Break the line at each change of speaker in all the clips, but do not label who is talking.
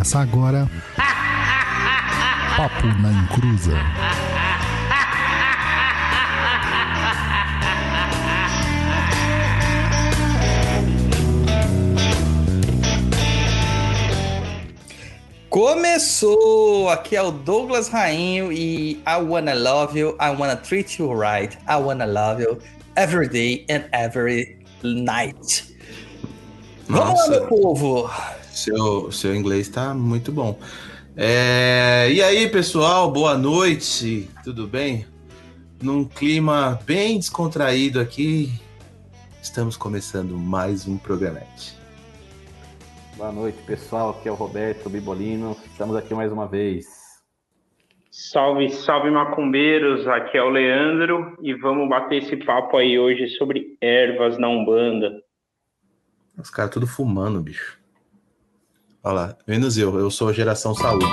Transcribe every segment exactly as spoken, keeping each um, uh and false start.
Começa agora Papo na Encruza.
Começou! Aqui é o Douglas Rainho e I wanna love you, I wanna treat you right, I wanna love you every day and every night. Vamos
Nossa,
lá, meu povo!
Seu, seu inglês tá muito bom. É, e aí, pessoal, boa noite, tudo bem? Num clima bem descontraído aqui, estamos começando mais um programete.
Boa noite, pessoal. Aqui é o Roberto Bibolino. Estamos aqui mais uma vez.
Salve, salve, macumbeiros. Aqui é o Leandro e vamos bater esse papo aí hoje sobre ervas na Umbanda.
Os caras tudo fumando, bicho. Olha lá, menos eu. Eu sou a geração saúde.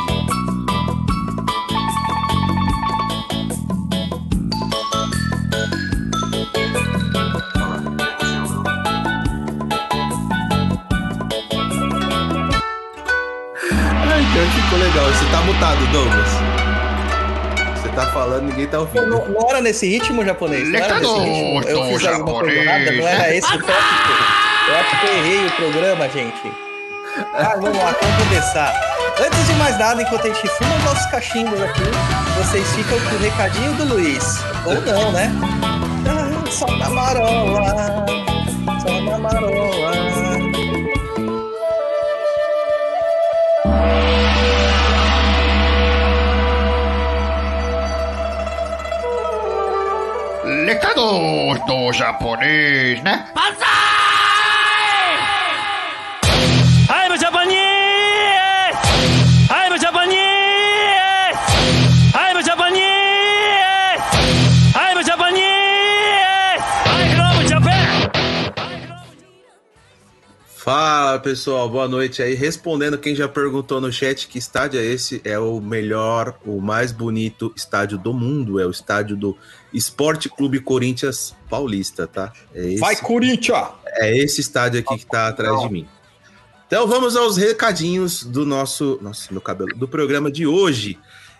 Ficou legal. Você tá mutado, Douglas. Você tá falando, ninguém tá ouvindo.
Não, não era nesse ritmo japonês? Não era nesse ritmo? Eu fiz alguma coisa errada? Não era esse o tópico? Eu acho que eu errei o programa, gente. Ah, vamos lá, vamos começar. Antes de mais nada, enquanto a gente fuma os nossos cachimbos aqui, vocês ficam com o recadinho do Luiz. Ou não, né? Ah, só na marola, só na marola.
Recados do japonês, né? Passai! Ai, meu japonês! Ai, meu japonês! Ai, meu japonês! Ai, meu japonês! Ai, hello, Japan!
Fala, pessoal, boa noite aí. Respondendo quem já perguntou no chat que estádio é esse, é o melhor, o mais bonito estádio do mundo, é o estádio do Esporte Clube Corinthians Paulista, tá? É esse,
Vai, Corinthians!
É esse estádio aqui que tá atrás de mim. Então vamos aos recadinhos do nosso, nossa, meu cabelo, do programa de hoje.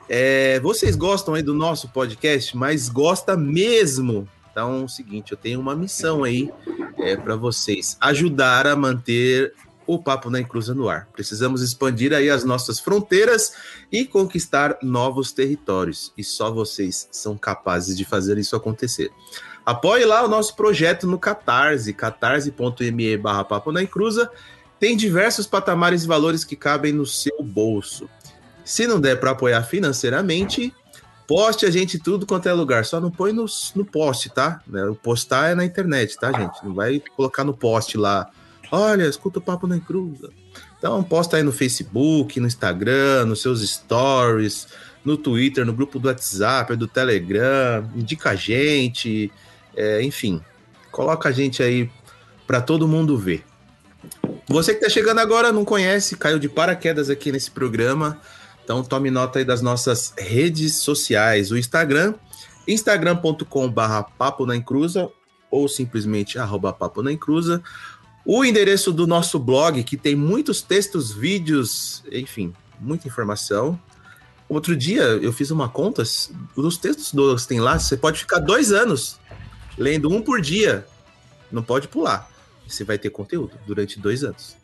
É, vocês gostam aí do nosso podcast, mas gosta mesmo? Então é o seguinte, eu tenho uma missão aí é, para vocês, ajudar a manter o Papo na Encruza no ar. Precisamos expandir aí as nossas fronteiras e conquistar novos territórios. E só vocês são capazes de fazer isso acontecer. Apoie lá o nosso projeto no Catarse, catarse.me barra Papo na Encruza. Tem diversos patamares e valores que cabem no seu bolso. Se não der para apoiar financeiramente, poste a gente tudo quanto é lugar. Só não põe no, no post, tá? O postar é na internet, tá, gente? Não vai colocar no post lá. Olha, escuta o Papo na Encruza. Então, posta aí no Facebook, no Instagram, nos seus stories, no Twitter, no grupo do WhatsApp, do Telegram, indica a gente, é, enfim, coloca a gente aí para todo mundo ver. Você que tá chegando agora, não conhece, caiu de paraquedas aqui nesse programa, então tome nota aí das nossas redes sociais, o Instagram, instagram ponto com barra Papo na Encruza, ou simplesmente arroba Papo na Encruza. O endereço do nosso blog, que tem muitos textos, vídeos, enfim, muita informação. Outro dia eu fiz uma conta, os textos que tem lá, você pode ficar dois anos lendo um por dia. Não pode pular. Você vai ter conteúdo durante dois anos.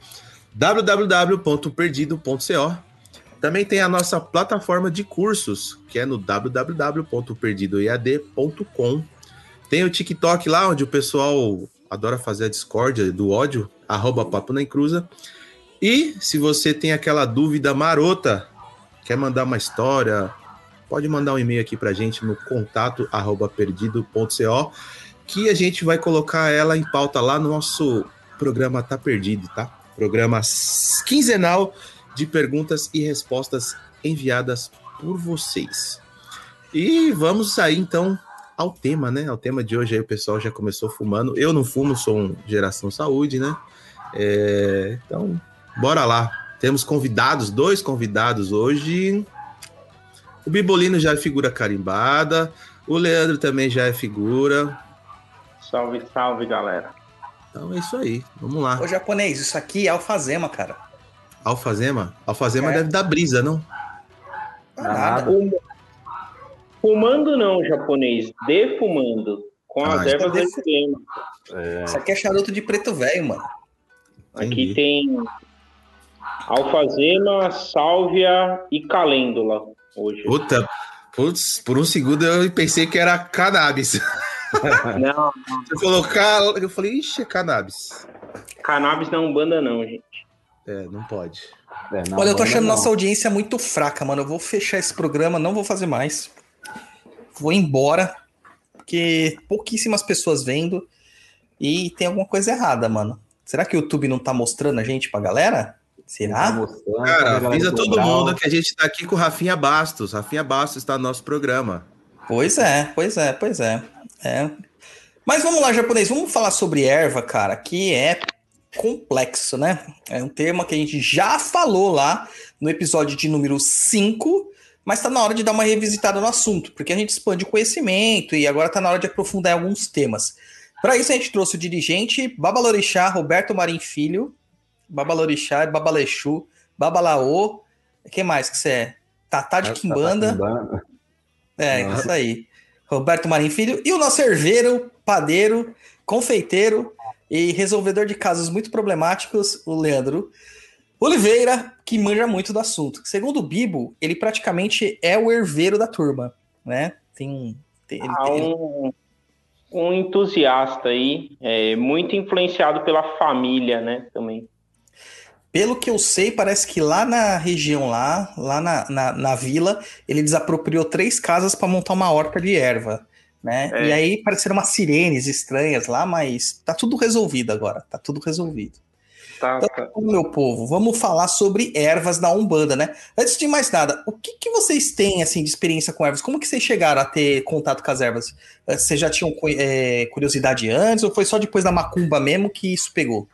w w w ponto perdido ponto co. Também tem a nossa plataforma de cursos, que é no w w w ponto perdido e a d ponto com. Tem o TikTok lá, onde o pessoal adora fazer a discórdia do ódio, arroba Papo na Encruza. E se você tem aquela dúvida marota, quer mandar uma história, pode mandar um e-mail aqui pra gente no contato arroba perdido ponto co, que a gente vai colocar ela em pauta lá no nosso programa Tá Perdido, tá? Programa quinzenal de perguntas e respostas enviadas por vocês. E vamos sair então ao tema, né? Ao tema de hoje aí, o pessoal já começou fumando. Eu não fumo, sou um geração saúde, né? É... Então, bora lá. Temos convidados, dois convidados hoje. O Bibolino já é figura carimbada. O Leandro também já é figura.
Salve, salve, galera.
Então é isso aí. Vamos lá.
Ô, japonês, isso aqui é alfazema, cara.
Alfazema? Alfazema é. deve dar brisa, não?
Nada. Fumando não, japonês. Defumando. Com ah, as ervas é defumando.
É. Isso aqui é charuto de preto velho, mano.
Aqui tem alfazema, sálvia e calêndula hoje.
Puta, putz, por um segundo eu pensei que era cannabis.
Não.
Você falou cal... Eu falei, ixi, é cannabis.
Cannabis na Umbanda não, gente.
É, não pode.
É, não, Olha, eu tô achando não. nossa audiência muito fraca, mano. Eu vou fechar esse programa, não vou fazer mais. Vou embora, porque pouquíssimas pessoas vendo e tem alguma coisa errada, mano. Será que o YouTube não tá mostrando a gente pra galera? Será?
Tá Cara, avisa todo legal. mundo que a gente tá aqui com o Rafinha Bastos. Rafinha Bastos tá no nosso programa.
Pois é, pois é, pois é. é. Mas vamos lá, japonês. Vamos falar sobre erva, cara, que é complexo, né? É um tema que a gente já falou lá no episódio de número cinco, mas tá na hora de dar uma revisitada no assunto, porque a gente expande o conhecimento e agora tá na hora de aprofundar em alguns temas. Para isso, a gente trouxe o dirigente Babalorixá, Roberto Marim Filho, Babalorixá, Babalexu, Babalaô, o que mais que você é? Tatá de Quimbanda. É, Não. isso aí. Roberto Marim Filho. E o nosso herveiro, padeiro, confeiteiro e resolvedor de casos muito problemáticos, o Leandro Oliveira, que manja muito do assunto. Segundo o Bibo, ele praticamente é o herveiro da turma, né? Tem um... Tem, ele,
ah, um... um entusiasta aí, é, muito influenciado pela família, né, também.
Pelo que eu sei, parece que lá na região, lá, lá na, na, na vila, ele desapropriou três casas para montar uma horta de erva, né? É. E aí pareceram umas sirenes estranhas lá, mas tá tudo resolvido agora, tá tudo resolvido.
Tá,
então,
tá.
meu povo, vamos falar sobre ervas da Umbanda, né? Antes de mais nada, o que, que vocês têm, assim, de experiência com ervas? Como que vocês chegaram a ter contato com as ervas? Vocês já tinham é, curiosidade antes ou foi só depois da macumba mesmo que isso pegou?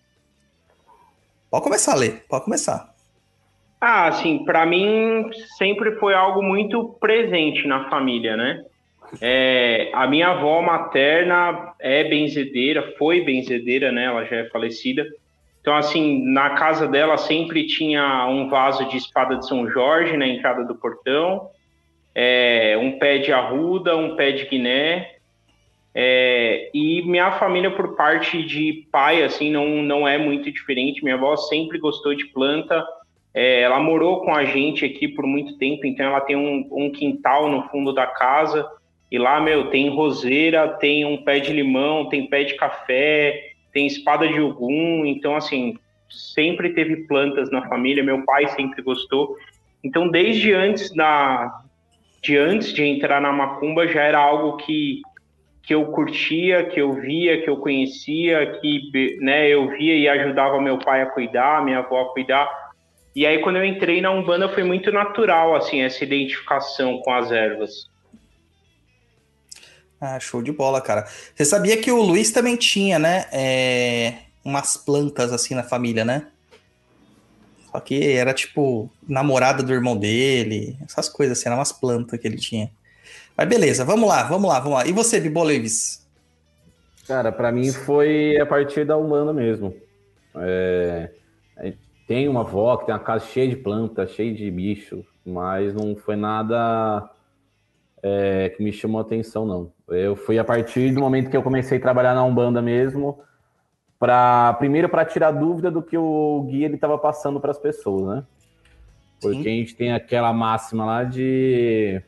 Pode começar a ler, pode começar.
Ah, assim, pra mim sempre foi algo muito presente na família, né? É, a minha avó materna é benzedeira, foi benzedeira, né? Ela já é falecida. Então, assim, na casa dela sempre tinha um vaso de espada de São Jorge na entrada do portão, é, um pé de arruda, um pé de guiné. É, e minha família, por parte de pai, assim, não, não é muito diferente. Minha avó sempre gostou de planta. É, ela morou com a gente aqui por muito tempo, então ela tem um, um quintal no fundo da casa. E lá, meu, tem roseira, tem um pé de limão, tem pé de café, tem espada de Ogum. Então, assim, sempre teve plantas na família. Meu pai sempre gostou. Então, desde antes, da, de, antes de entrar na macumba, já era algo que... que eu curtia, que eu via, que eu conhecia, que, né, eu via e ajudava meu pai a cuidar, minha avó a cuidar. E aí, quando eu entrei na Umbanda, foi muito natural, assim, essa identificação com as ervas.
Ah, show de bola, cara. Você sabia que o Luiz também tinha, né, é, umas plantas, assim, na família, né? Só que era, tipo, namorada do irmão dele, essas coisas, assim, eram umas plantas que ele tinha. Mas beleza, vamos lá, vamos lá, vamos lá. E você, Bibo Leves?
Cara, pra mim foi a partir da Umbanda mesmo. É... Tem uma avó que tem uma casa cheia de planta, cheia de bicho, mas não foi nada é, que me chamou a atenção, não. Eu fui a partir do momento que eu comecei a trabalhar na Umbanda mesmo, pra... primeiro para tirar dúvida do que o guia ele estava passando para as pessoas, né? Porque Sim. a gente tem aquela máxima lá de...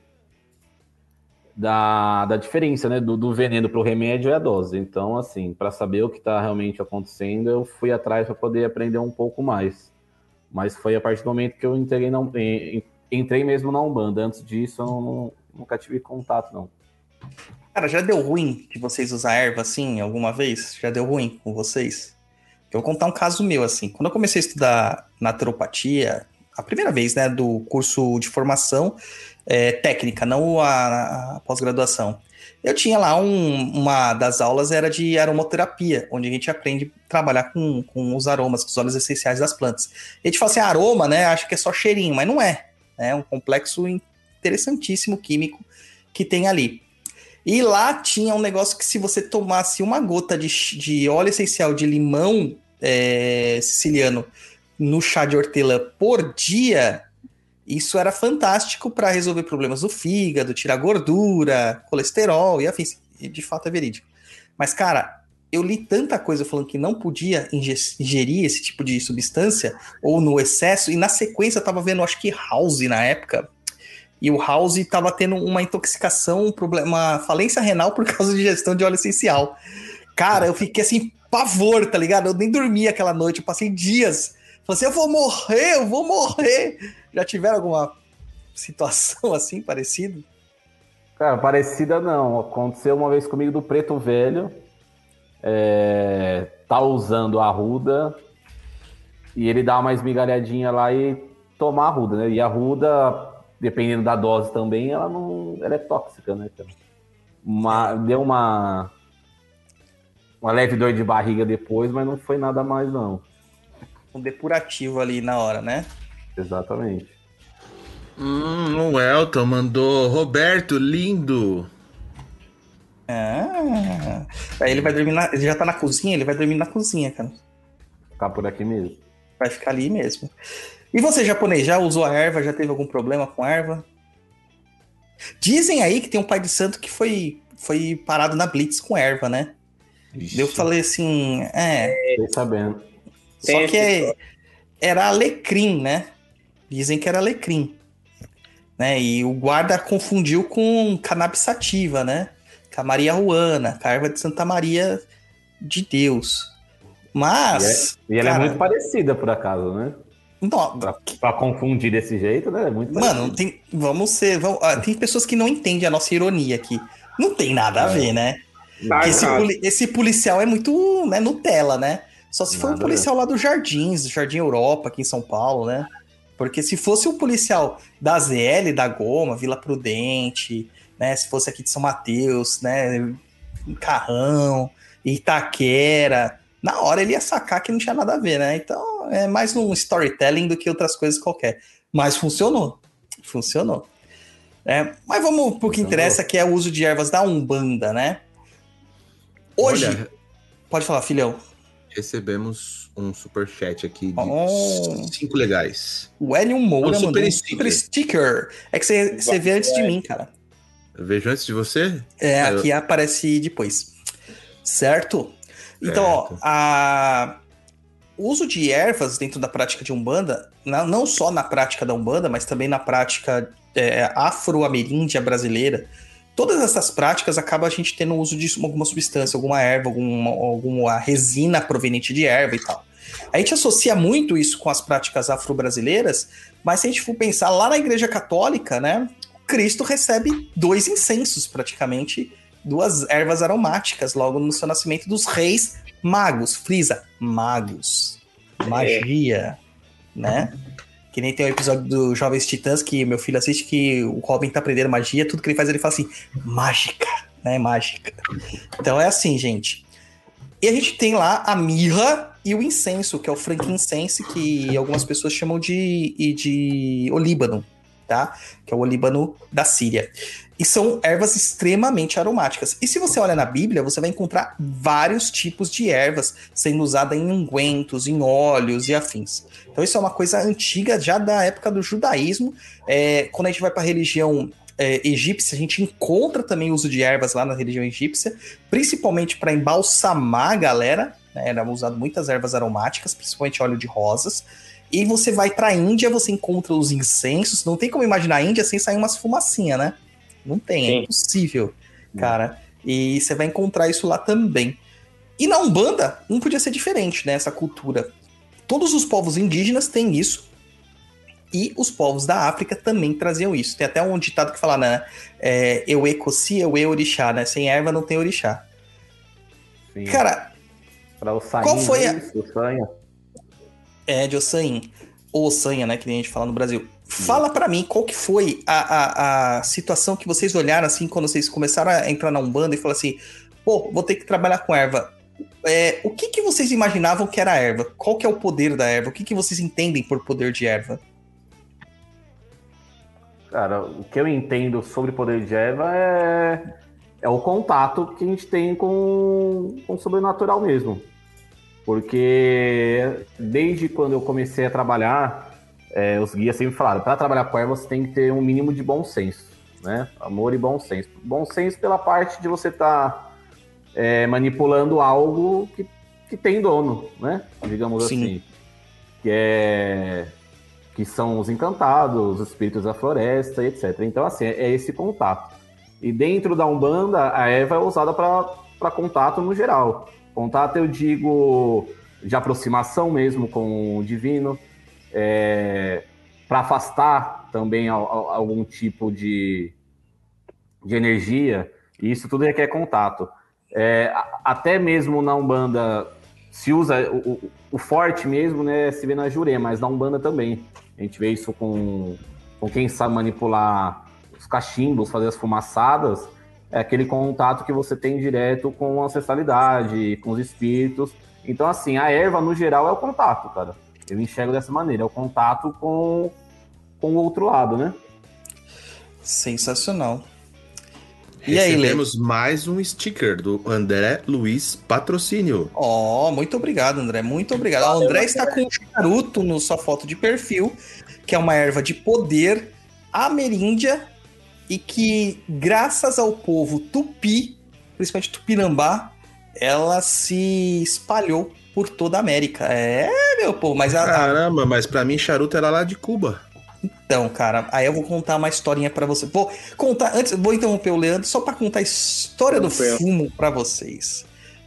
Da, da diferença, né, do, do veneno para o remédio é a dose. Então, assim, para saber o que está realmente acontecendo, eu fui atrás para poder aprender um pouco mais. Mas foi a partir do momento que eu entrei, na, entrei mesmo na Umbanda. Antes disso, eu não, nunca tive contato, não.
Cara, já deu ruim de vocês usar erva assim alguma vez? Já deu ruim com vocês? Eu vou contar um caso meu, assim. Quando eu comecei a estudar naturopatia, a primeira vez, né, do curso de formação é, técnica, não a, a pós-graduação. Eu tinha lá um, uma das aulas era de aromaterapia, onde a gente aprende a trabalhar com, com os aromas, com os óleos essenciais das plantas. E a gente fala assim, aroma, né, acho que é só cheirinho, mas não é. É um complexo interessantíssimo químico que tem ali. E lá tinha um negócio que se você tomasse uma gota de, de óleo essencial de limão é, siciliano no chá de hortelã por dia, isso era fantástico para resolver problemas do fígado, tirar gordura, colesterol e afins. E de fato é verídico. Mas, cara, eu li tanta coisa falando que não podia ingerir esse tipo de substância, ou no excesso, e na sequência eu tava vendo, acho que House na época, e o House tava tendo uma intoxicação, um problema, uma falência renal por causa de ingestão de óleo essencial. Cara, eu fiquei assim, pavor, tá ligado? Eu nem dormi aquela noite, eu passei dias. Falei assim, eu vou morrer, eu vou morrer. Já tiveram alguma situação assim, parecida?
Cara, parecida não. Aconteceu uma vez comigo do Preto Velho. É, tá usando a arruda e ele dá uma esmigalhadinha lá e tomar a arruda, né? E a arruda, dependendo da dose também, ela não, ela é tóxica, né? Uma, deu uma uma leve dor de barriga depois, mas não foi nada mais não.
Um depurativo ali na hora, né?
Exatamente.
Hum, o Elton mandou Roberto, lindo.
Ah, aí ele vai dormir na, ele já tá na cozinha, ele vai dormir na cozinha, cara.
Ficar por aqui mesmo.
Vai ficar ali mesmo. E você, japonês, já usou a erva? Já teve algum problema com a erva? Dizem aí que tem um pai de santo que foi, foi parado na Blitz com erva, né?
Ixi.
Eu falei assim, é...
Tô sabendo.
Só que é, era alecrim, né? Dizem que era alecrim. Né? E o guarda confundiu com cannabis sativa, né? Com a Maria Ruana, com a erva de Santa Maria de Deus. Mas...
E, é, e ela
cara,
é muito parecida, por acaso, né?
Não,
pra, pra confundir desse jeito, né? É muito
mano,
parecido.
tem, vamos ser... Vamos, ah, tem pessoas que não entendem a nossa ironia aqui. Não tem nada a ver, né?
Tá,
Esse,
cara.
poli- esse policial é muito, né, Nutella, né? Só se for um
Nada,
policial lá dos Jardins, do Jardim Europa, aqui em São Paulo, né? Porque se fosse um policial da Z L, da Goma, Vila Prudente, né? Se fosse aqui de São Mateus, né? Carrão, Itaquera, na hora ele ia sacar que não tinha nada a ver, né? Então é mais um storytelling do que outras coisas qualquer. Mas funcionou. Funcionou. É, mas vamos pro que
Funcionou.
interessa, que é o uso de ervas da Umbanda, né? Hoje,
Olha,
pode falar, filhão.
recebemos um superchat aqui de
Oh.
cinco legais.
O Hélio Moura
É um super
mandou um
sticker.
super sticker. É que você, você vê antes de mim, cara.
Eu vejo antes de você?
É,
Eu-
aqui aparece depois. Certo? Então, ó,
Certo.
a... o uso de ervas dentro da prática de Umbanda, na- não só na prática da Umbanda, mas também na prática é, afro-ameríndia brasileira, todas essas práticas acaba a gente tendo uso de alguma substância, alguma erva, alguma, alguma resina proveniente de erva e tal. A gente associa muito isso com as práticas afro-brasileiras, mas se a gente for pensar lá na Igreja Católica, né, Cristo recebe dois incensos praticamente, duas ervas aromáticas logo no seu nascimento dos reis magos, frisa, magos, magia, né? Que nem tem o episódio do Jovens Titãs que meu filho assiste que o Robin tá aprendendo magia, tudo que ele faz ele fala assim, mágica, né, mágica. Então é assim, gente. E a gente tem lá a mirra e o incenso, que é o frankincense, que algumas pessoas chamam de, e de olíbano, tá? Que é o olíbano da Síria. E são ervas extremamente aromáticas. E se você olha na Bíblia, você vai encontrar vários tipos de ervas sendo usadas em ungüentos, em óleos e afins. Então isso é uma coisa antiga, já da época do judaísmo. É, quando a gente vai para a religião é, egípcia, a gente encontra também o uso de ervas lá na religião egípcia, principalmente para embalsamar a galera, né? Eram usadas muitas ervas aromáticas, principalmente óleo de rosas. E você vai para a Índia, você encontra os incensos. Não tem como imaginar a Índia sem sair umas fumacinhas, né? Não tem,
Sim.
é impossível, cara. E você vai encontrar isso lá também. E na Umbanda, não podia ser diferente, né? Essa cultura. Todos os povos indígenas têm isso. E os povos da África também traziam isso. Tem até um ditado que fala, né? É, Ewe Kosi, Ewe Orixá, né? Sem erva não tem orixá.
Sim.
Cara,
Pra o sainho,
qual foi a-
isso, o sainho.
é de Ossanha. Ou Ossanha, né? Que nem a gente fala no Brasil. Fala pra mim qual que foi a, a, a situação que vocês olharam assim quando vocês começaram a entrar na Umbanda e falaram assim, pô, vou ter que trabalhar com erva. É, o que, que vocês imaginavam que era a erva? Qual que é o poder da erva? O que, que vocês entendem por poder de erva?
Cara, o que eu entendo sobre poder de erva é, é o contato que a gente tem com, com o sobrenatural mesmo. Porque desde quando eu comecei a trabalhar, é, os guias sempre falaram, para trabalhar com erva você tem que ter um mínimo de bom senso, né? Amor e bom senso. Bom senso pela parte de você estar tá, é, manipulando algo que, que tem dono, né? Digamos Sim. assim. Que, é, que são os encantados, os espíritos da floresta, etcétera. Então, assim, é esse contato. E dentro da Umbanda, a erva é usada para contato no geral. Contato, eu digo, de aproximação mesmo com o divino, é, para afastar também algum tipo de, de energia, e isso tudo requer contato. É, até mesmo na Umbanda se usa, o, o forte mesmo, né, se vê na Jurema, mas na Umbanda também. A gente vê isso com, com quem sabe manipular os cachimbos, fazer as fumaçadas, é aquele contato que você tem direto com a ancestralidade, com os espíritos. Então, assim, a erva, no geral, é o contato, cara. Eu enxergo dessa maneira, é o contato com, com o outro lado, né?
Sensacional.
E aí, temos mais um sticker do André Luiz Patrocínio.
Ó, oh, muito obrigado, André. Muito obrigado. O André está com um charuto na sua foto de perfil, que é uma erva de poder ameríndia e que, graças ao povo tupi, principalmente tupinambá, ela se espalhou por toda a América. É, meu povo, mas... A,
Caramba, mas pra mim charuto era lá de Cuba.
Então, cara, aí eu vou contar uma historinha pra você. Vou contar, antes, vou interromper o Leandro só pra contar a história do fumo pra vocês.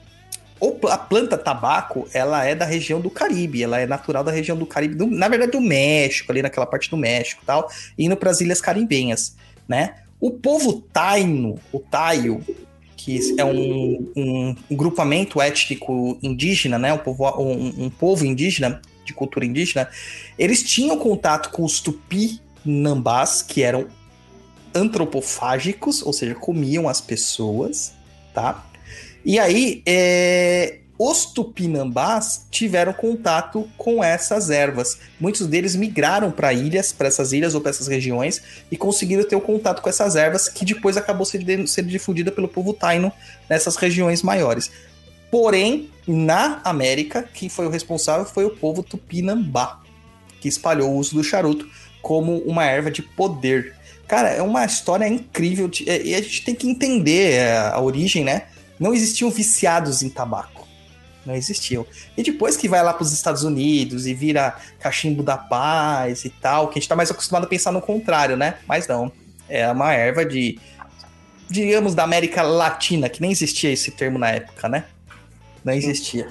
A planta tabaco, ela é da região do Caribe, ela é natural da região do Caribe, do, na verdade do México, ali naquela parte do México e tal, indo pras ilhas caribenhas, né? O povo taino, o taio, que é um, um, um grupamento étnico indígena, né? Um povo, um, um povo indígena, de cultura indígena, eles tinham contato com os tupinambás, que eram antropofágicos, ou seja, comiam as pessoas, tá? E aí, é, os tupinambás tiveram contato com essas ervas. Muitos deles migraram para ilhas, para essas ilhas ou para essas regiões, e conseguiram ter o contato com essas ervas, que depois acabou sendo, sendo difundida pelo povo taino nessas regiões maiores. Porém, na América, quem foi o responsável foi o povo tupinambá, que espalhou o uso do charuto como uma erva de poder. Cara, é uma história incrível, de, e a gente tem que entender a, a origem, né? Não existiam viciados em tabaco. Não existiam. E depois que vai lá para os Estados Unidos e vira cachimbo da paz e tal, que a gente tá mais acostumado a pensar no contrário, né? Mas não. É uma erva de, digamos, da América Latina, que nem existia esse termo na época, né? Não existia.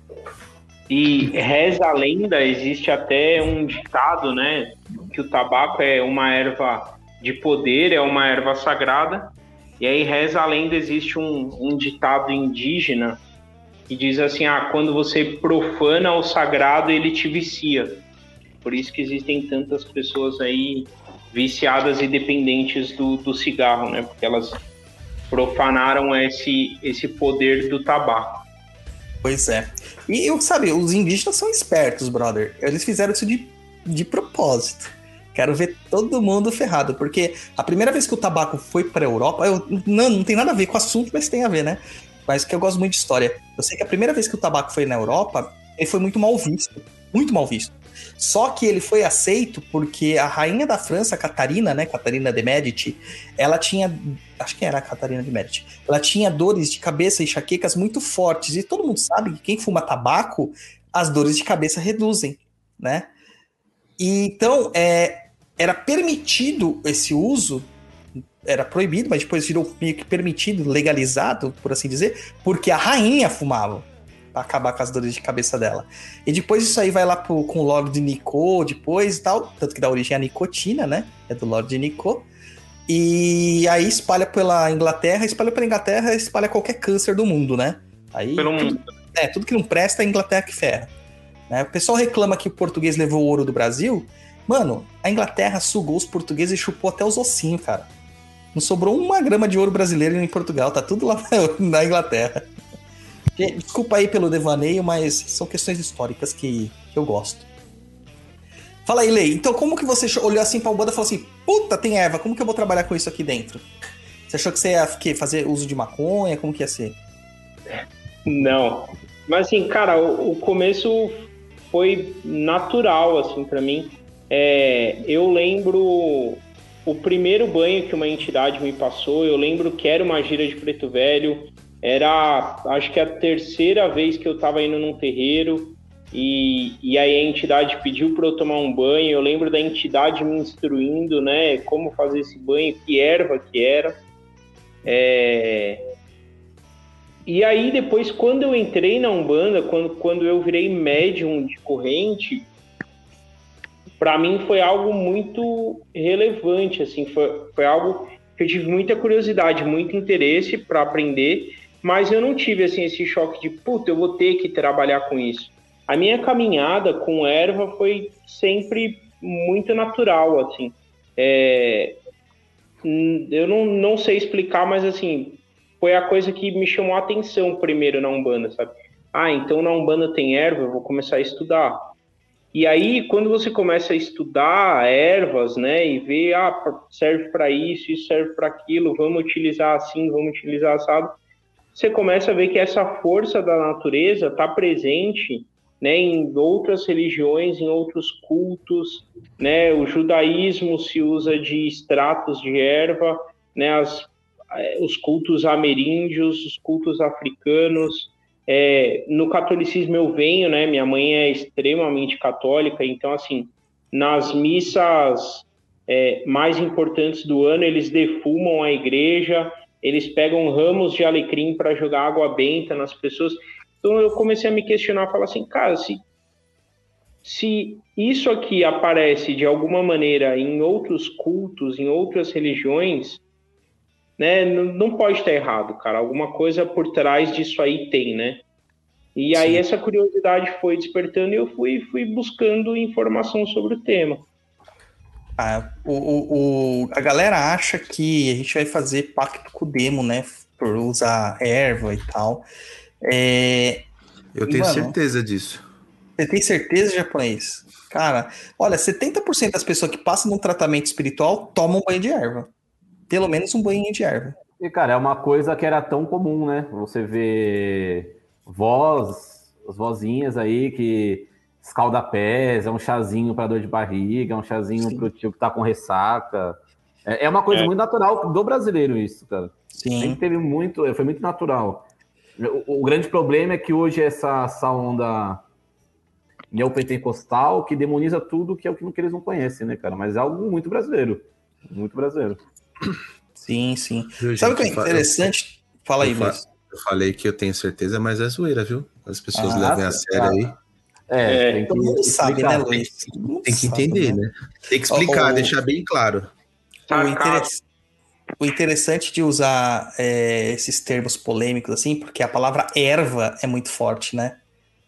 E reza a lenda, existe até um ditado, né? Que o tabaco é uma erva de poder, é uma erva sagrada. E aí reza a lenda, existe um, um ditado indígena que diz assim, ah, quando você profana o sagrado, ele te vicia. Por isso que existem tantas pessoas aí viciadas e dependentes do, do cigarro, né? Porque elas profanaram esse, esse poder do tabaco.
Pois é. E, eu sabe, os indígenas são espertos, brother. Eles fizeram isso de, de propósito. Quero ver todo mundo ferrado, porque a primeira vez que o tabaco foi pra Europa, eu, não, não tem nada a ver com o assunto, mas tem a ver, né? Mas que eu gosto muito de história. Eu sei que a primeira vez que o tabaco foi na Europa, ele foi muito mal visto. Muito mal visto. Só que ele foi aceito porque a rainha da França, Catarina, né? Catarina de Médici, ela tinha... Acho que era a Catarina de Médici. Ela tinha dores de cabeça e enxaquecas muito fortes. E todo mundo sabe que quem fuma tabaco, as dores de cabeça reduzem, né? E, então, é, era permitido esse uso... Era proibido, mas depois virou meio que permitido, legalizado, por assim dizer, porque a rainha fumava para acabar com as dores de cabeça dela. E depois isso aí vai lá pro, com o Lord Nicot, depois e tal, tanto que dá origem à nicotina, né? É do Lord Nicot. E aí espalha pela Inglaterra, espalha pela Inglaterra, espalha qualquer câncer do mundo, né? Aí,
Pelo
tudo,
mundo.
É, tudo que não presta é a Inglaterra que ferra. Né? O pessoal reclama que o português levou o ouro do Brasil. Mano, a Inglaterra sugou os portugueses e chupou até os ossinhos, cara. Não sobrou uma grama de ouro brasileiro em Portugal, tá tudo lá na Inglaterra. Desculpa aí pelo devaneio, mas são questões históricas que, que eu gosto. Fala aí, Lei. Então, como que você olhou assim pra Umbanda e falou assim, puta, tem erva, como que eu vou trabalhar com isso aqui dentro? Você achou que você ia que, fazer uso de maconha? Como que ia ser?
Não. Mas assim, cara, o, o começo foi natural, assim, para mim. É, eu lembro o primeiro banho que uma entidade me passou, eu lembro que era uma gira de Preto Velho, era, acho que a terceira vez que eu estava indo num terreiro, e, e aí a entidade pediu para eu tomar um banho, eu lembro da entidade me instruindo, né, como fazer esse banho, que erva que era. É... E aí depois, quando eu entrei na Umbanda, quando, quando eu virei médium de corrente, para mim foi algo muito relevante, assim, foi, foi algo que eu tive muita curiosidade, muito interesse para aprender, mas eu não tive assim, esse choque de, puta, eu vou ter que trabalhar com isso. A minha caminhada com erva foi sempre muito natural, assim. É... Eu não, não sei explicar, mas assim, foi a coisa que me chamou a atenção primeiro na Umbanda, sabe? Ah, então na Umbanda tem erva, eu vou começar a estudar. E aí, quando você começa a estudar ervas, né, e ver, ah, serve para isso, isso serve para aquilo, vamos utilizar assim, vamos utilizar assado, você começa a ver que essa força da natureza está presente, né, em outras religiões, em outros cultos, né, o judaísmo se usa de extratos de erva, né, as, os cultos ameríndios, os cultos africanos. É, no catolicismo eu venho, né, minha mãe é extremamente católica, então assim, nas missas é, mais importantes do ano, eles defumam a igreja, eles pegam ramos de alecrim para jogar água benta nas pessoas. Então eu comecei a me questionar, falar assim, cara, se, se isso aqui aparece de alguma maneira em outros cultos, em outras religiões, né, não, não pode estar errado, cara. Alguma coisa por trás disso aí tem, né? E aí Sim. essa curiosidade foi despertando e eu fui, fui buscando informação sobre o tema.
Ah, o, o, o, a galera acha que a gente vai fazer pacto com o demo, né? Por usar erva e tal. É...
Eu tenho Mano, certeza disso.
Você tem certeza, japonês? Cara, olha, setenta por cento das pessoas que passam num tratamento espiritual tomam banho de erva. Pelo menos um banho de erva.
E, cara, é uma coisa que era tão comum, né? Você vê vós, as vozinhas aí que escalda pés, é um chazinho para dor de barriga, é um chazinho Sim. pro tio que tá com ressaca. É, é uma coisa é. muito natural do brasileiro isso, cara.
Sim.
Sempre teve muito, foi muito natural. O, o grande problema é que hoje essa, essa onda neopentecostal que demoniza tudo que é o que eles não conhecem, né, cara? Mas é algo muito brasileiro. Muito brasileiro.
Sim, sim.
Viu,
Sabe o que é
gente,
interessante?
eu,
Fala aí,
eu, fa-
Luiz.
eu falei que eu tenho certeza, mas é zoeira, viu? As pessoas
Ah,
levem a sério aí.
É, tem que
todo mundo sabe, né,
Tem,
Luiz?
tem que entender, sabe, né? Tem que explicar,
o,
deixar bem claro.
O, interess... o interessante de usar é, esses termos polêmicos, assim, porque a palavra erva é muito forte, né?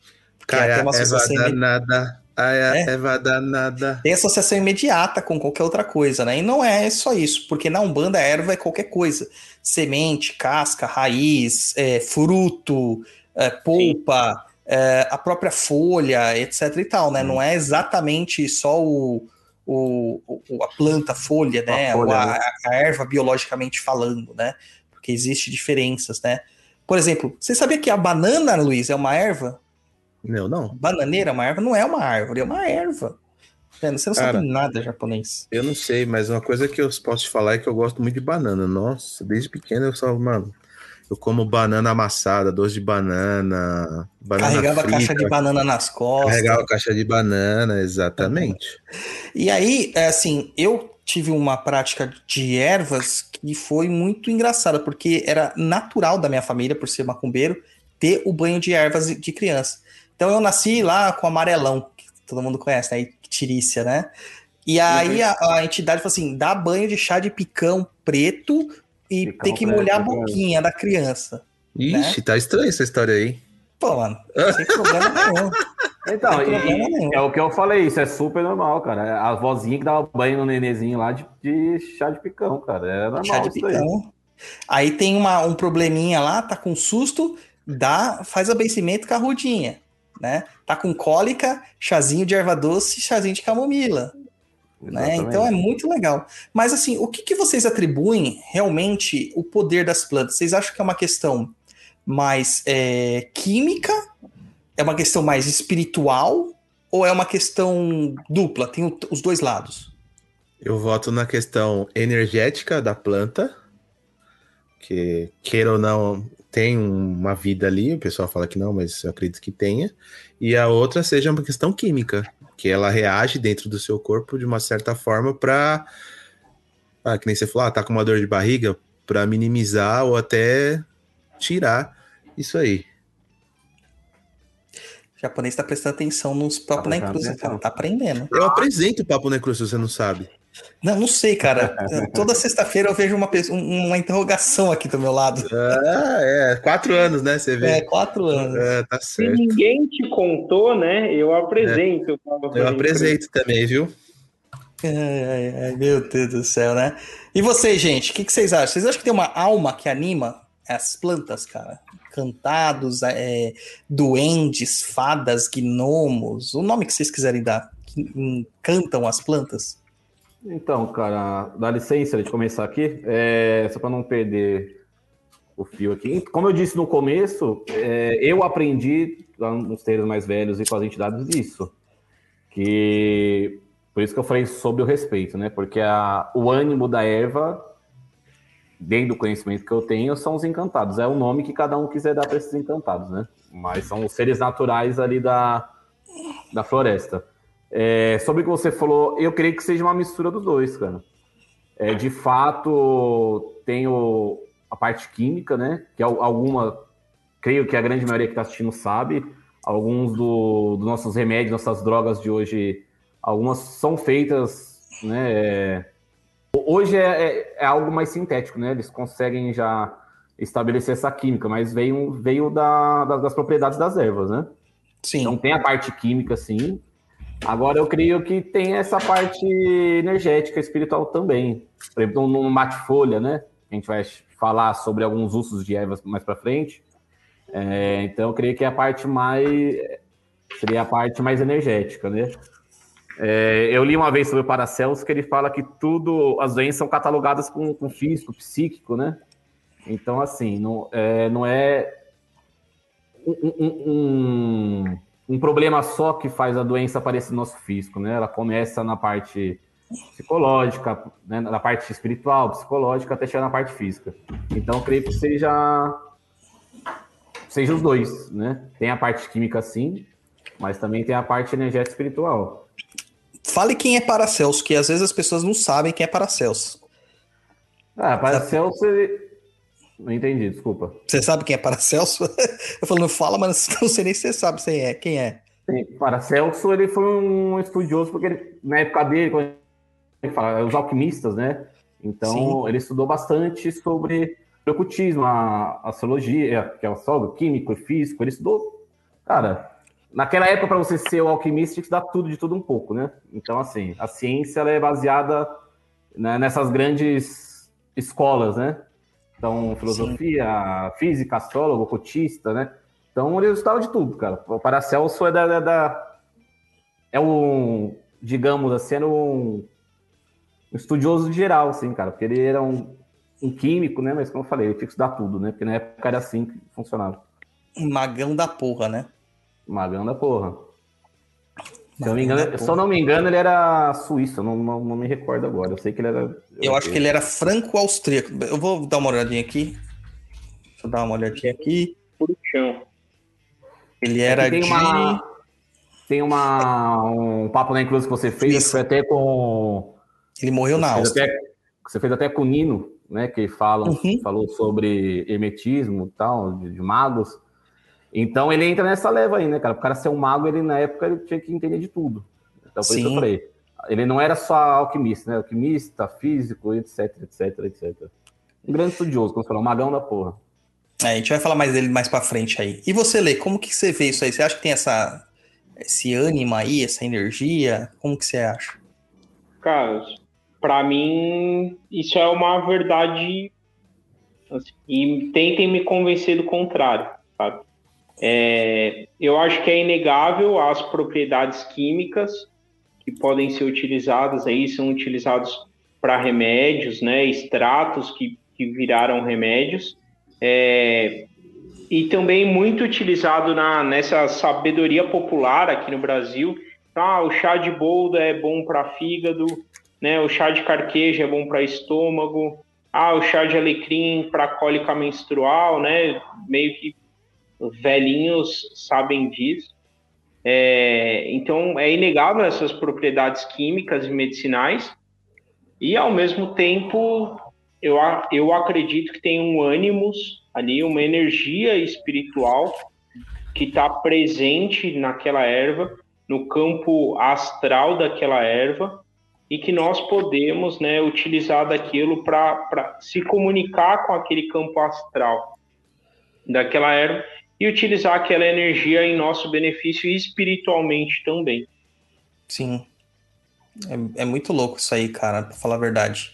Caia, erva danada. Ai, a é. erva danada.
Tem associação imediata com qualquer outra coisa, né? E não é só isso, porque na Umbanda a erva é qualquer coisa. Semente, casca, raiz, é, fruto, é, polpa, é, a própria folha, etc e tal, né? Hum. Não é exatamente só o, o, o, a planta, a folha, né? A, folha, a, né? a erva biologicamente falando, né? Porque existem diferenças, né? Por exemplo, você sabia que a banana, Luiz, é uma erva?
Não, não.
Bananeira, uma erva, não é uma árvore, é uma erva. Você não
Cara,
sabe nada japonês.
Eu não sei, mas uma coisa que eu posso te falar é que eu gosto muito de banana. Nossa, desde pequeno eu só, mano, eu como banana amassada, doce de banana, banana
Carregava
frita,
a caixa de banana nas costas.
Carregava a caixa de banana, exatamente.
E aí, assim, eu tive uma prática de ervas que foi muito engraçada, porque era natural da minha família, por ser macumbeiro, ter o banho de ervas de criança. Então eu nasci lá com amarelão, que todo mundo conhece, né? Ictirícia, né? E aí uhum. a, a entidade falou assim, dá banho de chá de picão preto e picão tem que preto, molhar a boquinha da criança.
Ixi, né? Tá estranha essa história aí.
Pô, mano, sem problema nenhum.
Então, e, é o que eu falei, isso é super normal, cara. A vozinha que dava banho no nenezinho lá de, de chá de picão, cara. É normal.
Chá de picão. Aí. aí tem uma, um probleminha lá, tá com susto, dá, faz abençimento com a rudinha. Né? Tá com cólica, chazinho de erva doce, chazinho de camomila. Né? Então é muito legal. Mas assim, o que, que vocês atribuem realmente o poder das plantas? Vocês acham que é uma questão mais é, química? É uma questão mais espiritual? ou é uma questão dupla, tem o, os dois lados?
Eu voto na questão energética da planta, que, queira ou não, tem uma vida ali, o pessoal fala que não, mas eu acredito que tenha, e a outra seja uma questão química, que ela reage dentro do seu corpo de uma certa forma para, ah, que nem você falou, ah, tá com uma dor de barriga, para minimizar ou até tirar isso aí.
O japonês tá prestando atenção nos Papo na Cruz, cara, tá aprendendo.
Eu apresento o Papo na Cruz, se você não sabe.
Não, não sei, cara. Toda sexta-feira eu vejo uma, pessoa, uma interrogação aqui do meu lado.
Ah, é. Quatro anos, né? Você vê.
É, quatro anos.
É, tá certo.
Se ninguém te contou, né? Eu apresento.
É. Eu apresento também, viu?
Ai, ai, meu Deus do céu, né? E vocês, gente, o que, que vocês acham? Vocês acham que tem uma alma que anima as plantas, cara? Cantados, é, duendes, fadas, gnomos, o nome que vocês quiserem dar, que encantam as plantas?
Então, cara, dá licença de começar aqui, é, só para não perder o fio aqui. Como eu disse no começo, é, eu aprendi lá nos terreiros mais velhos e com as entidades isso, que por isso que eu falei sobre o respeito, né? Porque a, o ânimo da erva, dentro do conhecimento que eu tenho, são os encantados. É o nome que cada um quiser dar para esses encantados, né? Mas são os seres naturais ali da, da floresta. É, sobre o que você falou, eu creio que seja uma mistura dos dois, cara. É, de fato, tem o, a parte química, né? Que alguma, creio que a grande maioria que está assistindo sabe. Alguns do, dos nossos remédios, nossas drogas de hoje, algumas são feitas, né? É, hoje é, é, é algo mais sintético, né? Eles conseguem já estabelecer essa química, mas veio, veio da, das, das propriedades das ervas, né?
Sim.
Então tem a parte química, sim. Agora eu creio que tem essa parte energética, espiritual também. Por exemplo, no mate-folha, né? A gente vai falar sobre alguns usos de ervas mais para frente. É, então eu creio que é a parte mais... seria a parte mais energética, né? É, eu li uma vez sobre o Paracelso que ele fala que tudo, as doenças são catalogadas com, com físico, psíquico, né? Então, assim, não é, não é um, um, um, um problema só que faz a doença aparecer no nosso físico, né? Ela começa na parte psicológica, né? Na parte espiritual, psicológica, até chegar na parte física. Então, eu creio que seja, seja os dois, né? Tem a parte química, sim, mas também tem a parte energética espiritual.
Fale quem é Paracelso, que às vezes as pessoas não sabem quem é Paracelso.
Ah, Paracelso... Não entendi, desculpa.
Você sabe quem é Paracelso? Eu falo, não fala, mas não sei nem se você sabe quem é. Quem é?
Sim, Paracelso, ele foi um estudioso, porque ele, na época dele, quando ele fala, os alquimistas, né? Então, sim, ele estudou bastante sobre o ocultismo, a astrologia, que é o solo químico e físico. Ele estudou, cara... Naquela época, para você ser o alquimista, tinha que dar tudo de tudo um pouco, né? Então, assim, a ciência ela é baseada, né, nessas grandes escolas, né? Então, filosofia, sim, física, astrólogo, ocultista, né? Então, ele estudava de tudo, cara. O Paracelso é da... da, da é um, digamos assim, era um, um estudioso geral, assim, cara. Porque ele era um, um químico, né? Mas, como eu falei, ele tinha que estudar tudo, né? Porque na época era assim que funcionava.
Um magão da porra, né?
Magão da porra. Se eu, me engano, se eu não me engano, ele era suíço, eu não, não, não me recordo agora. Eu sei que ele era... Eu,
eu acho que ele era franco-austríaco. Eu vou dar uma olhadinha aqui. Deixa eu dar uma olhadinha aqui.
Por chão.
Ele era
tem
de...
Uma, tem uma, um papo na inclusive que você fez, que foi até com...
Ele morreu na Áustria.
Até, você fez até com o Nino, né? Que fala, uhum. falou sobre hermetismo e tal, de, de magos. Então ele entra nessa leva aí, né, cara? O cara ser um mago, ele na época ele tinha que entender de tudo. Então por Sim. isso que eu falei. Ele não era só alquimista, né? Alquimista, físico, etc, etc, etcétera. Um grande estudioso, como você falou, um magão da porra.
É, a gente vai falar mais dele mais pra frente aí. E você, Lê, como que você vê isso aí? Você acha que tem essa, esse ânimo aí, essa energia? Como que você acha?
Cara, pra mim, isso é uma verdade... Assim, e tentem me convencer do contrário, sabe? É, eu acho que é inegável as propriedades químicas que podem ser utilizadas aí, são utilizados para remédios, né, extratos que, que viraram remédios, é, e também muito utilizado na, nessa sabedoria popular aqui no Brasil, Ah, o chá de boldo é bom para fígado, né? O chá de carqueja é bom para estômago. Ah, o chá de alecrim para cólica menstrual, né? Meio que velhinhos sabem disso. É, então, é inegável essas propriedades químicas e medicinais. E, ao mesmo tempo, eu, eu acredito que tem um ânimos ali, uma energia espiritual que está presente naquela erva, no campo astral daquela erva, e que nós podemos, né, utilizar daquilo para se comunicar com aquele campo astral daquela erva e utilizar aquela energia em nosso benefício espiritualmente também.
Sim. É, é muito louco isso aí, cara, pra falar a verdade.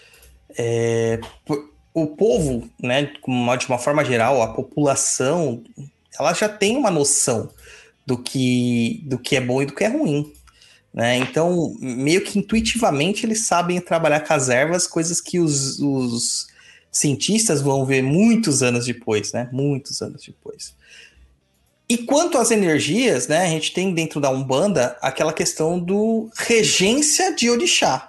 É, o povo, né, de uma forma geral, a população, ela já tem uma noção do que, do que é bom e do que é ruim, né? Então, meio que intuitivamente eles sabem trabalhar com as ervas, coisas que os, os cientistas vão ver muitos anos depois, né? Muitos anos depois. E quanto às energias, né? A gente tem dentro da Umbanda aquela questão do regência de orixá,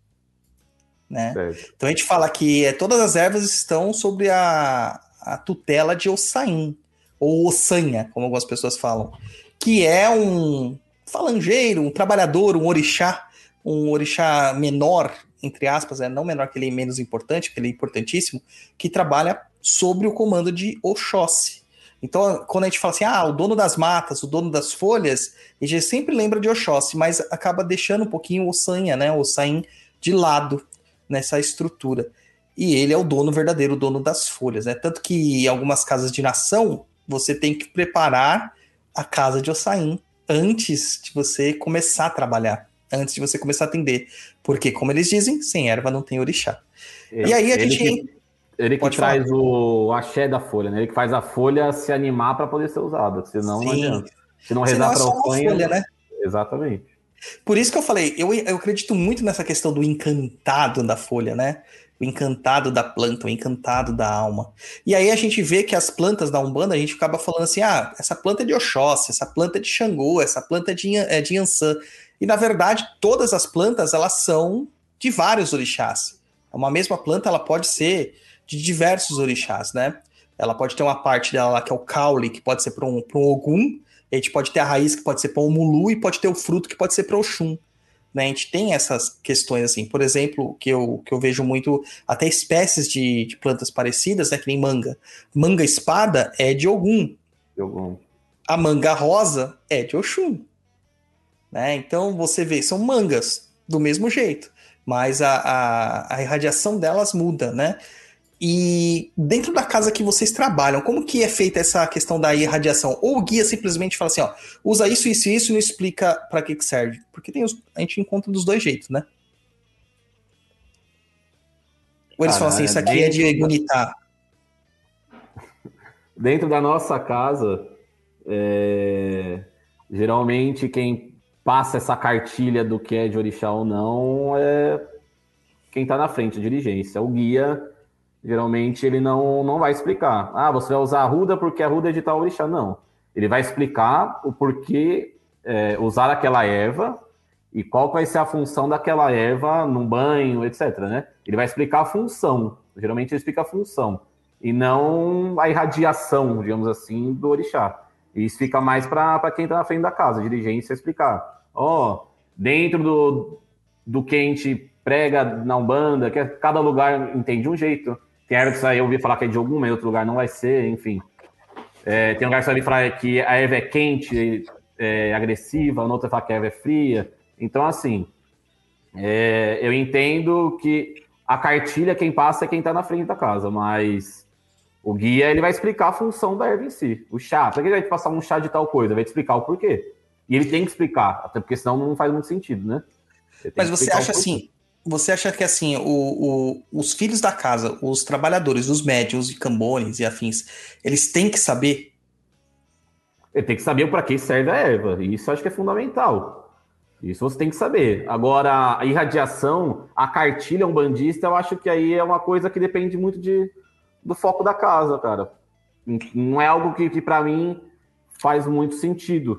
né? Então a gente fala que é, todas as ervas estão sobre a, a tutela de Ossain, ou Ossanha, como algumas pessoas falam, que é um falangeiro, um trabalhador, um orixá, um orixá menor, entre aspas, né? Não menor que ele é menos importante, porque ele é importantíssimo, que trabalha sobre o comando de Oxóssi. Então, quando a gente fala assim, ah, o dono das matas, o dono das folhas, a gente sempre lembra de Oxóssi, mas acaba deixando um pouquinho o Ossanha, né, o Ossain de lado nessa estrutura. E ele é o dono verdadeiro, o dono das folhas, né? Tanto que em algumas casas de nação, você tem que preparar a casa de Ossain antes de você começar a trabalhar, antes de você começar a atender. Porque, como eles dizem, sem erva não tem orixá.
É,
e aí a
ele
gente...
Que, ele que
Pode
traz
falar.
o axé da folha, né? Ele que faz a folha se animar para poder ser usada, senão
Sim.
não adianta. Se não
Senão
rezar
é
para
só
o
uma
sonho...
folha, né?
Exatamente.
Por isso que eu falei, eu, eu acredito muito nessa questão do encantado da folha, né? O encantado da planta, o encantado da alma. E aí a gente vê que as plantas da Umbanda, a gente acaba falando assim, ah, essa planta é de Oxóssi, essa planta é de Xangô, essa planta é de, é de Yansan. E na verdade, todas as plantas, elas são de vários orixás. Uma mesma planta, ela pode ser de diversos orixás, né? Ela pode ter uma parte dela lá que é o caule, que pode ser para um, para um Ogum. A gente pode ter a raiz que pode ser para o Mulu e pode ter o fruto que pode ser para o Oxum. Né? A gente tem essas questões assim. Por exemplo, que eu, que eu vejo muito, até espécies de, de plantas parecidas, né? Que nem manga. Manga espada é de Ogum.
Ogum.
A manga rosa é de Oxum. Né? Então você vê, são mangas do mesmo jeito. Mas a, a, a irradiação delas muda, né? E dentro da casa que vocês trabalham, como que é feita essa questão da irradiação? Ou o guia simplesmente fala assim, ó, usa isso, isso e isso e não explica para que que serve? Porque tem os, a gente encontra dos dois jeitos, né? Ou eles
Cara,
falam assim, isso aqui é de bonitar.
Dentro da nossa casa, é... geralmente quem passa essa cartilha do que é de orixá ou não é quem tá na frente, a dirigência. O guia... Geralmente ele não, não vai explicar. Ah, você vai usar a ruda porque a ruda é de tal orixá. Não. Ele vai explicar o porquê é, usar aquela erva e qual vai ser a função daquela erva num banho, etcétera. Né? Ele vai explicar a função. Geralmente ele explica a função. E não a irradiação, digamos assim, do orixá. E isso fica mais para quem está na frente da casa, a dirigência explicar. Ó, oh, dentro do, do que a gente prega na Umbanda, que cada lugar entende um jeito. Tem erva que você vai ouvir falar que é de algum, em outro lugar não vai ser, enfim. É, tem lugar que você vai ouvir falar que a erva é quente, é, agressiva, no outro vai falar que a erva é fria. Então, assim, é, eu entendo que a cartilha, quem passa é quem está na frente da casa, mas o guia, ele vai explicar a função da erva em si. O chá, para que ele vai te passar um chá de tal coisa? Vai te explicar o porquê. E ele tem que explicar, até porque senão não faz muito sentido, né?
Mas você acha assim... Você acha que, assim, o, o, os filhos da casa, os trabalhadores, os médiuns e cambones e afins, eles têm que saber?
Ele tem que saber para que serve a erva. E isso eu acho que é fundamental. Isso você tem que saber. Agora, a irradiação, a cartilha umbandista, eu acho que aí é uma coisa que depende muito de, do foco da casa, cara. Não é algo que, que para mim, faz muito sentido.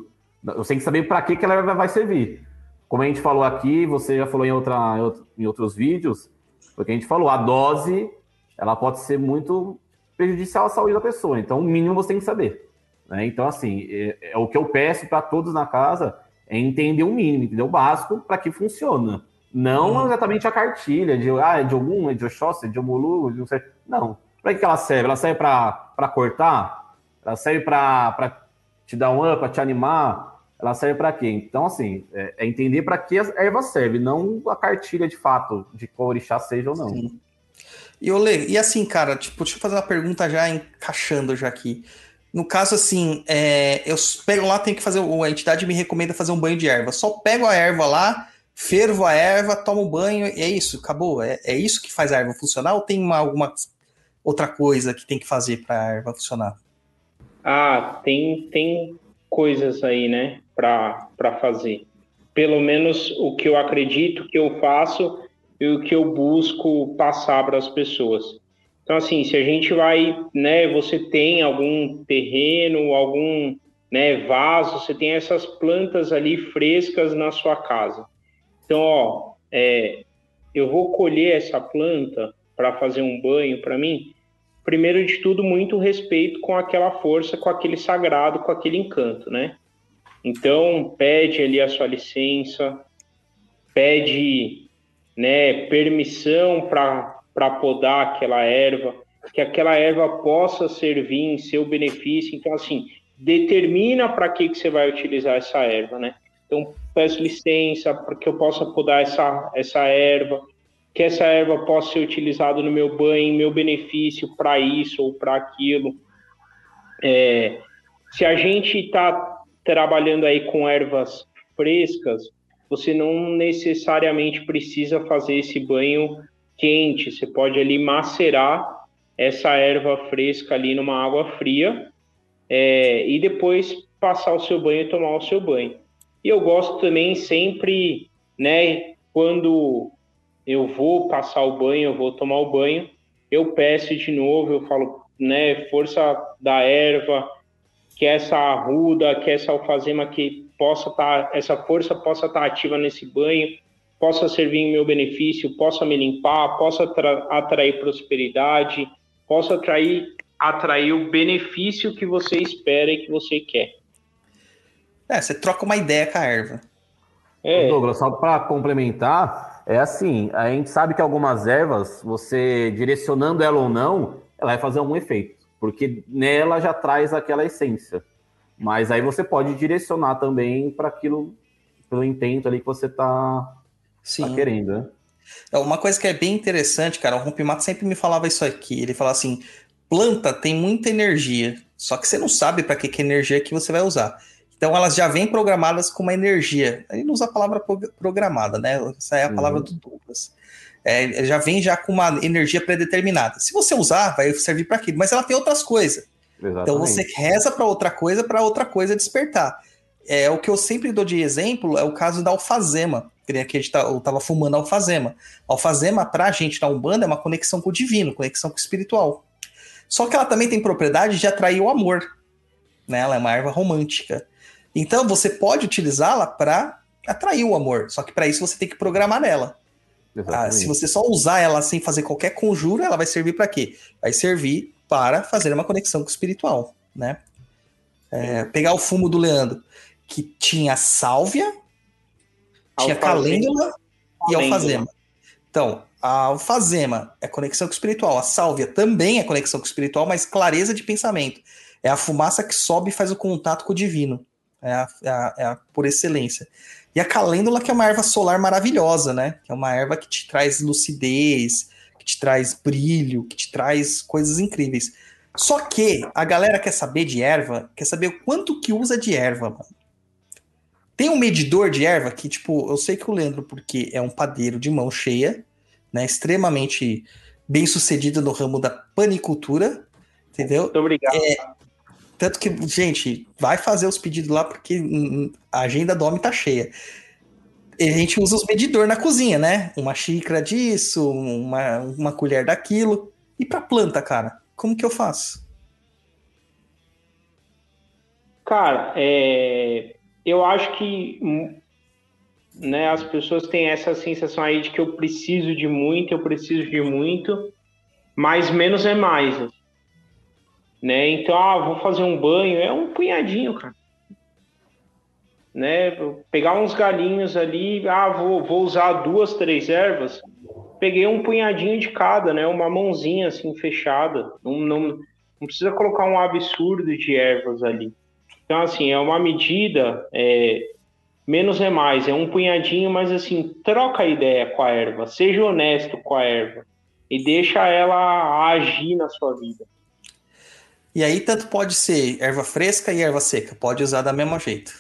Você tem que saber para que, que ela vai servir. Como a gente falou aqui, você já falou em, outra, em outros vídeos, porque a gente falou, a dose ela pode ser muito prejudicial à saúde da pessoa. Então, o mínimo você tem que saber. Né? Então, assim, é, é o que eu peço para todos na casa é entender o mínimo, entender o básico para que funciona. Não hum. exatamente a cartilha de, ah, é de Ogum, é de Oxóssi, é de Omulu, não sei. Não. Para que ela serve? Ela serve para cortar? Ela serve para te dar um up, para te animar? Ela serve para quê? Então, assim, é, é entender para que a erva serve, não a cartilha de fato de qual orixá seja ou não. Sim.
E, Olê, e assim, cara, tipo, deixa eu fazer uma pergunta já encaixando já aqui. No caso, assim, é, eu pego lá, tenho que fazer, a entidade me recomenda fazer um banho de erva. Só pego a erva lá, fervo a erva, tomo um banho e é isso, acabou. É, é isso que faz a erva funcionar ou tem uma, alguma outra coisa que tem que fazer para a erva funcionar?
Ah, tem, tem coisas aí, né, para fazer. Pelo menos o que eu acredito que eu faço e o que eu busco passar para as pessoas. Então, assim, se a gente vai, né, você tem algum terreno, algum, né, vaso, você tem essas plantas ali frescas na sua casa. Então, ó, é, eu vou colher essa planta para fazer um banho para mim. Primeiro de tudo, muito respeito com aquela força, com aquele sagrado, com aquele encanto, né? Então, pede ali a sua licença, pede, né, permissão para para podar aquela erva, que aquela erva possa servir em seu benefício. Então, assim, determina para que, que você vai utilizar essa erva, né? Então, peço licença para que eu possa podar essa, essa erva, que essa erva possa ser utilizada no meu banho, em meu benefício para isso ou para aquilo. É, se a gente está trabalhando aí com ervas frescas, você não necessariamente precisa fazer esse banho quente, você pode ali macerar essa erva fresca ali numa água fria é, e depois passar o seu banho e tomar o seu banho. E eu gosto também sempre, né, quando eu vou passar o banho, eu vou tomar o banho, eu peço de novo, eu falo, né, força da erva, que essa arruda, que essa alfazema que possa estar, tá, essa força possa estar tá ativa nesse banho, possa servir em meu benefício, possa me limpar, possa atrair prosperidade, possa atrair, atrair o benefício que você espera e que você quer.
É, você troca uma ideia com a erva.
É. Douglas, só para complementar, é assim, a gente sabe que algumas ervas, você direcionando ela ou não, ela vai fazer algum efeito, porque nela já traz aquela essência. Mas aí você pode direcionar também para aquilo, pelo intento ali que você está tá querendo, né?
Uma coisa que é bem interessante, cara, o Rompimato sempre me falava isso aqui, ele falava assim, planta tem muita energia, só que você não sabe para que, que energia que você vai usar. Então elas já vêm programadas com uma energia. Ele não usa a palavra programada, né? Essa é a palavra uhum. do Douglas. É, já vem já com uma energia pré-determinada. Se você usar, vai servir para aquilo, mas ela tem outras coisas. Exatamente. Então você reza para outra coisa, para outra coisa despertar. É, o que eu sempre dou de exemplo é o caso da alfazema. Que a gente tá, eu estava fumando alfazema. Alfazema, para a gente na Umbanda, é uma conexão com o divino, conexão com o espiritual. Só que ela também tem propriedade de atrair o amor. Né? Ela é uma erva romântica. Então você pode utilizá-la para atrair o amor. Só que para isso você tem que programar ela. Ah, se você só usar ela sem fazer qualquer conjuro, ela vai servir para quê? Vai servir para fazer uma conexão com o espiritual. Né? É, pegar o fumo do Leandro, que tinha sálvia, tinha calêndula e alfazema. Então, a alfazema é conexão com o espiritual. A sálvia também é conexão com o espiritual, mas clareza de pensamento. É a fumaça que sobe e faz o contato com o divino. É a, é a, é a por excelência. E a calêndula, que é uma erva solar maravilhosa, né? Que é uma erva que te traz lucidez, que te traz brilho, que te traz coisas incríveis. Só que a galera quer saber de erva, quer saber o quanto que usa de erva, mano. Tem um medidor de erva que, tipo, eu sei que o Leandro, porque é um padeiro de mão cheia, né, extremamente bem sucedido no ramo da panicultura, entendeu?
Muito obrigado.
É, tanto que, gente, vai fazer os pedidos lá, porque a agenda do homem tá cheia. E a gente usa os medidores na cozinha, né? Uma xícara disso, uma, uma colher daquilo. E pra planta, cara, como que eu faço?
Cara, é... eu acho que, né, as pessoas têm essa sensação aí de que eu preciso de muito, eu preciso de muito, mas menos é mais, né? Então, ah, vou fazer um banho, é um punhadinho, cara. Né? Pegar uns galinhos ali, ah, vou, vou usar duas, três ervas, peguei um punhadinho de cada, né? Uma mãozinha assim fechada, não, não, não precisa colocar um absurdo de ervas ali. Então, assim, é uma medida, é, menos é mais, é um punhadinho, mas assim, troca a ideia com a erva, seja honesto com a erva e deixa ela agir na sua vida.
E aí, tanto pode ser erva fresca e erva seca, pode usar da mesma jeito.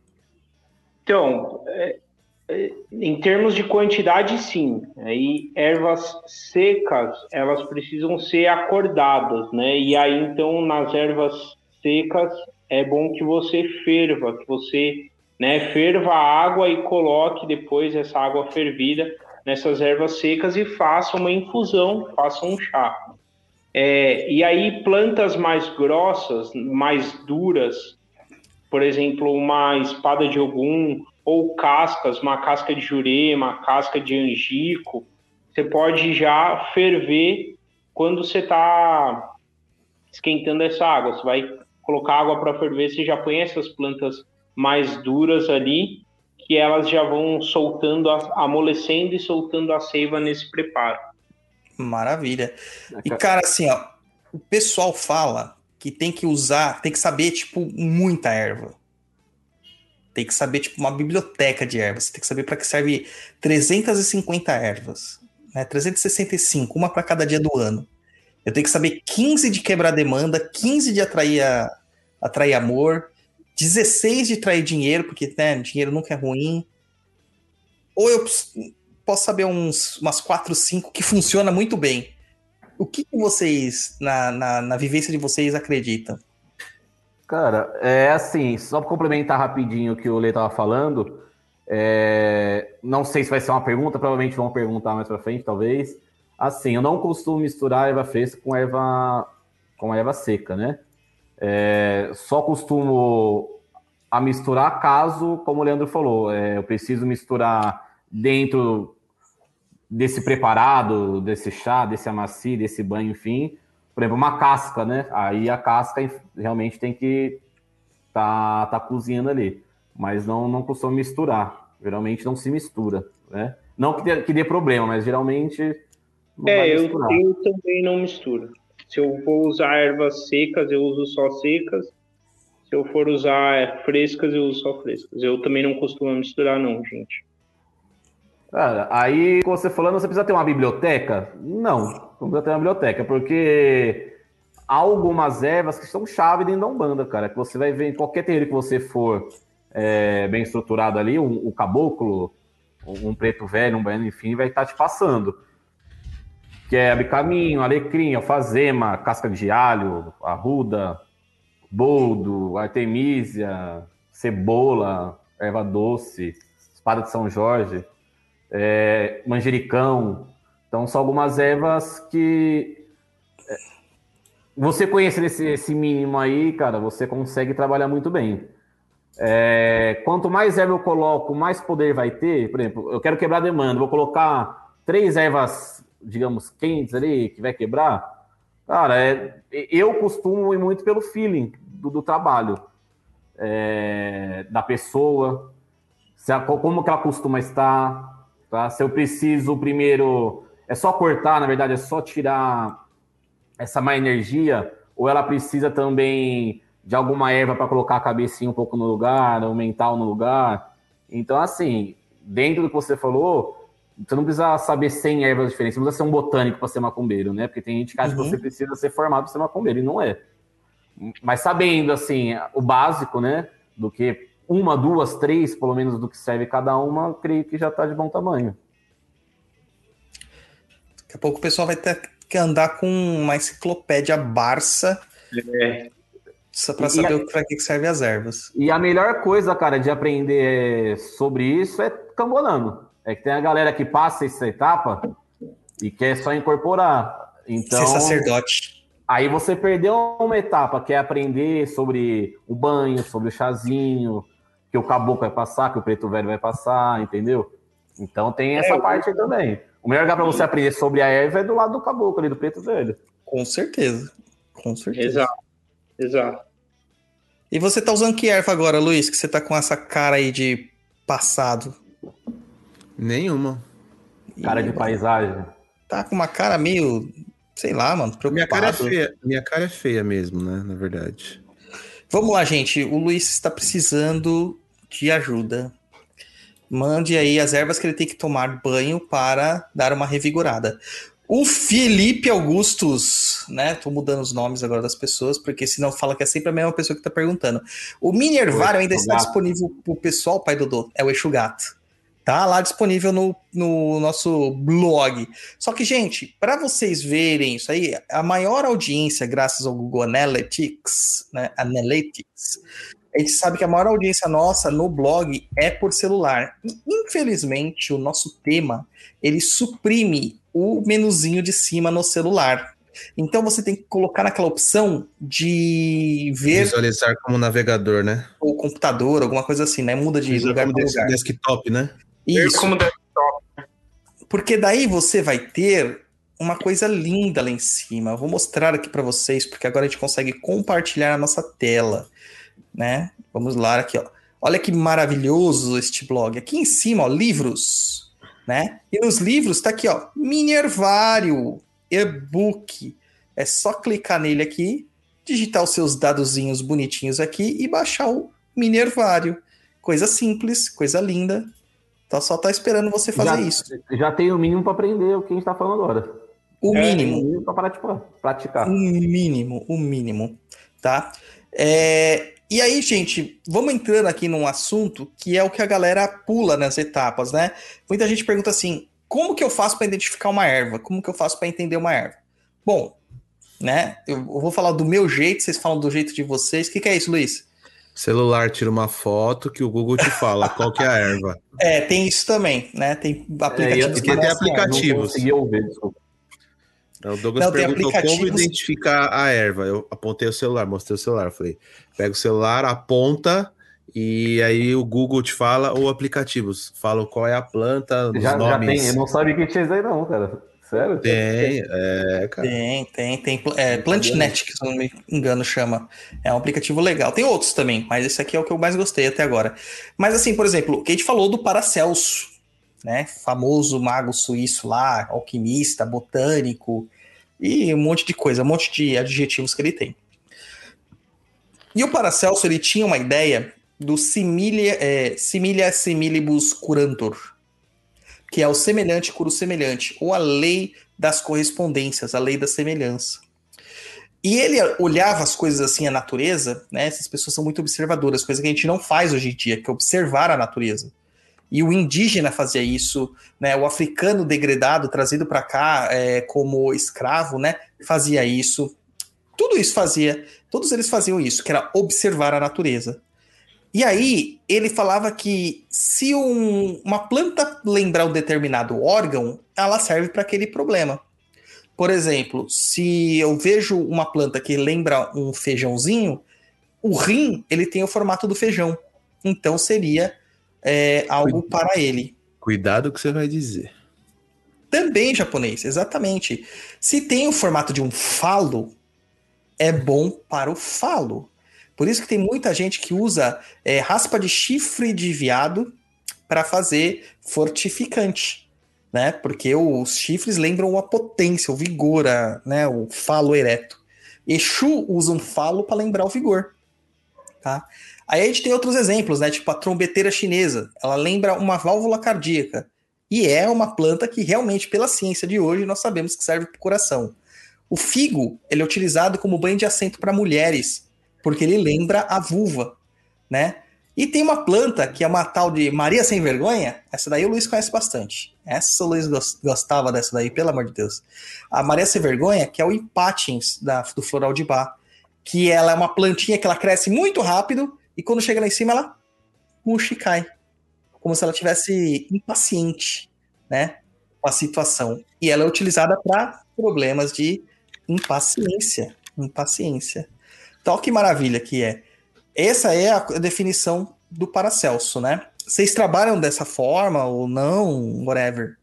Então, é, é, em termos de quantidade, sim. Aí, ervas secas, elas precisam ser acordadas, né? E aí, então, nas ervas secas, é bom que você ferva, que você, né, ferva a água e coloque depois essa água fervida nessas ervas secas e faça uma infusão, faça um chá. É, e aí, plantas mais grossas, mais duras, por exemplo, uma espada de Ogum, ou cascas, uma casca de jurema, casca de angico, você pode já ferver quando você está esquentando essa água. Você vai colocar água para ferver, você já põe essas plantas mais duras ali, que elas já vão soltando, amolecendo e soltando a seiva nesse preparo.
Maravilha. E, cara, assim, ó, o pessoal fala que tem que usar, tem que saber, tipo, muita erva. Tem que saber, tipo, uma biblioteca de ervas. Você tem que saber para que serve trezentas e cinquenta ervas, né? trezentas e sessenta e cinco, uma para cada dia do ano. Eu tenho que saber quinze de quebrar demanda, quinze de atrair, a, atrair amor, dezesseis de atrair dinheiro, porque, né, dinheiro nunca é ruim. Ou eu posso saber uns, umas quatro, cinco que funciona muito bem. O que, que vocês, na, na, na vivência de vocês, acreditam?
Cara, é assim, só para complementar rapidinho o que o Lê estava falando, é, não sei se vai ser uma pergunta, provavelmente vão perguntar mais para frente, talvez. Assim, eu não costumo misturar erva fresca com erva, com erva seca, né? É, só costumo a misturar caso, como o Leandro falou, é, eu preciso misturar dentro desse preparado, desse chá, desse amaci, desse banho, enfim. Por exemplo, uma casca, né? Aí a casca realmente tem que tá, tá cozinhando ali. Mas não, não costumo misturar. Geralmente não se mistura, né? Não que dê, que dê problema, mas geralmente não
é,
vai
eu,
misturar.
eu também não misturo. Se eu for usar ervas secas, eu uso só secas. Se eu for usar frescas, eu uso só frescas. Eu também não costumo misturar, não, gente.
Cara, aí, como você falando, você precisa ter uma biblioteca? Não, não precisa ter uma biblioteca, porque há algumas ervas que são chave dentro da Umbanda, cara, que você vai ver em qualquer terreiro que você for é, bem estruturado ali, um, um caboclo, um, um preto velho, um baiano, enfim, vai estar te passando. Que é abricaminho, alecrim, alfazema, casca de alho, arruda, boldo, artemísia, cebola, erva doce, espada de São Jorge, é, manjericão. Então são algumas ervas que você conhece esse, esse mínimo aí, cara, você consegue trabalhar muito bem. É, quanto mais erva eu coloco, mais poder vai ter. Por exemplo, eu quero quebrar demanda, vou colocar três ervas, digamos, quentes ali, que vai quebrar. Cara, é, eu costumo ir muito pelo feeling do, do trabalho, é, da pessoa, se a, como que ela costuma estar, tá? Se eu preciso primeiro, é só cortar, na verdade, é só tirar essa má energia, ou ela precisa também de alguma erva para colocar a cabecinha um pouco no lugar, o mental no lugar. Então, assim, dentro do que você falou, você não precisa saber cem ervas diferentes, você não precisa ser um botânico para ser macumbeiro, né? Porque tem gente que acha uhum. que você precisa ser formado para ser macumbeiro, e não é. Mas sabendo, assim, o básico, né? Do que uma, duas, três, pelo menos, do que serve cada uma, eu creio que já está de bom tamanho.
Daqui a pouco o pessoal vai ter que andar com uma enciclopédia Barça é. para saber a... para que serve as ervas.
E a melhor coisa, cara, de aprender sobre isso é cambolando. É que tem a galera que passa essa etapa e quer só incorporar. Então,
ser sacerdote.
Aí você perdeu uma etapa, que é aprender sobre o banho, sobre o chazinho. Que que o caboclo vai passar, que o preto velho vai passar, entendeu? Então tem essa é, parte aí também. O melhor lugar para você aprender sobre a erva é do lado do caboclo ali, do preto velho.
Com certeza. Com certeza.
Exato. Exato.
E você tá usando que erva agora, Luiz? Que você tá com essa cara aí de passado?
Nenhuma.
Cara de paisagem.
Tá com uma cara meio, sei lá, mano, preocupado.
Minha cara é feia, minha cara é feia mesmo, né, na verdade.
Vamos lá, gente. O Luiz está precisando de ajuda. Mande aí as ervas que ele tem que tomar banho para dar uma revigorada. O Felipe Augustus, né? Tô mudando os nomes agora das pessoas, porque senão fala que é sempre a mesma pessoa que tá perguntando. O Mini Hervário ainda está disponível pro pessoal, pai Dodô. É o Eixo Gato. Tá lá disponível no, no nosso blog. Só que, gente, para vocês verem isso aí, a maior audiência, graças ao Google Analytics, né? Analytics, a gente sabe que a maior audiência nossa no blog é por celular. E, infelizmente, o nosso tema, ele suprime o menuzinho de cima no celular. Então, você tem que colocar naquela opção de ver...
Visualizar como navegador, né?
Ou computador, alguma coisa assim, né? Muda de
Visualizar
lugar para lugar.
Desktop, né?
Isso.
Como desktop.
Porque daí você vai ter uma coisa linda lá em cima. Eu vou mostrar aqui para vocês, porque agora a gente consegue compartilhar a nossa tela, né? Vamos lá aqui, ó. Olha que maravilhoso este blog. Aqui em cima, ó, livros, né? E nos livros tá aqui, ó, Mini Hervário, e-book. É só clicar nele aqui, digitar os seus dadozinhos bonitinhos aqui e baixar o Mini Hervário. Coisa simples, coisa linda. Então só tá esperando você fazer
já,
isso.
Já tem o mínimo para aprender o que a gente tá falando agora.
O
é,
mínimo.
O mínimo para praticar.
O mínimo, o mínimo, tá? É, e aí, gente, vamos entrando aqui num assunto que é o que a galera pula nas etapas, né? Muita gente pergunta assim, como que eu faço para identificar uma erva? Como que eu faço para entender uma erva? Bom, né? Eu vou falar do meu jeito, vocês falam do jeito de vocês. O que, que é isso, Luiz?
Celular tira uma foto que o Google te fala qual que é a erva.
É, tem isso também, né? Tem aplicativos
é, que tem aplicativos.
Não ver, desculpa.
O Douglas
não,
perguntou
aplicativos...
como identificar a erva. Eu apontei o celular, mostrei o celular. Falei, pega o celular, aponta e aí o Google te fala, ou aplicativos. Falam qual é a planta, os
já,
nomes.
Já tem, eu não sabia que tinha isso aí não, cara. Sério?
Tem, é, cara.
Tem, tem, tem. É, PlantNet, que se eu não me engano chama. É um aplicativo legal. Tem outros também, mas esse aqui é o que eu mais gostei até agora. Mas assim, por exemplo, o que a gente falou do Paracelso, né? Famoso mago suíço lá, alquimista, botânico e um monte de coisa, um monte de adjetivos que ele tem. E o Paracelso, ele tinha uma ideia do similia, é, similia similibus curantur, que é o semelhante cura o semelhante, ou a lei das correspondências, a lei da semelhança. E ele olhava as coisas assim, a natureza, né? Essas pessoas são muito observadoras, coisa que a gente não faz hoje em dia, que é observar a natureza. E o indígena fazia isso, né? O africano degradado, trazido para cá é, como escravo, né? Fazia isso. Tudo isso fazia, todos eles faziam isso, que era observar a natureza. E aí, ele falava que se um, uma planta lembrar um determinado órgão, ela serve para aquele problema. Por exemplo, se eu vejo uma planta que lembra um feijãozinho, o rim, ele tem o formato do feijão. Então, seria é, algo para ele.
Cuidado que você vai dizer.
Também japonês, exatamente. Se tem o formato de um falo, é bom para o falo. Por isso que tem muita gente que usa é, raspa de chifre de veado para fazer fortificante, né? Porque os chifres lembram a potência, o vigor, a, né? O falo ereto. Exu usa um falo para lembrar o vigor, tá? Aí a gente tem outros exemplos, né? Tipo a trombeteira chinesa, ela lembra uma válvula cardíaca e é uma planta que realmente, pela ciência de hoje, nós sabemos que serve para o coração. O figo, ele é utilizado como banho de assento para mulheres, porque ele lembra a vulva, né? E tem uma planta que é uma tal de Maria Sem Vergonha, essa daí o Luiz conhece bastante. Essa o Luiz gostava dessa daí, pelo amor de Deus. A Maria Sem Vergonha, que é o Impatiens da, do Floral de Bach, que ela é uma plantinha que ela cresce muito rápido e quando chega lá em cima ela murcha e cai. Como se ela tivesse impaciente, né? Com a situação. E ela é utilizada para problemas de impaciência. Impaciência. Então, que maravilha que é. Essa é a definição do Paracelso, né? Vocês trabalham dessa forma ou não? Whatever.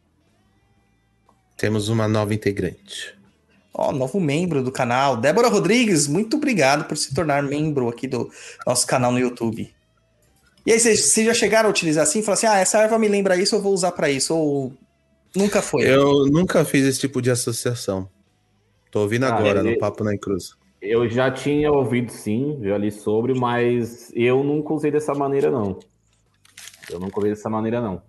Temos uma nova integrante.
Ó, novo membro do canal. Débora Rodrigues, muito obrigado por se tornar membro aqui do nosso canal no YouTube. E aí, vocês, vocês já chegaram a utilizar assim? Falaram assim, ah, essa erva me lembra isso, eu vou usar pra isso. Ou nunca foi?
Eu nunca fiz esse tipo de associação. Tô ouvindo
Ah,
agora
ele-
no Papo na Cruz.
Eu já tinha ouvido sim, já li sobre, mas eu nunca usei dessa maneira, não. Eu nunca usei dessa maneira, não.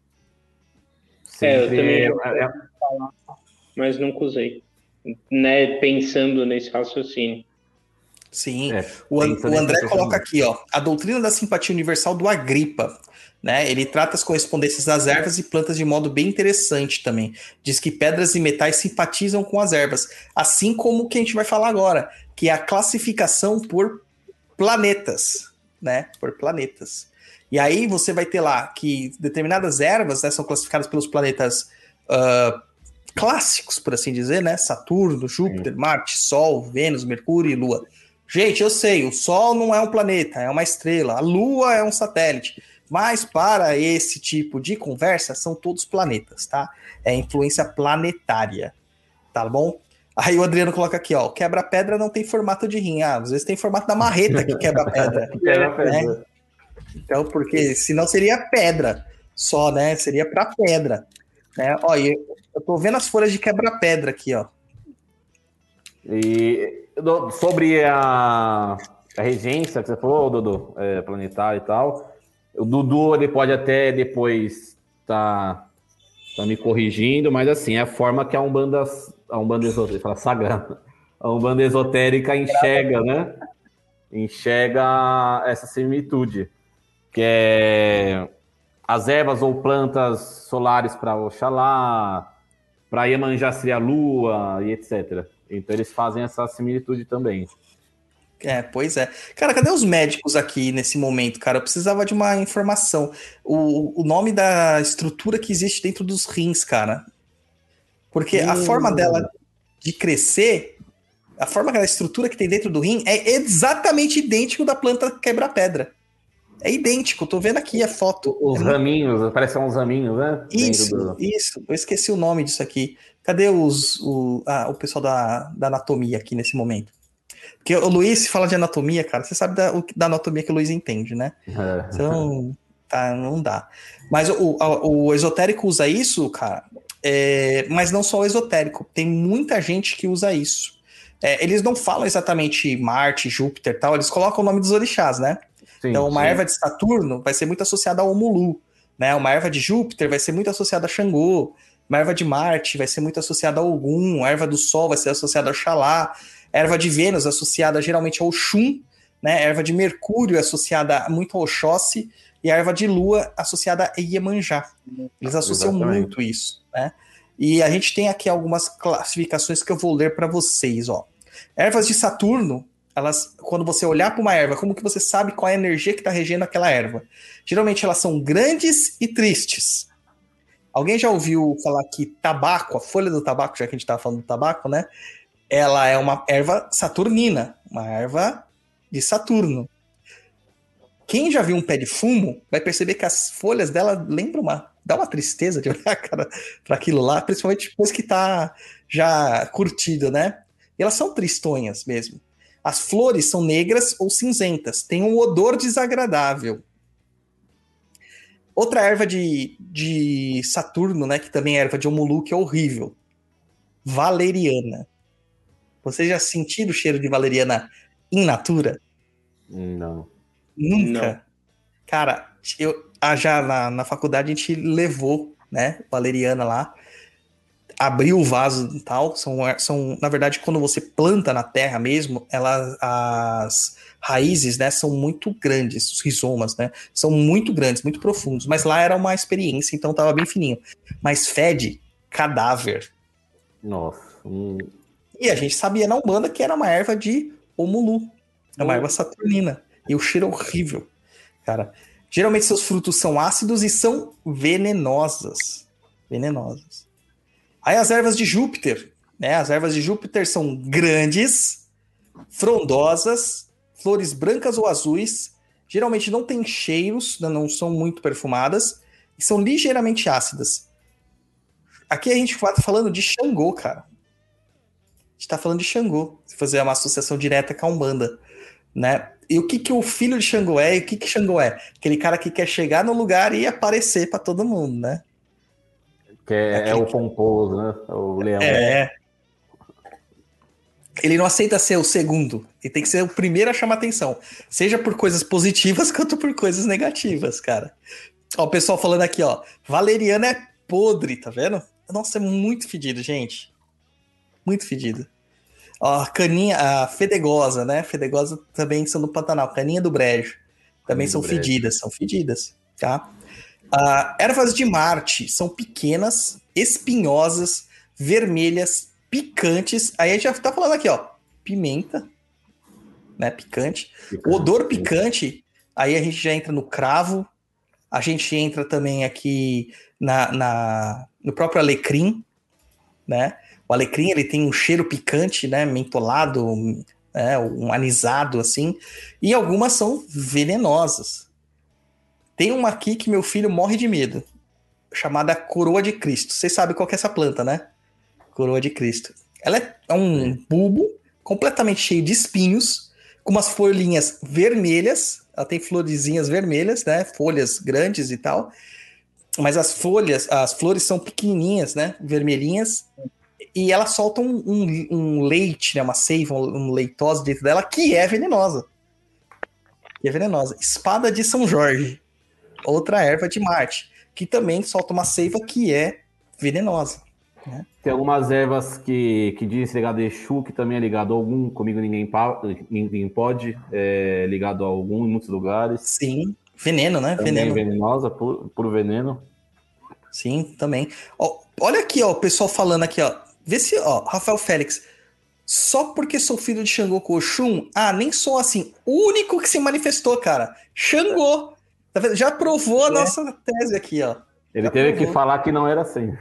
É, eu
Sempre
também já
é- é-
mas nunca usei. Né, pensando nesse raciocínio.
Sim.
É,
o, An-
pensando
o
em
André
raciocínio.
coloca aqui, ó, a doutrina da simpatia universal do Agripa. Né? Ele trata as correspondências das ervas e plantas de modo bem interessante também. Diz que pedras e metais simpatizam com as ervas, assim como o que a gente vai falar agora, que é a classificação por planetas, né? Por planetas. E aí você vai ter lá que determinadas ervas, né, são classificadas pelos planetas uh, clássicos, por assim dizer, né? Saturno, Júpiter, Marte, Sol, Vênus, Mercúrio e Lua. Gente, eu sei, o Sol não é um planeta, é uma estrela. A Lua é um satélite. Mas para esse tipo de conversa, são todos planetas, tá? É influência planetária, tá bom? Aí o Adriano coloca aqui, ó, quebra-pedra não tem formato de rim. Ah, às vezes tem formato da marreta que quebra-pedra.
Quebra pedra.
né? Então, porque senão seria pedra só, né? Seria para pedra. Né? Ó, e eu tô vendo as folhas de quebra-pedra aqui, ó.
E do- sobre a, a regência que você falou, Dudu, é, planetária e tal, o Dudu ele pode até depois tá, tá me corrigindo, mas assim, é a forma que a Umbanda, a Umbanda esotérica, fala sagrada, a Umbanda esotérica enxerga, né? Enxerga essa similitude, que é as ervas ou plantas solares para Oxalá, para Iemanjá seria a lua e etcétera. Então eles fazem essa similitude também.
É, pois é. Cara, cadê os médicos aqui nesse momento, cara? Eu precisava de uma informação. O, o nome da estrutura que existe dentro dos rins, cara. Porque a
Hum.
forma dela de crescer, a forma da estrutura que tem dentro do rim é exatamente idêntico da planta quebra-pedra. É idêntico, tô vendo aqui a foto.
Os
É
raminhos, parecem uns raminhos, né?
Isso,
Dentro do-
isso. Eu esqueci o nome disso aqui. Cadê os, o, ah, o pessoal da, da anatomia aqui nesse momento? Porque o Luiz fala de anatomia, cara. Você sabe da, o- da anatomia que o Luiz entende, né?
É.
Então, tá, não dá. Mas o, a- o esotérico usa isso, cara. é, mas não só o esotérico. Tem muita gente que usa isso. É, eles não falam exatamente Marte, Júpiter e tal. Eles colocam o nome dos orixás, né?
Sim,
Então, uma
sim.
erva de Saturno vai ser muito associada ao Omulu, né? Uma erva de Júpiter vai ser muito associada a Xangô. Uma erva de Marte vai ser muito associada ao Ogum. A erva do Sol vai ser associada a Oxalá. A erva de Vênus associada geralmente ao Oxum, né? A erva de Mercúrio associada muito ao Oxóssi. E a erva de Lua associada a Iemanjá. Eles associam
Exatamente.
muito isso, né? E a gente tem aqui algumas classificações que eu vou ler para vocês, ó. Ervas de Saturno, elas, quando você olhar para uma erva, como que você sabe qual é a energia que está regendo aquela erva? Geralmente elas são grandes e tristes. Alguém já ouviu falar que tabaco, a folha do tabaco, já que a gente estava falando do tabaco, né? Ela é uma erva saturnina, uma erva de Saturno. Quem já viu um pé de fumo vai perceber que as folhas dela lembram uma... Dá uma tristeza de olhar, cara, para aquilo lá, principalmente depois que tá já curtido, né? E elas são tristonhas mesmo. As flores são negras ou cinzentas, têm um odor desagradável. Outra erva de, de Saturno, né, que também é erva de Omulu, que é horrível. Valeriana. Vocês já sentiram o cheiro de valeriana in natura?
Não.
Nunca.
Não.
Cara, eu ah, já na, na faculdade a gente levou, né, valeriana lá, abriu o vaso e tal. São, são, na verdade, quando você planta na terra mesmo, ela, as raízes, né, são muito grandes, os rizomas, né, são muito grandes, muito profundos. Mas lá era uma experiência, então tava bem fininho. Mas fede cadáver.
Nossa. Hum.
E a gente sabia na Umbanda que era uma erva de Omulu, é uma
Hum.
erva saturnina. E o cheiro é horrível, cara. Geralmente seus frutos são ácidos e são venenosas. Venenosas. Aí as ervas de Júpiter, né? As ervas de Júpiter são grandes, frondosas, flores brancas ou azuis, geralmente não tem cheiros, não são muito perfumadas, e são ligeiramente ácidas. Aqui a gente está falando de Xangô, cara. A gente está falando de Xangô, se fazer uma associação direta com a Umbanda, né? E o que, que o filho de Xangô é? E o que, que Xangô é? Aquele cara que quer chegar no lugar e aparecer para todo mundo, né?
Que é,
Aquele...
é o pomposo, né? O leão.
É. Ele não aceita ser o segundo. Ele tem que ser o primeiro a chamar atenção. Seja por coisas positivas, quanto por coisas negativas, cara. Ó, o pessoal falando aqui, ó. Valeriana é podre, tá vendo? Nossa, é muito fedido, gente. Muito fedido. Ó, a caninha, a fedegosa, né? Fedegosa também são do Pantanal. Caninha do brejo. Também
Caninha
são
do brejo.
fedidas, são fedidas, tá? Uh, ervas de Marte são pequenas, espinhosas, vermelhas, picantes. Aí a gente já tá falando aqui, ó. Pimenta, né? Picante.
Picante.
Odor picante. Aí a gente já entra no cravo. A gente entra também aqui na, na, no próprio alecrim, né? O alecrim, ele tem um cheiro picante, né? Mentolado, né? Um anisado, assim. E algumas são venenosas. Tem uma aqui que meu filho morre de medo, chamada coroa de Cristo. Vocês sabem qual que é essa planta, né? Coroa de Cristo. Ela é um bulbo completamente cheio de espinhos, com umas folhinhas vermelhas. Ela tem florezinhas vermelhas, né? Folhas grandes e tal. Mas as folhas, as flores são pequenininhas, né? Vermelhinhas. E ela solta um, um, um leite, né? Uma seiva, um leitosa dentro dela, que é venenosa. Que é venenosa. Espada de São Jorge. Outra erva de Marte, que também solta uma seiva que é venenosa. Né?
Tem algumas ervas que, que dizem ligado a Exu, que também é ligado a algum, comigo ninguém, pa, ninguém pode, é ligado a algum em muitos lugares.
Sim, veneno, né?
Também
veneno.
venenosa, puro, puro veneno.
Sim, também. Ó, olha aqui, ó, o pessoal falando aqui, ó. Vê se, ó, Rafael Félix, só porque sou filho de Xangô com Oxum, ah, nem sou assim, o único que se manifestou, cara. Xangô. Tá vendo? Já provou a nossa tese aqui, ó.
Ele
Já
teve
provou.
que falar que não era assim.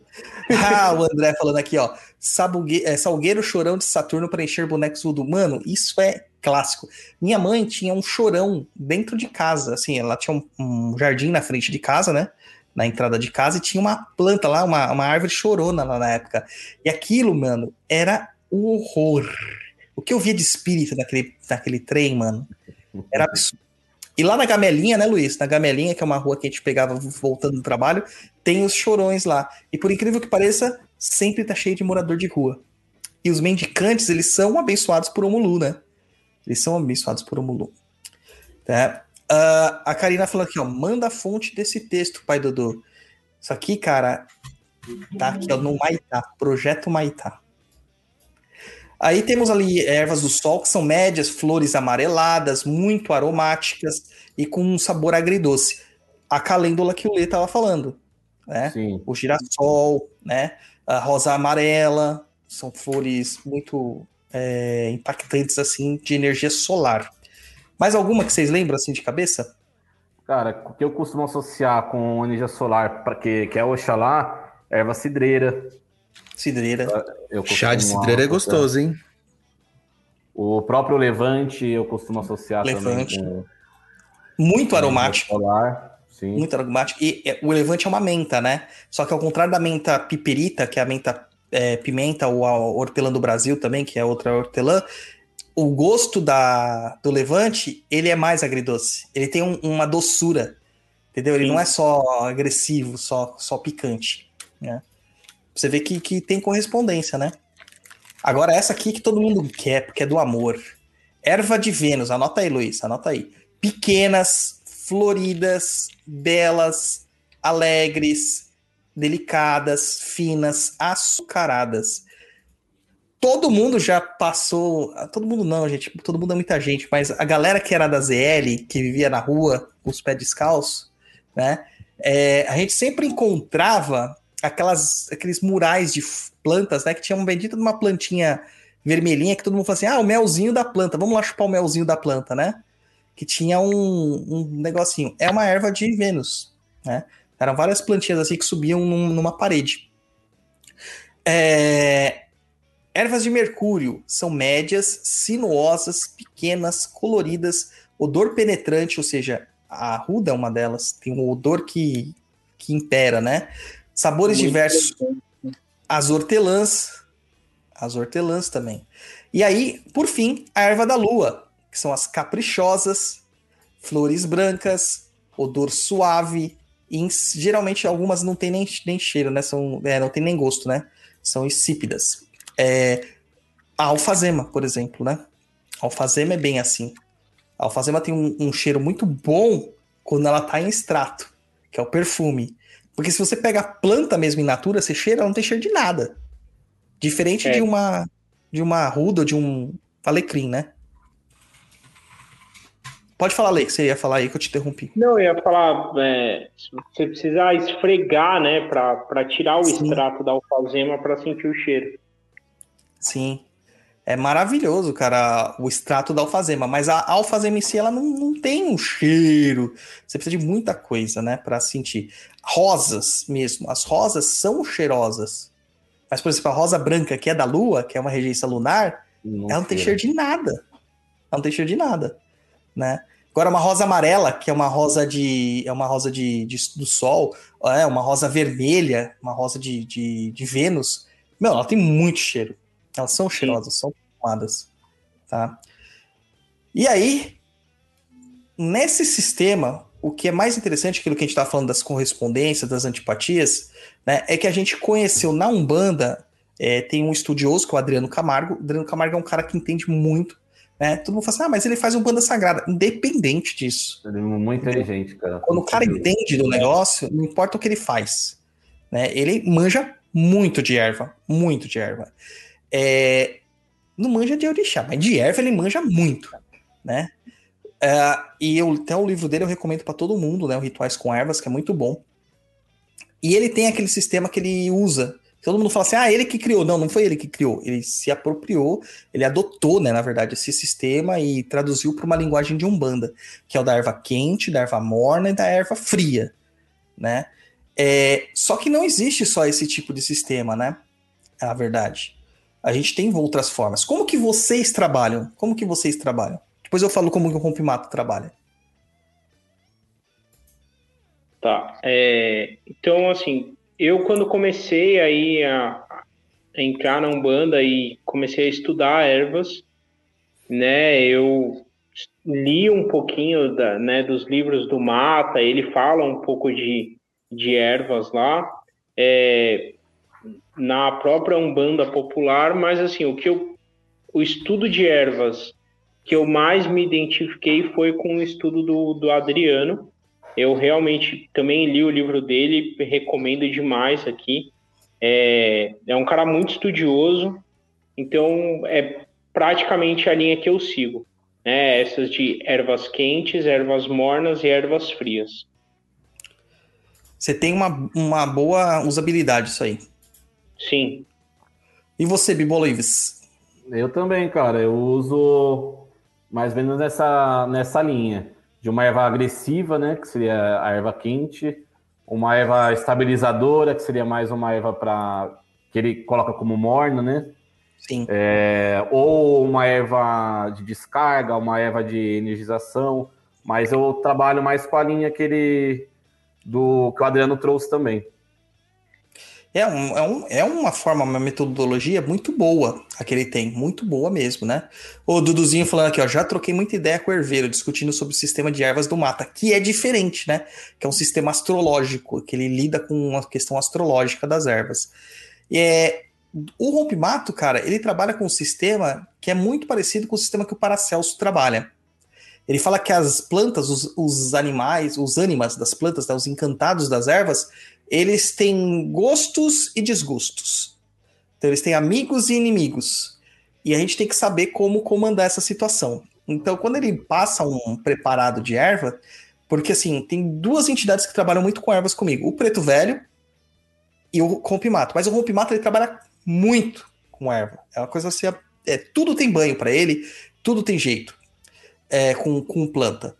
Ah, o André falando aqui, ó. Sabugue... É, salgueiro chorão de Saturno para encher bonecos voodoo. Mano, isso é clássico. Minha mãe tinha um chorão dentro de casa. Assim, ela tinha um, um jardim na frente de casa, né? Na entrada de casa, e tinha uma planta lá, uma, uma árvore chorona lá na época. E aquilo, mano, era o horror. O que eu via de espírito naquele, naquele trem, mano, era absurdo. E lá na Gamelinha, né, Luiz? Na Gamelinha, que é uma rua que a gente pegava voltando do trabalho, tem os chorões lá. E por incrível que pareça, sempre tá cheio de morador de rua. E os mendicantes, eles são abençoados por Omulu, né? Eles são abençoados por Omulu. Tá? Uh, a Karina falou aqui, ó, manda a fonte desse texto, pai Dodô. Isso aqui, cara, tá aqui, ó, no Maitá, Projeto Maitá. Aí temos ali ervas do sol, que são médias, flores amareladas, muito aromáticas e com um sabor agridoce. A calêndula que o Lê estava falando, né?
Sim.
O girassol, né? A rosa amarela, são flores muito é, impactantes, assim, de energia solar. Mais alguma que vocês lembram, assim, de cabeça?
Cara, o que eu costumo associar com energia solar, pra que, que é Oxalá, erva cidreira.
Cidreira.
Eu
Chá de cidreira é gostoso, hein?
O próprio Levante eu costumo associar
Levante.
também com...
Muito aromático.
Solar, sim.
Muito aromático. E é, o Levante é uma menta, né? Só que ao contrário da menta piperita, que é a menta é, pimenta, ou a hortelã do Brasil também, que é outra hortelã, o gosto da, do Levante, ele é mais agridoce. Ele tem um, uma doçura, entendeu? Ele
Sim.
não é só agressivo, só, só picante, né? Você vê que, que tem correspondência, né? Agora essa aqui que todo mundo quer, porque é do amor. Erva de Vênus, anota aí, Luiz, anota aí. Pequenas, floridas, belas, alegres, delicadas, finas, açucaradas. Todo mundo já passou... Todo mundo não, gente. Todo mundo é muita gente. Mas a galera que era da Z L, que vivia na rua com os pés descalços, né? É, a gente sempre encontrava aquelas, aqueles murais de plantas, né? Que tinha uma bendita de uma plantinha vermelhinha que todo mundo fala assim, ah, o melzinho da planta. Vamos lá chupar o melzinho da planta, né? Que tinha um, um negocinho. É uma erva de Vênus, né? Eram várias plantinhas assim que subiam num, numa parede. É... Ervas de Mercúrio são médias, sinuosas, pequenas, coloridas, odor penetrante, ou seja, a arruda é uma delas, tem um odor que, que impera, né? Sabores Muito diversos, as hortelãs, as hortelãs também. E aí, por fim, a erva da lua, que são as caprichosas, flores brancas, odor suave, e geralmente algumas não tem nem, nem cheiro, né? São, é, não tem nem gosto, né? São insípidas. É, a alfazema, por exemplo, né? A alfazema é bem assim. A alfazema tem um, um cheiro muito bom quando ela tá em extrato, que é o perfume. Porque se você pega a planta mesmo in natura, você cheira, ela não tem cheiro de nada. Diferente é. de uma de uma arruda ou de um alecrim, né? Pode falar, Lei, que você ia falar aí que eu te interrompi.
Não, eu ia falar, é, você precisa esfregar, né, para tirar o Sim. extrato da alfazema para sentir o cheiro.
Sim. É maravilhoso, cara, o extrato da alfazema, mas a alfazema em si, ela não, não tem um cheiro. Você precisa de muita coisa, né, para sentir. Rosas mesmo, as rosas são cheirosas. Mas, por exemplo, a rosa branca, que é da lua, que é uma regência lunar, não ela não tem cheiro de nada. Ela não tem cheiro de nada, né? Agora, uma rosa amarela, que é uma rosa de é uma rosa de, de do sol, é uma rosa vermelha, uma rosa de, de, de Vênus, meu, ela tem muito cheiro. Elas são cheirosas, Sim. são perfumadas, tá? E aí, nesse sistema, o que é mais interessante, aquilo que a gente estava falando das correspondências, das antipatias, né, é que a gente conheceu na Umbanda, é, tem um estudioso, que é o Adriano Camargo. O Adriano Camargo é um cara que entende muito, né? Todo mundo fala assim, ah, mas ele faz Umbanda sagrada. Independente disso.
Ele é muito inteligente, cara.
Quando o cara entende do negócio, não importa o que ele faz, né? Ele manja muito de erva, muito de erva. É, não manja de orixá, mas de erva ele manja muito, né? É, e eu, até o livro dele eu recomendo para todo mundo, né? O Rituais com Ervas, que é muito bom. E ele tem aquele sistema que ele usa. Todo mundo fala assim, ah, ele que criou. Não, não foi ele que criou. Ele se apropriou, ele adotou, né, na verdade, esse sistema e traduziu para uma linguagem de Umbanda, que é o da erva quente, da erva morna e da erva fria, né? É, só que não existe só esse tipo de sistema, né? É a verdade. A gente tem outras formas. Como que vocês trabalham? Como que vocês trabalham? Depois eu falo como que o Rompimato trabalha.
Tá. É, então, assim, eu quando comecei aí a, a entrar na Umbanda e comecei a estudar ervas, né, eu li um pouquinho da, né, dos livros do Mata, ele fala um pouco de, de ervas lá, é, na própria Umbanda popular, mas assim, o que eu, o estudo de ervas que eu mais me identifiquei foi com o estudo do, do Adriano. Eu realmente também li o livro dele, recomendo demais aqui. É, é um cara muito estudioso, então é praticamente a linha que eu sigo, né? Essas de ervas quentes, ervas mornas e ervas frias.
Você tem uma, uma boa usabilidade isso aí.
Sim.
E você, Bibola Ives?
Eu também, cara. Eu uso mais ou menos nessa, nessa linha. De uma erva agressiva, né, que seria a erva quente, uma erva estabilizadora, que seria mais uma erva para que ele coloca como morna, né?
Sim.
É, ou uma erva de descarga, uma erva de energização, mas eu trabalho mais com a linha que ele, do que o Adriano trouxe também.
É, um, é, um, é uma forma, uma metodologia muito boa a que ele tem, muito boa mesmo, né? O Duduzinho falando aqui, ó, já troquei muita ideia com o Herveiro, discutindo sobre o sistema de ervas do Mata, que é diferente, né? Que é um sistema astrológico, que ele lida com a questão astrológica das ervas. E é, o Rompimato, cara, ele trabalha com um sistema que é muito parecido com o sistema que o Paracelso trabalha. Ele fala que as plantas, os, os animais, os ânimas das plantas, né, os encantados das ervas, eles têm gostos e desgostos. Então, eles têm amigos e inimigos. E a gente tem que saber como comandar essa situação. Então, quando ele passa um preparado de erva, porque, assim, tem duas entidades que trabalham muito com ervas comigo. O Preto Velho e o Rompimato. Mas o Rompimato, ele trabalha muito com erva. É uma coisa assim, é, tudo tem banho para ele, tudo tem jeito é, com, com planta.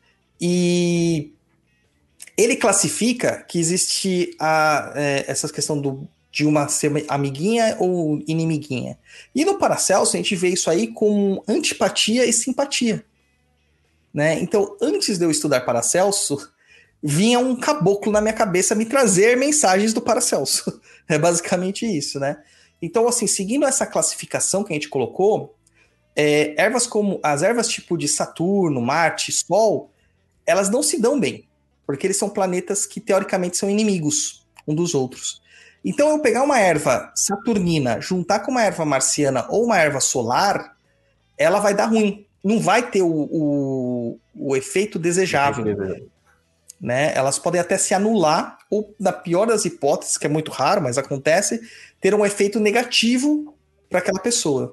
E ele classifica que existe a, é, essa questão do, de uma ser amiguinha ou inimiguinha. E no Paracelso a gente vê isso aí com antipatia e simpatia. né? Então, antes de eu estudar Paracelso, vinha um caboclo na minha cabeça me trazer mensagens do Paracelso. É basicamente isso, né? Então, assim, seguindo essa classificação que a gente colocou, é, ervas como as ervas tipo de Saturno, Marte, Sol, elas não se dão bem, porque eles são planetas que teoricamente são inimigos um dos outros. Então, eu pegar uma erva saturnina, juntar com uma erva marciana ou uma erva solar, ela vai dar ruim. Não vai ter o, o, o efeito desejável. Né? Elas podem até se anular, ou, na pior das hipóteses, que é muito raro, mas acontece, ter um efeito negativo para aquela pessoa.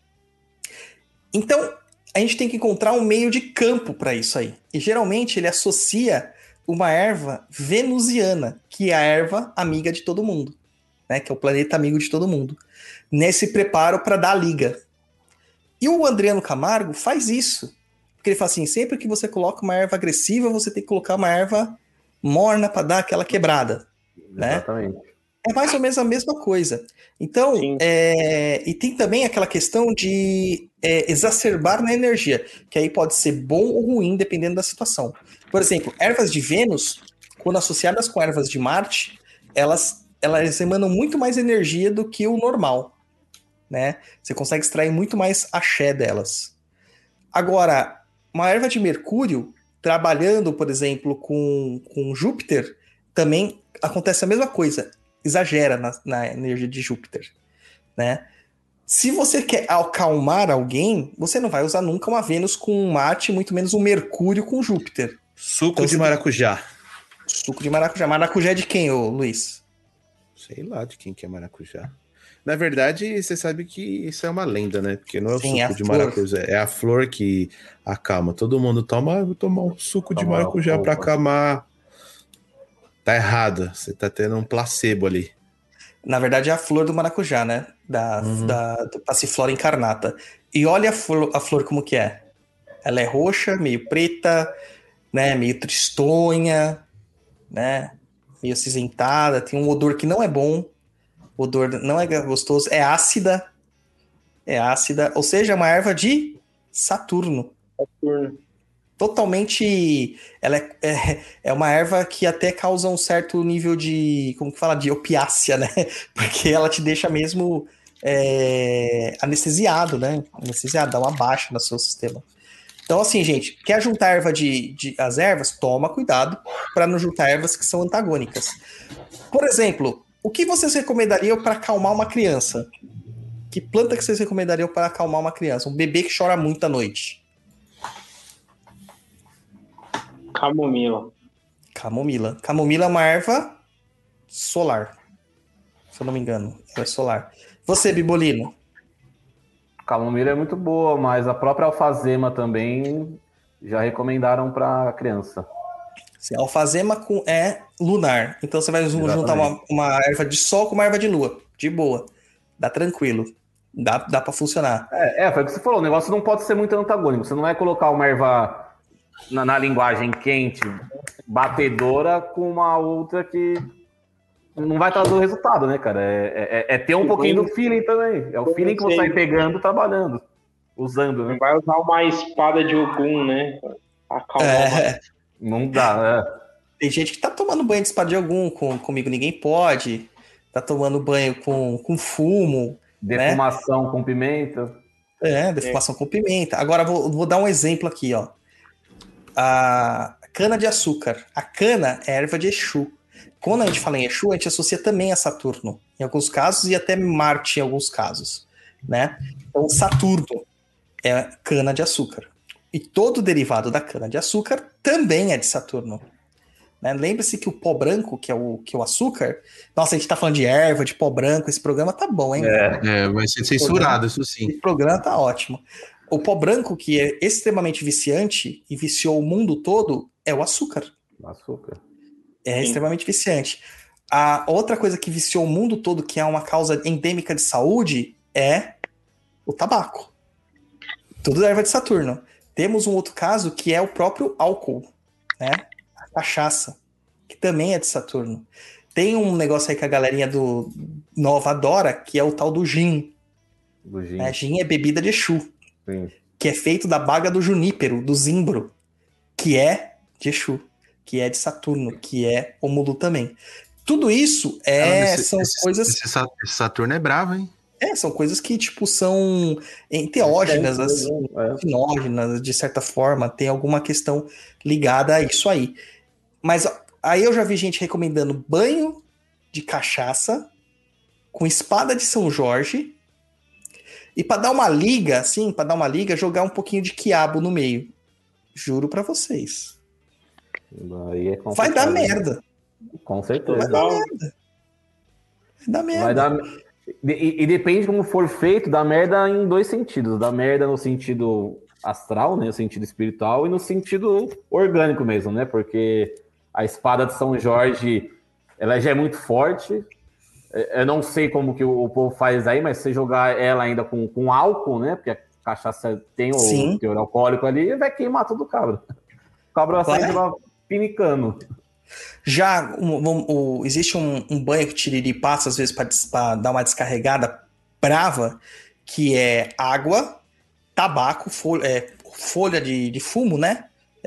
Então, a gente tem que encontrar um meio de campo para isso aí. E geralmente ele associa uma erva venusiana, que é a erva amiga de todo mundo, né? Que é o planeta amigo de todo mundo, nesse preparo para dar a liga. E o Adriano Camargo faz isso. Porque ele fala assim, sempre que você coloca uma erva agressiva, você tem que colocar uma erva morna para dar aquela quebrada.
Exatamente.
Né? É mais ou menos a mesma coisa. Então, é, e tem também aquela questão de é, exacerbar na energia, que aí pode ser bom ou ruim, dependendo da situação. Por exemplo, ervas de Vênus, quando associadas com ervas de Marte, elas, elas emanam muito mais energia do que o normal. Né? Você consegue extrair muito mais axé delas. Agora, uma erva de Mercúrio, trabalhando, por exemplo, com, com Júpiter, também acontece a mesma coisa. Exagera na, na energia de Júpiter, né? Se você quer acalmar alguém, você não vai usar nunca uma Vênus com Marte, muito menos um Mercúrio com Júpiter.
Suco
então,
de maracujá.
Suco de maracujá. Maracujá é de quem, ô Luiz?
Sei lá de quem que é maracujá. Na verdade, você sabe que isso é uma lenda, né? Porque não é o Sim, suco é de flor. maracujá, é a flor que acalma. Todo mundo toma, vou tomar um suco Toma de maracujá para acalmar. Tá errado, você tá tendo um placebo ali.
Na verdade é a flor do maracujá, né? Da, uhum. da do Passiflora incarnata. E olha a flor, a flor como que é. Ela é roxa, meio preta, né? Meio tristonha, né? Meio acinzentada, tem um odor que não é bom. O odor não é gostoso, é ácida. É ácida, ou seja, é uma erva de Saturno.
Saturno.
Totalmente, ela é, é, é uma erva que até causa um certo nível de, como que fala, de opiácea, né? Porque ela te deixa mesmo é, anestesiado, né? Anestesiado, dá uma baixa no seu sistema. Então, assim, gente, quer juntar erva de, de as ervas? Toma cuidado para não juntar ervas que são antagônicas. Por exemplo, o que vocês recomendariam para acalmar uma criança? Que planta que vocês recomendariam para acalmar uma criança? Um bebê que chora muito à noite.
Camomila.
Camomila. Camomila é uma erva solar. Se eu não me engano. Ela é solar. Você, Bibolino?
Camomila é muito boa, mas a própria alfazema também já recomendaram para criança.
Sim, alfazema com, é lunar. Então você vai Exatamente. juntar uma, uma erva de sol com uma erva de lua. De boa. Dá tranquilo. Dá, dá para funcionar.
É, é, foi o que você falou. O negócio não pode ser muito antagônico. Você não vai colocar uma erva... Na, na linguagem quente, batedora, com uma outra que não vai trazer o resultado, né, cara? É, é, é ter um pouquinho do feeling também. É o feeling que você vai pegando, trabalhando, usando, né?
Não vai usar uma espada de Ogum, né?
É.
Não dá, né?
Tem gente que tá tomando banho de espada de Ogum, com, comigo ninguém pode. Tá tomando banho com, com fumo.
Defumação,
né?
Com pimenta.
É, defumação é. com pimenta. Agora, vou, vou dar um exemplo aqui, ó. A cana-de-açúcar. A cana é erva de Exu. Quando a gente fala em Exu, a gente associa também a Saturno, em alguns casos, e até Marte em alguns casos, né? Então, Saturno é cana-de-açúcar. E todo derivado da cana-de-açúcar também é de Saturno. Né? Lembre-se que o pó branco, que é o, que é o açúcar... Nossa, a gente tá falando de erva, de pó branco, esse programa tá bom, hein?
É, é vai ser censurado, isso sim.
Esse programa tá ótimo. O pó branco, que é extremamente viciante e viciou o mundo todo, é o açúcar.
Açúcar.
É
Sim.
extremamente viciante. A outra coisa que viciou o mundo todo, que é uma causa endêmica de saúde, é o tabaco. Tudo da erva de Saturno. Temos um outro caso que é o próprio álcool, né? A cachaça, que também é de Saturno. Tem um negócio aí que a galerinha do Nova adora, que é o tal do gin.
Do gin.
É, gin é bebida de Exu.
Sim.
Que é feito da baga do junípero, do zimbro, que é de Exu, que é de Saturno, que é Omulu também. Tudo isso é, esse, são
esse,
coisas...
Esse Saturno é bravo, hein?
É, são coisas que, tipo, são enteógenas, é, assim, é. de certa forma, tem alguma questão ligada a isso aí. Mas aí eu já vi gente recomendando banho de cachaça com espada de São Jorge e para dar uma liga, assim, para dar uma liga, jogar um pouquinho de quiabo no meio. Juro para vocês.
Aí é
vai dar merda.
Com certeza.
Vai dar merda. Vai dar merda.
Vai dar... E, e depende de como for feito, dá merda em dois sentidos. Dá merda no sentido astral, né? No sentido espiritual e no sentido orgânico mesmo, né? Porque a espada de São Jorge, ela já é muito forte. Eu não sei como que o povo faz aí, mas se você jogar ela ainda com, com álcool, né? Porque a cachaça tem o teor alcoólico ali, vai queimar todo o cabra. O cabra vai sair de lá pinicando.
Já um, um, um, existe um, um banho que o Tiriri passa às vezes para dar uma descarregada brava, que é água, tabaco, folha, é, folha de, de fumo, né?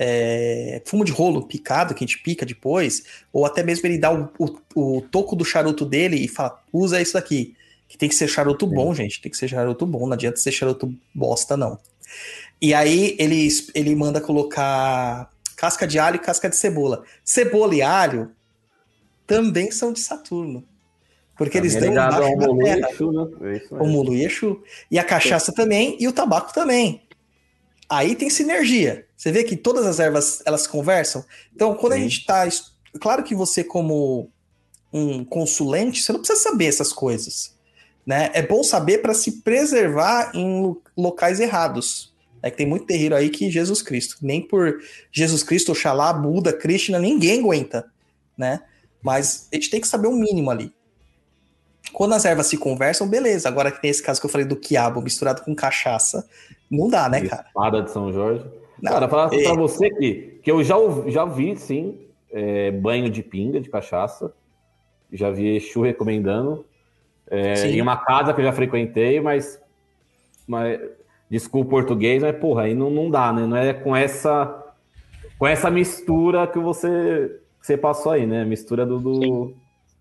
É, fumo de rolo picado, que a gente pica depois, ou até mesmo ele dá o, o, o toco do charuto dele e fala, usa isso daqui, que tem que ser charuto Sim. bom, gente, tem que ser charuto bom, não adianta ser charuto bosta, não. E aí ele, ele manda colocar casca de alho e casca de cebola. Cebola e alho também são de Saturno. Porque eles dão embaixo da terra. O Mulu e Exu. E a cachaça também, e o tabaco também. Aí tem sinergia. Você vê que todas as ervas, elas conversam. Então, quando Sim. a gente tá... Claro que você, como um consulente, você não precisa saber essas coisas. Né? É bom saber para se preservar em locais errados. É que tem muito terreiro aí que Jesus Cristo. Nem por Jesus Cristo, Oxalá, Buda, Krishna, ninguém aguenta, né? Mas a gente tem que saber o mínimo ali. Quando as ervas se conversam, beleza. Agora que tem esse caso que eu falei do quiabo misturado com cachaça, não dá, né, cara?
Espada de São Jorge. Não, cara, falar é... pra você que, que eu já, já vi, sim, é, banho de pinga, de cachaça. Já vi Exu recomendando. É, em uma casa que eu já frequentei, mas... mas desculpa o português, mas, porra, aí não, não dá, né? Não é com essa, com essa mistura que você, que você passou aí, né? Mistura do, do,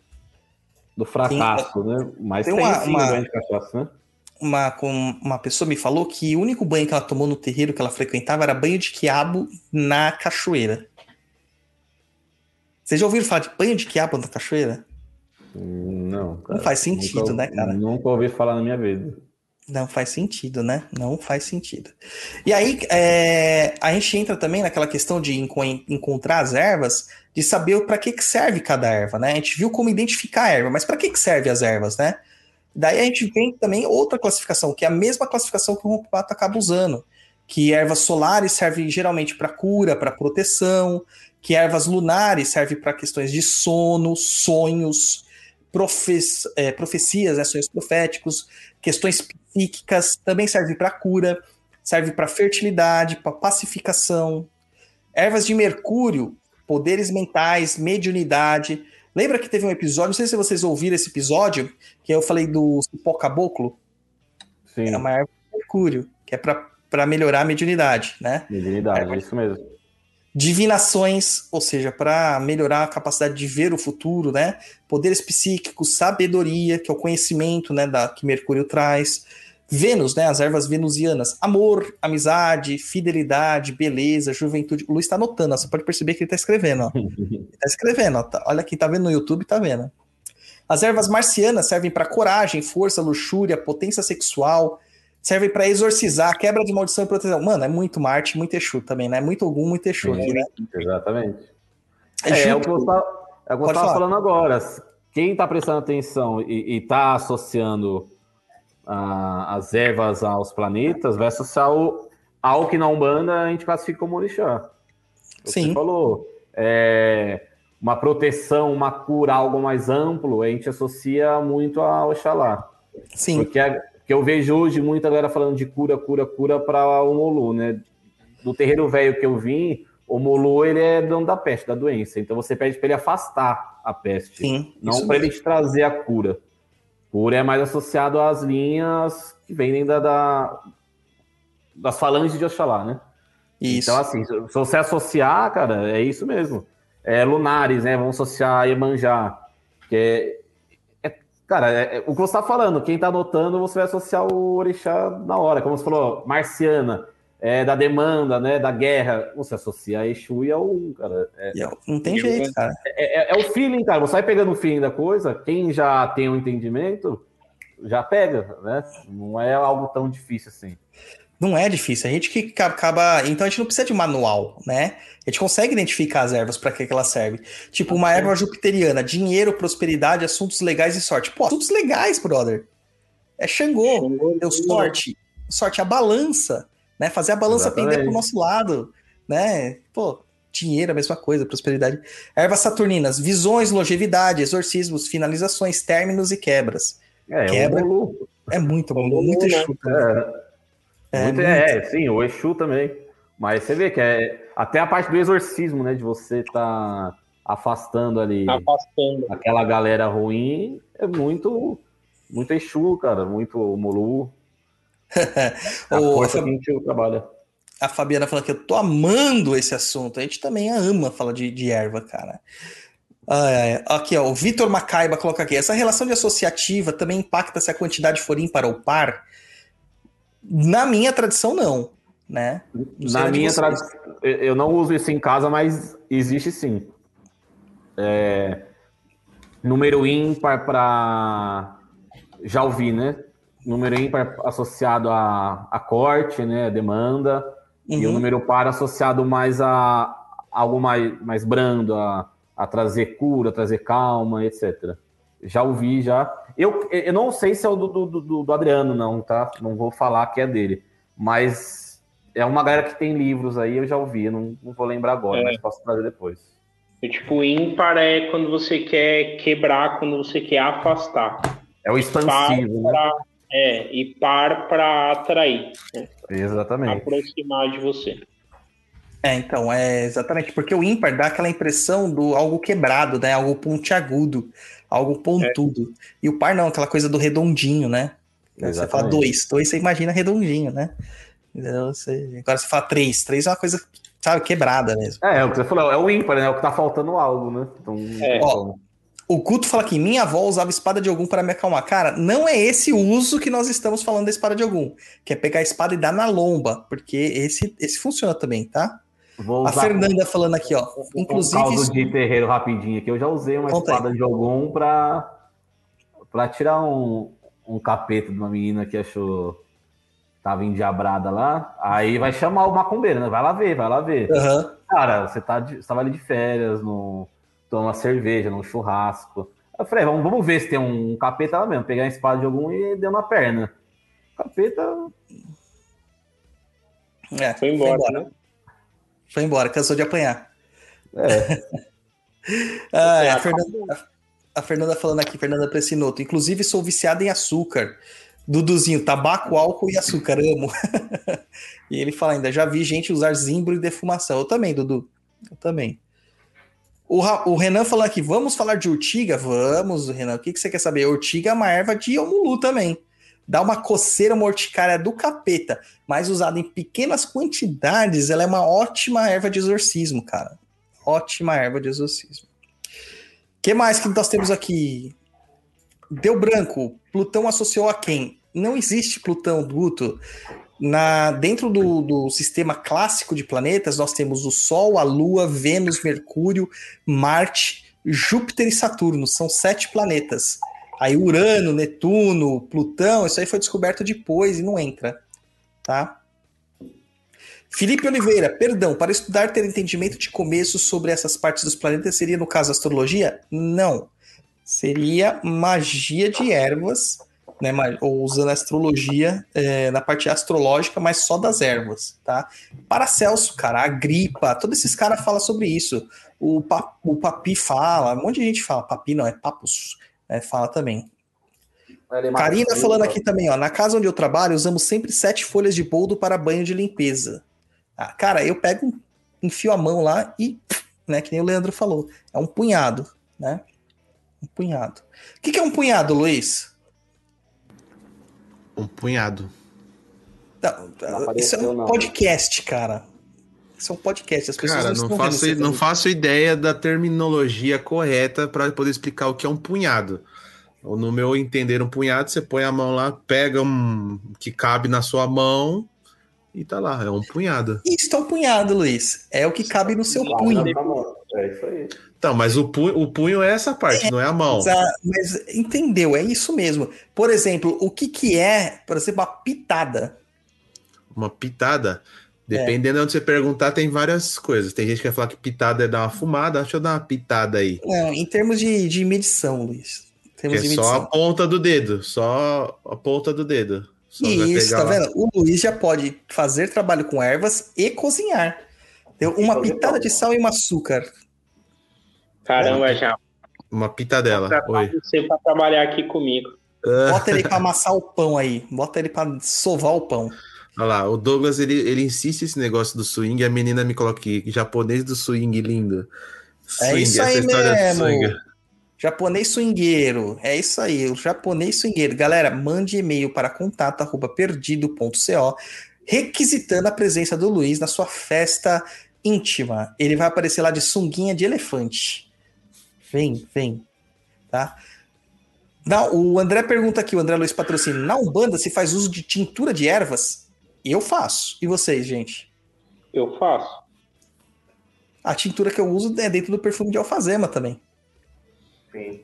do fracasso, sim. né? Mas tem, tem uma, sim uma, banho de cachaça, né?
Uma, uma pessoa me falou que o único banho que ela tomou no terreiro que ela frequentava era banho de quiabo na cachoeira. Vocês já ouviram falar de banho de quiabo na cachoeira?
Não, cara.
Não faz sentido,
nunca,
né, cara?
Nunca ouvi falar na minha vida.
Não faz sentido, né? Não faz sentido. E aí, é, a gente entra também naquela questão de enco- encontrar as ervas, de saber para que, que serve cada erva, né? A gente viu como identificar a erva, mas para que, que serve as ervas, né? Daí a gente vem também outra classificação, que é a mesma classificação que o homeopata acaba usando, que ervas solares servem geralmente para cura, para proteção, que ervas lunares servem para questões de sono, sonhos, profe- é, profecias, né, sonhos proféticos, questões psíquicas, também serve para cura, serve para fertilidade, para pacificação. Ervas de mercúrio, poderes mentais, mediunidade. Lembra que teve um episódio, não sei se vocês ouviram esse episódio, que eu falei do cipó caboclo?
Sim.
É uma erva de mercúrio, que é para melhorar a mediunidade, né?
Mediunidade,
erva...
isso mesmo.
Divinações, ou seja, para melhorar a capacidade de ver o futuro, né? Poderes psíquicos, sabedoria, que é o conhecimento, né, da, que Mercúrio traz. Vênus, né, as ervas venusianas. Amor, amizade, fidelidade, beleza, juventude. O Luiz está anotando, ó, você pode perceber que ele está escrevendo. Ó. Ele está escrevendo, ó, tá, olha quem está vendo no YouTube, está vendo. As ervas marcianas servem para coragem, força, luxúria, potência sexual. Serve para exorcizar, quebra de maldição e proteção. Mano, é muito Marte, muito Exu também, né? Muito Ogum, muito Exu aqui, né?
Exatamente. É, é, é o que eu estava falando agora. Quem está prestando atenção e está associando a, as ervas aos planetas, vai associar o, ao que na Umbanda a gente classifica como orixá. Você
Sim.
falou. É, uma proteção, uma cura, algo mais amplo, a gente associa muito a Oxalá.
Sim.
Porque a, que eu vejo hoje muita galera falando de cura, cura, cura para o Omulu, né? Do terreiro velho que eu vim, o Omulu, ele é dono da peste, da doença. Então você pede para ele afastar a peste.
Sim,
não para ele te trazer a cura. Cura é mais associado às linhas que vêm da, da, das falanges de Oxalá, né?
Isso.
Então, assim, se você associar, cara, é isso mesmo. É lunares, né? Vamos associar a Iemanjá. Que é, é, cara, é, é, o que você tá falando, quem tá anotando, você vai associar o orixá na hora. Como você falou, marciana, é, da demanda, né? Da guerra. Você associa a Exu e ao cara. É,
Não tem jeito, cara.
É, é, é o feeling, cara. Você vai pegando o feeling da coisa, quem já tem um entendimento, já pega, né? Não é algo tão difícil assim.
Não é difícil. A gente que acaba. Então a gente não precisa de manual, né? A gente consegue identificar as ervas para que, que elas servem. Tipo, uma erva jupiteriana, dinheiro, prosperidade, assuntos legais e sorte. Pô, assuntos legais, brother. É Xangô, Xangô deu sorte. Sorte, a balança, né? Fazer a balança Exatamente. Pender pro nosso lado, né? Pô, dinheiro, a mesma coisa, prosperidade. Ervas saturninas, visões, longevidade, exorcismos, finalizações, términos e quebras.
É,
Quebra.
É,
é muito bom, muito Exu.
É. É, muito, é, é, sim, o Exu também. Mas você vê que é até a parte do exorcismo, né? De você estar tá afastando ali
afastando.
aquela galera ruim, é muito, muito Exu, cara, muito Molu. a
o,
força
a,
que a gente trabalha.
A Fabiana falou que eu tô amando esse assunto. A gente também ama falar de, de erva, cara. Ah, é. Aqui, ó, o Vitor Macaiba coloca aqui. Essa relação de associativa também impacta se a quantidade for ímpar ou par? Na minha tradição, não, né? Não
Na minha tradição, eu não uso isso em casa, mas existe sim. É, número ímpar para... Já ouvi, né? Número ímpar associado a, a corte, né? A demanda. Uhum. E o número par associado mais a algo mais, mais brando, a, a trazer cura, a trazer calma, etcétera. Já ouvi, já. Eu, eu não sei se é o do, do, do, do Adriano, não, tá? Não vou falar que é dele. Mas é uma galera que tem livros aí, eu já ouvi. Eu não, não vou lembrar agora, é. Mas posso trazer depois.
E, tipo, ímpar é quando você quer quebrar, quando você quer afastar.
É o expansivo,
par pra,
né?
É, e par para atrair. Né?
Exatamente.
Aproximar de você.
É, então, é exatamente, porque o ímpar dá aquela impressão do algo quebrado, né? Algo pontiagudo, algo pontudo. É. E o par não, aquela coisa do redondinho, né? Exatamente. Você fala dois, dois você imagina redondinho, né? Então, você... Agora você fala três, três é uma coisa, sabe, quebrada mesmo.
É, é o que você falou, é o ímpar, né? É o que tá faltando algo, né? Então,
é. Ó, o Culto fala aqui, minha avó usava espada de Ogum para me acalmar. Cara, não é esse o uso que nós estamos falando da espada de Ogum, que é pegar a espada e dar na lomba, porque esse, esse funciona também, tá?
Vou
a Fernanda falando aqui, ó. Inclusive.
Um caso de terreiro rapidinho aqui. Eu já usei uma Conta espada aí. de Ogum pra, pra tirar um, um capeta de uma menina que achou. Tava endiabrada lá. Aí vai chamar o macumbeiro, né? Vai lá ver, vai lá ver.
Uhum.
Cara, você, tá de, você tava ali de férias, no, tomando uma cerveja, num churrasco. Eu falei, vamos, vamos ver se tem um capeta lá mesmo. Pegar a espada de Ogum e deu na perna. Capeta.
É, foi embora, foi embora. né? Foi embora, cansou de apanhar.
É.
ah, a, Fernanda, a Fernanda falando aqui, Fernanda Precinoto. Inclusive, sou viciada em açúcar. Duduzinho, tabaco, álcool e açúcar, amo. E ele fala ainda, já vi gente usar zimbro e defumação. Eu também, Dudu. Eu também. O, o Renan falando aqui, vamos falar de urtiga? Vamos, Renan. O que, que você quer saber? Urtiga é uma erva de Omulu também. Dá uma coceira, uma urticária do capeta, mas usada em pequenas quantidades, ela é uma ótima erva de exorcismo, cara. Ótima erva de exorcismo. O que mais que nós temos aqui? Deu branco. Plutão associou a quem? Não existe Plutão, Guto. Na, dentro do, do sistema clássico de planetas, nós temos o Sol, a Lua, Vênus, Mercúrio, Marte, Júpiter e Saturno. São sete planetas. Aí Urano, Netuno, Plutão, isso aí foi descoberto depois e não entra, tá? Felipe Oliveira, perdão, para estudar ter entendimento de começo sobre essas partes dos planetas seria, no caso, astrologia? Não. Seria magia de ervas, né? Ou usando a astrologia é, na parte astrológica, mas só das ervas, tá? Paracelso, cara, Agripa, todos esses caras falam sobre isso. O, pa, o Papi fala, um monte de gente fala, Papi não, é Papus. É, fala também. Karina falando aqui também, ó. Na casa onde eu trabalho, usamos sempre sete folhas de boldo para banho de limpeza. Ah, cara, eu pego, enfio a mão lá e, né, que nem o Leandro falou, é um punhado, né? Um punhado. O que, que é um punhado, Luiz?
Um punhado.
Não, não isso é um não. podcast, cara. isso é um podcast, as pessoas
Cara,
não,
não faço,
vendo
não faço ideia da terminologia correta para poder explicar o que é um punhado. No meu entender, um punhado, você põe a mão lá, pega um que cabe na sua mão e tá lá, é um punhado.
Isso é um punhado, Luiz. É o que cabe no seu punho.
É isso aí.
Então, mas o punho, o punho é essa parte, é, não é a mão.
Mas entendeu, é isso mesmo. Por exemplo, o que que é, por exemplo, uma pitada?
Uma pitada? Dependendo é. de onde você perguntar, tem várias coisas. Tem gente que vai falar que pitada é dar uma fumada, deixa eu dar uma pitada aí.
Não, em termos de, de medição, Luiz. Em termos
que é
de
só a ponta do dedo, só a ponta do dedo. Só
isso, tá lá. Vendo? O Luiz já pode fazer trabalho com ervas e cozinhar. Deu uma pitada de sal e um açúcar.
Caramba, já.
Uma pitadela. Oi.
Você para trabalhar aqui comigo.
Bota ele para amassar o pão aí. Bota ele para sovar o pão.
Olha lá, o Douglas, ele, ele insiste nesse negócio do swing, a menina me coloca aqui, japonês do swing lindo.
Swing, é isso aí mesmo. Japonês swingueiro, é isso aí, o japonês swingueiro. Galera, mande e-mail para contato arroba perdido ponto co, requisitando a presença do Luiz na sua festa íntima. Ele vai aparecer lá de sunguinha de elefante. Vem, vem, tá? Não, o André pergunta aqui, o André Luiz patrocina, na Umbanda se faz uso de tintura de ervas? Eu faço. E vocês, gente?
Eu faço.
A tintura que eu uso é dentro do perfume de alfazema também.
Sim.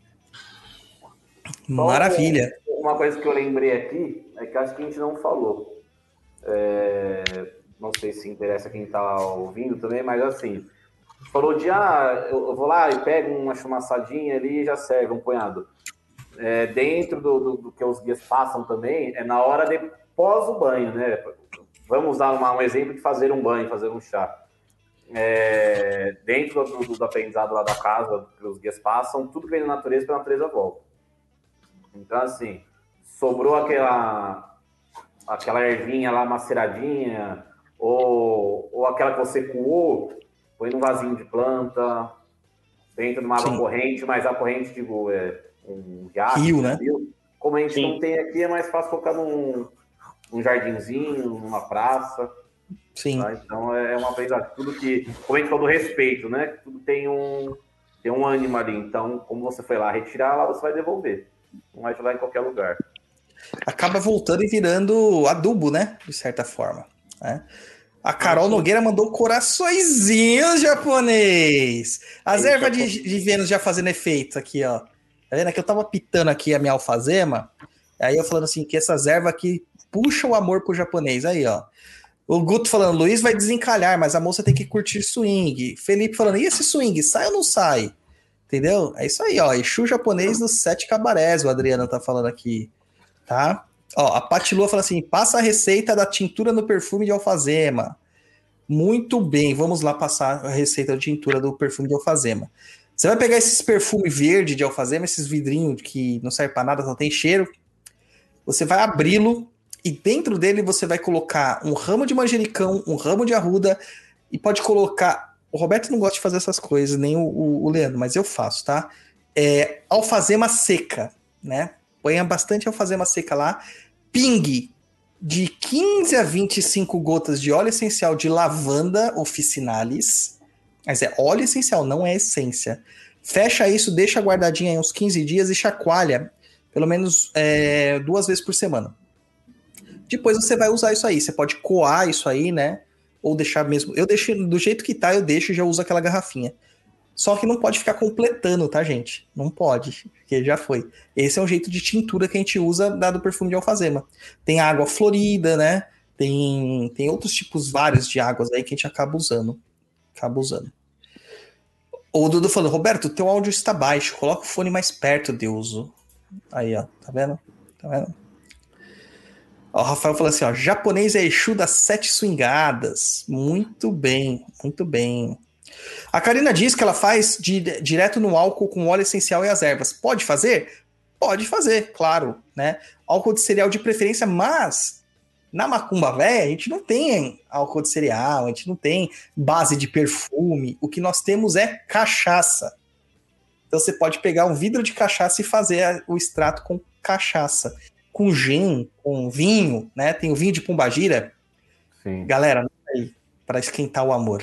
Maravilha.
Só uma coisa que eu lembrei aqui é que acho que a gente não falou. É, não sei se interessa quem está ouvindo também, mas assim, falou de ah, eu vou lá e pego uma chumaçadinha ali e já serve um punhado. É, dentro do, do, do que os guias passam também, é na hora de pós o banho, né? Vamos dar uma, um exemplo de fazer um banho, fazer um chá. É, dentro do, do, do aprendizado lá da casa, que os guias passam, tudo que vem da natureza, pela natureza volta. Então, assim, sobrou aquela, aquela ervinha lá maceradinha, ou, ou aquela que você coou, põe num vasinho de planta, dentro de uma água Sim. corrente, mas a corrente, digo, é um riacho,
rio, né?
Rio. Como a gente
Sim.
não tem aqui, é mais fácil colocar num, num jardinzinho, numa praça.
Sim.
Tá? Então é uma aprendizagem. Tudo que, como a gente falou do respeito, né? Tudo tem um, tem um ânimo ali. Então, como você foi lá retirar, lá você vai devolver. Não vai jogar em qualquer lugar.
Acaba voltando e virando adubo, né? De certa forma. Né? A Carol ah, Nogueira mandou coraçõezinhos japonês. As Eita, ervas de, de Vênus já fazendo efeito aqui, ó. Tá vendo? Aqui eu tava pitando aqui a minha alfazema. Aí eu falando assim, que essas ervas aqui puxam o amor pro japonês. Aí, ó. O Guto falando, Luiz vai desencalhar, mas a moça tem que curtir swing. Felipe falando, e esse swing, sai ou não sai? Entendeu? É isso aí, ó. Exu japonês dos sete cabarés, o Adriano tá falando aqui. Tá? Ó, a Patilua fala assim, passa a receita da tintura no perfume de alfazema. Muito bem, vamos lá passar a receita da tintura do perfume de alfazema. Você vai pegar esses perfumes verde de alfazema, esses vidrinhos que não servem para nada, só tem cheiro. Você vai abri-lo e dentro dele você vai colocar um ramo de manjericão, um ramo de arruda e pode colocar... O Roberto não gosta de fazer essas coisas, nem o, o, o Leandro, mas eu faço, tá? É, alfazema seca, né? Ponha bastante alfazema seca lá. Pingue de quinze a vinte e cinco gotas de óleo essencial de lavanda officinalis. Mas é óleo essencial, não é essência. Fecha isso, deixa guardadinho aí uns quinze dias e chacoalha pelo menos é, duas vezes por semana. Depois você vai usar isso aí. Você pode coar isso aí, né? Ou deixar mesmo... Eu deixo do jeito que tá, eu deixo e já uso aquela garrafinha. Só que não pode ficar completando, tá, gente? Não pode, porque já foi. Esse é um jeito de tintura que a gente usa dado perfume de alfazema. Tem água florida, né? Tem, tem outros tipos vários de águas aí que a gente acaba usando. Acaba usando. O Dudu falando, Roberto, teu áudio está baixo. Coloca o fone mais perto de uso. Aí, ó. Tá vendo? Tá vendo? Ó, o Rafael falou assim, ó. Japonês é Exu das sete swingadas. Muito bem, muito bem. A Karina diz que ela faz de, direto no álcool com óleo essencial e as ervas. Pode fazer? Pode fazer, claro, né? Álcool de cereal de preferência, mas na macumba velha a gente não tem álcool de cereal, a gente não tem base de perfume. O que nós temos é cachaça. Então você pode pegar um vidro de cachaça e fazer o extrato com cachaça. Com gin, com vinho, né? Tem o vinho de Pombagira.
Sim.
Galera, não sei. para esquentar o amor.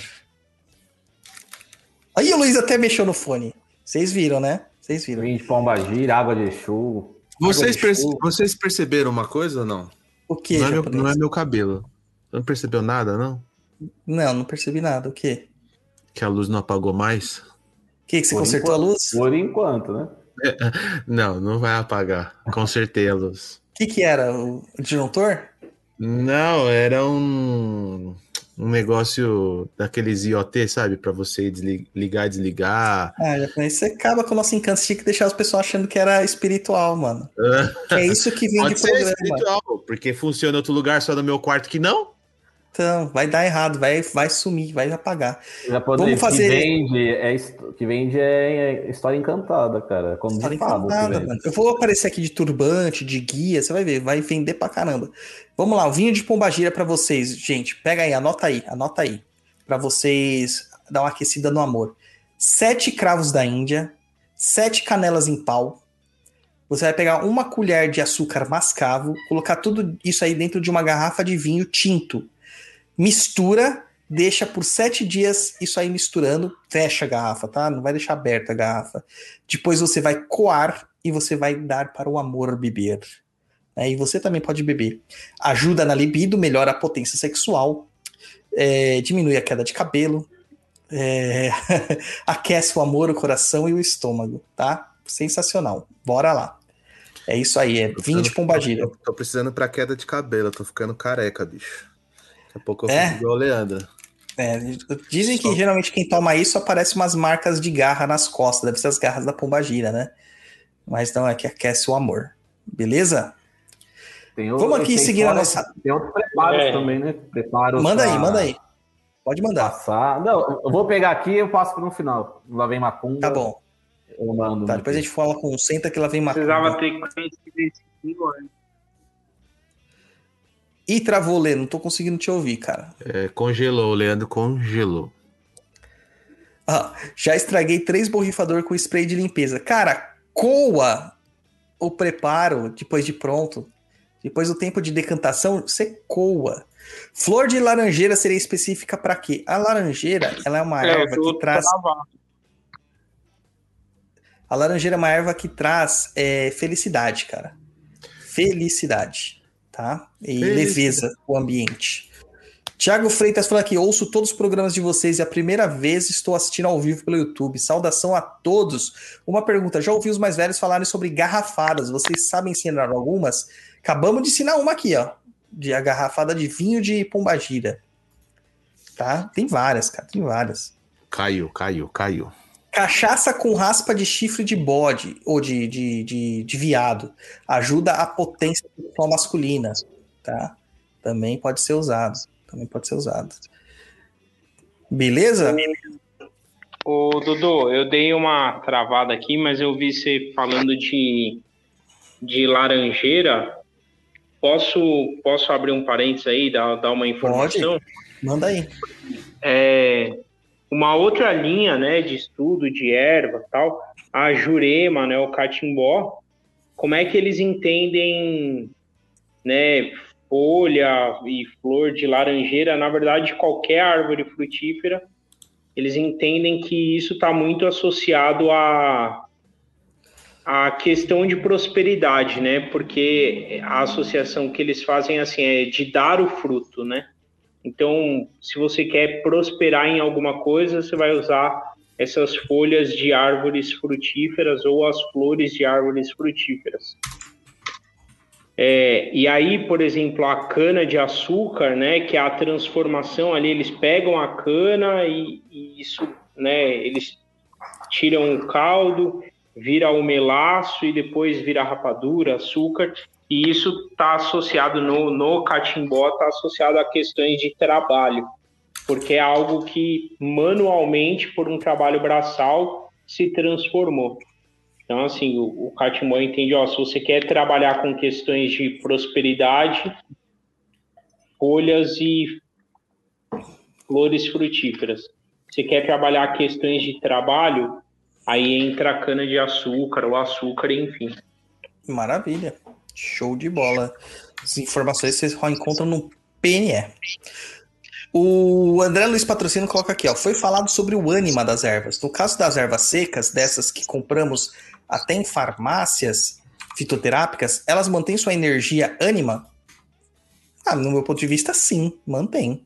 Aí o Luiz até mexeu no fone. Vocês viram, né? Vocês viram.
Vinho de pombagira, água de chuva.
Vocês,
de
perce...
chuva.
Vocês perceberam uma coisa ou não?
O que,
não, é meu,
japonês?
não é meu cabelo. Não percebeu nada, não?
Não, não percebi nada. O quê?
Que a luz não apagou mais?
O que, que você
Por
consertou
enquanto,
a luz?
Por enquanto, né?
Não, não vai apagar. Consertei a luz.
O que que era? O disjuntor?
Não, era um, um negócio daqueles I O T, sabe? Pra você desli- ligar e desligar.
Ah, japonês, você acaba com o nosso encanto. Você tinha que deixar as pessoas achando que era espiritual, mano. É isso que vem
Pode
de
ser
programa.
espiritual, porque funciona em outro lugar só no meu quarto que não.
Então, vai dar errado, vai, vai sumir, vai apagar.
Japonês,
Vamos fazer-
que vende é, hist- que vende é, é história encantada, cara. Como
História
de fada. que
encantada,
vende.
mano. Eu vou aparecer aqui de turbante, de guia, você vai ver, vai vender pra caramba. Vamos lá, o vinho de pombagira pra vocês, gente. Pega aí, anota aí, anota aí. Pra vocês dar uma aquecida no amor. Sete cravos da Índia, sete canelas em pau. Você vai pegar uma colher de açúcar mascavo, colocar tudo isso aí dentro de uma garrafa de vinho tinto. Mistura, deixa por sete dias isso aí misturando, fecha a garrafa, tá? Não vai deixar aberta a garrafa. Depois você vai coar e você vai dar para o amor beber. Né? E você também pode beber. Ajuda na libido, melhora a potência sexual, é, diminui a queda de cabelo, é, aquece o amor, o coração e o estômago, tá? Sensacional. Bora lá. É isso aí, é vinho de pombagira.
Tô, tô precisando pra queda de cabelo, tô ficando careca, bicho. Daqui a pouco eu
É?
fico igual o Leandro.
É, dizem que geralmente quem toma isso aparece umas marcas de garra nas costas, deve ser as garras da pombagira, né? Mas não, é que aquece o amor. Beleza?
Tem
Vamos
outro-
aqui
tem
seguir a
fora-
nossa-
Tem outros preparos
É.
também, né? Preparos
Manda aí,
pra
manda aí. Pode mandar.
Passar. Não, eu vou pegar aqui e eu passo no final. Lá vem macumba.
Tá bom.
Eu mando.
Tá,
no
depois a gente fala com o Senta que lá vem
Precisava
macumba.
ter conhecido esse vinho antes.
Ih, travou, Lê, não tô conseguindo te ouvir, cara.
É, congelou, o Leandro congelou.
Ah, já estraguei três borrifador com spray de limpeza. Cara, coa o preparo depois de pronto. Depois do tempo de decantação, você coa. Flor de laranjeira seria específica para quê? A laranjeira, ela é uma
É, eu
erva
tô
que traz...
travado.
A laranjeira é uma erva que traz é, felicidade, cara. Felicidade, tá? E
Felicidade.
leveza o ambiente. Tiago Freitas falou aqui, ouço todos os programas de vocês e a primeira vez estou assistindo ao vivo pelo YouTube. Saudação a todos. Uma pergunta, já ouvi os mais velhos falarem sobre garrafadas. Vocês sabem ensinar algumas? Acabamos de ensinar uma aqui, ó. De a garrafada de vinho de pombagira. Tá? Tem várias, cara, tem várias.
Caiu, caiu, caiu.
Cachaça com raspa de chifre de bode ou de, de, de, de viado ajuda a potência sexual masculina, tá? Também pode ser usado. Também pode ser usado. Beleza?
Ô, Dudu, eu dei uma travada aqui, mas eu vi você falando de, de laranjeira. Posso, posso abrir um parênteses aí, dar, dar uma informação?
Manda aí.
É, uma outra linha, né, de estudo de erva e tal, a Jurema, né, o catimbó, como é que eles entendem, né, folha e flor de laranjeira, na verdade, qualquer árvore frutífera, eles entendem que isso está muito associado a a questão de prosperidade, né? Porque a associação que eles fazem assim é de dar o fruto, né? Então, se você quer prosperar em alguma coisa, você vai usar essas folhas de árvores frutíferas ou as flores de árvores frutíferas. É, e aí, por exemplo, a cana de açúcar, né? Que é a transformação ali, eles pegam a cana e, e isso, né? Eles tiram o caldo, vira o melaço e depois vira rapadura, açúcar, e isso está associado no, no catimbó, está associado a questões de trabalho, porque é algo que manualmente, por um trabalho braçal, se transformou. Então, assim, o, o catimbó entende, ó, se você quer trabalhar com questões de prosperidade, folhas e flores frutíferas. Se quer trabalhar questões de trabalho, aí entra a cana de açúcar, o açúcar, enfim.
Maravilha. Show de bola. As informações vocês só encontram no P N E. O André Luiz Patrocínio coloca aqui, ó. Foi falado sobre o ânima das ervas. No caso das ervas secas, dessas que compramos até em farmácias fitoterápicas, elas mantêm sua energia ânima? Ah, no meu ponto de vista, sim, mantém.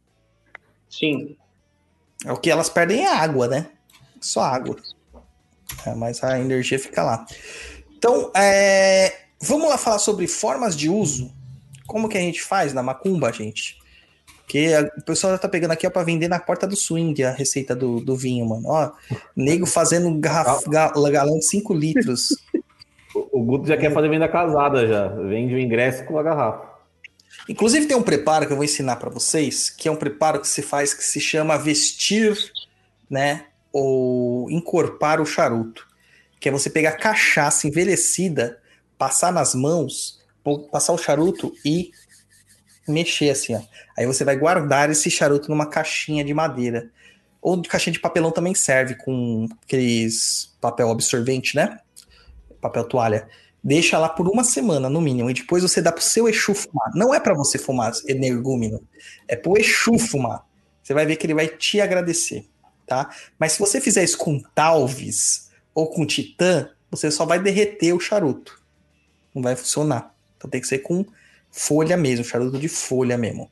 Sim.
É o que elas perdem é água, né? Só água. É, mas a energia fica lá. Então, é... vamos lá falar sobre formas de uso. Como que a gente faz na macumba, gente? Porque a, o pessoal já tá pegando aqui ó, pra vender na porta do swing a receita do, do vinho, mano. Ó, nego fazendo garraf, ga, galão de cinco litros.
O, o Guto já quer fazer venda casada já. Vende o ingresso com a garrafa.
Inclusive tem um preparo que eu vou ensinar para vocês, que é um preparo que se faz que se chama vestir, né, ou encorpar o charuto, que é você pegar cachaça envelhecida, passar nas mãos, passar o charuto e mexer assim, ó. Aí você vai guardar esse charuto numa caixinha de madeira, ou de caixinha de papelão também serve, com aqueles papel absorvente, né, papel toalha. Deixa lá por uma semana, no mínimo. E depois você dá pro seu Exu fumar. Não é para você fumar energúmeno. É pro Exu fumar. Você vai ver que ele vai te agradecer, tá? Mas se você fizer isso com Talvis ou com Titã, você só vai derreter o charuto. Não vai funcionar. Então tem que ser com folha mesmo, charuto de folha mesmo.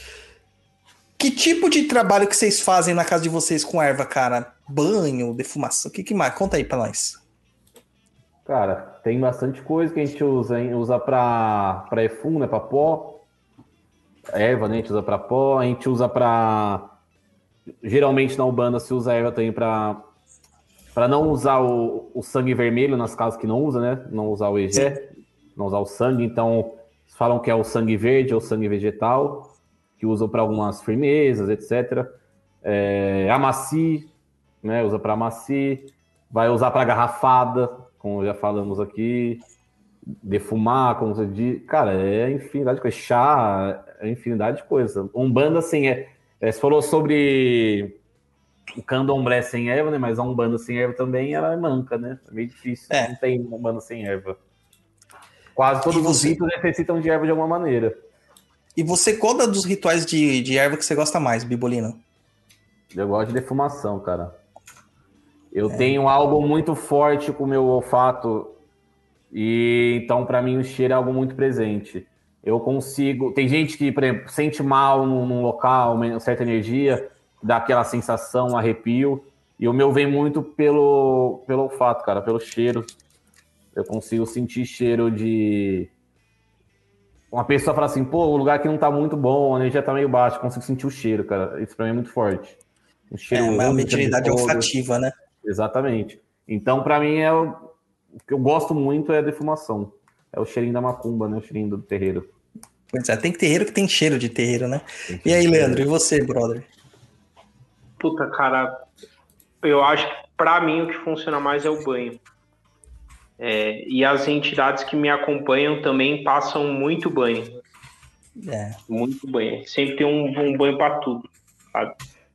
Que tipo de trabalho que vocês fazem na casa de vocês com erva, cara? Banho, defumação? O que, que mais? Conta aí pra nós.
Cara, tem bastante coisa que a gente usa, hein? Usa pra, pra efum, né? Pra pó. Erva, né? A gente usa pra pó. A gente usa pra... Geralmente na Umbanda se usa erva também pra... Pra não usar o, o sangue vermelho nas casas que não usa, né? Não usar o egé. Não usar o sangue. Então, falam que é o sangue verde ou sangue vegetal. Que usam pra algumas firmezas, etcétera. É, amaci, né? Usa pra amaci. Vai usar pra garrafada, como já falamos aqui, defumar, como você diz, cara, é infinidade de coisas, chá, é infinidade de coisas. Umbanda, assim, é, é, você falou sobre o candomblé sem erva, né, mas a Umbanda sem erva também, ela é manca, né, é meio difícil, é. Não tem Umbanda sem erva. Quase todos você... os ritos necessitam de erva de alguma maneira.
E você, qual dos rituais de, de erva que você gosta mais, Bibolino?
Eu gosto de defumação, cara. Eu é. tenho algo muito forte com o meu olfato e então para mim o cheiro é algo muito presente. Eu consigo... Tem gente que, por exemplo, sente mal num, num local, uma certa energia, dá aquela sensação, um arrepio, e o meu vem muito pelo, pelo olfato, cara, pelo cheiro. Eu consigo sentir cheiro de... Uma pessoa fala assim, pô, o lugar aqui não tá muito bom, a energia tá meio baixa, eu consigo sentir o cheiro, cara. Isso pra mim é muito forte.
Um cheiro é, uma mediunidade olfativa, né?
Exatamente. Então, para mim, é o... o que eu gosto muito é a defumação. É o cheirinho da macumba, né? O cheirinho do terreiro.
Pois é, tem terreiro que tem cheiro de terreiro, né? E aí, Leandro, e você, brother?
Puta, cara, eu acho que pra mim o que funciona mais é o banho. É, e as entidades que me acompanham também passam muito banho.
É.
Muito banho. Sempre tem um, um banho pra tudo, sabe?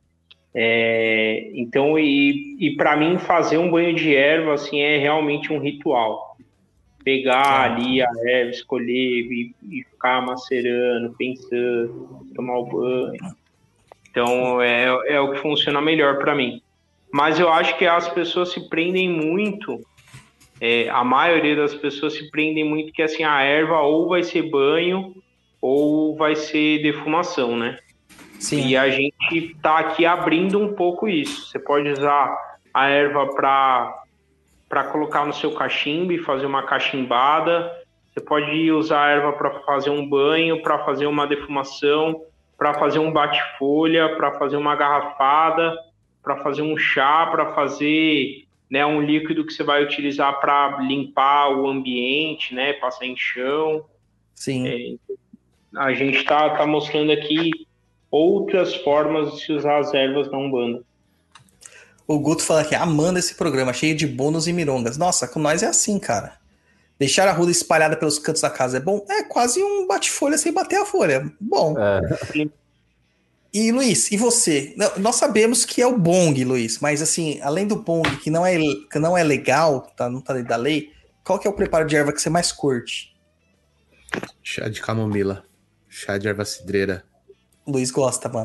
É, então, e, e para mim fazer um banho de erva assim é realmente um ritual. Pegar é. ali a erva, escolher e, e ficar macerando, pensando, tomar o banho. Então é, é o que funciona melhor para mim. Mas eu acho que as pessoas se prendem muito, é, a maioria das pessoas se prendem muito que assim a erva ou vai ser banho ou vai ser defumação, né? Sim. E a gente tá aqui abrindo um pouco isso. Você pode usar a erva para para colocar no seu cachimbo e fazer uma cachimbada. Você pode usar a erva para fazer um banho, para fazer uma defumação, para fazer um bate-folha, para fazer uma garrafada, para fazer um chá, para fazer, né, um líquido que você vai utilizar para limpar o ambiente, né, passar em chão.
Sim.
É, a gente está tá mostrando aqui outras formas de se usar as ervas na Umbanda.
O Guto fala aqui, amando esse programa, cheio de bônus e mirongas. Nossa, com nós é assim, cara. Deixar a ruda espalhada pelos cantos da casa é bom? É quase um bate-folha sem bater a folha. Bom. É. E, Luiz, e você? Nós sabemos que é o bong, Luiz, mas assim, além do bong, que não é, que não é legal, tá, não tá dentro da lei, qual que é o preparo de erva que você mais curte?
Chá de camomila. Chá de erva cidreira.
Luiz gosta, mano.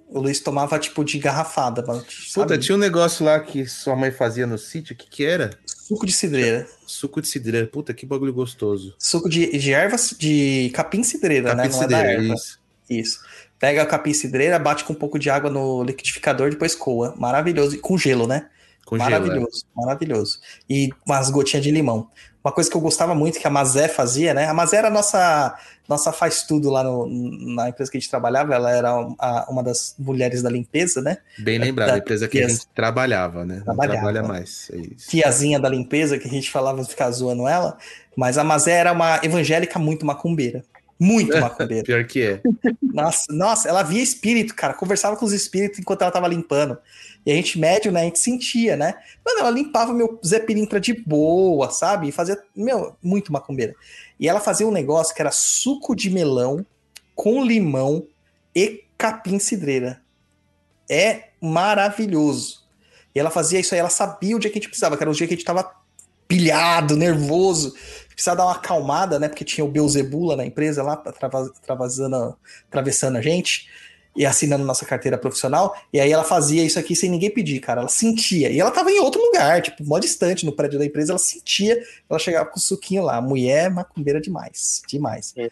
O Luiz tomava, tipo, de garrafada. Sabe?
Puta, tinha um negócio lá que sua mãe fazia no sítio, o que que era?
Suco de cidreira.
Suco de cidreira. Puta, que bagulho gostoso.
Suco de, de ervas, de capim-cidreira, né?
Capim
Não é da
cidreira,
erva.
isso.
Isso. Pega a capim-cidreira, bate com um pouco de água no liquidificador, depois coa. Maravilhoso. E com gelo, né?
Com
Maravilhoso,
gelo,
maravilhoso. E umas gotinhas de limão. Uma coisa que eu gostava muito, que a Mazé fazia, né? A Mazé era a nossa, nossa faz-tudo lá no, na empresa que a gente trabalhava. Ela era a, uma das mulheres da limpeza, né?
Bem lembrado,
da,
a empresa que a gente trabalhava, né?
Trabalhava.
Não trabalha mais. É isso.
Tiazinha da limpeza, que a gente falava ficar zoando ela. Mas a Mazé era uma evangélica muito macumbeira. Muito macumbeira.
Pior que é.
Nossa, nossa, ela via espírito, cara. Conversava com os espíritos enquanto ela tava limpando. E a gente médio, né? A gente sentia, né? Mano, ela limpava meu Zé Pilintra de boa, sabe? E fazia, meu, muito macumbeira. E ela fazia um negócio que era suco de melão com limão e capim-cidreira. É maravilhoso. E ela fazia isso aí, ela sabia o dia que a gente precisava, que era o dia que a gente tava pilhado, nervoso, precisava dar uma acalmada, né? Porque tinha o Beelzebub lá na empresa, lá, atravessando, atravessando a gente e assinando nossa carteira profissional. E aí ela fazia isso aqui sem ninguém pedir, cara. Ela sentia. E ela tava em outro lugar, tipo, mó distante no prédio da empresa. Ela sentia, ela chegava com o suquinho lá. Mulher macumbeira demais. Demais. É.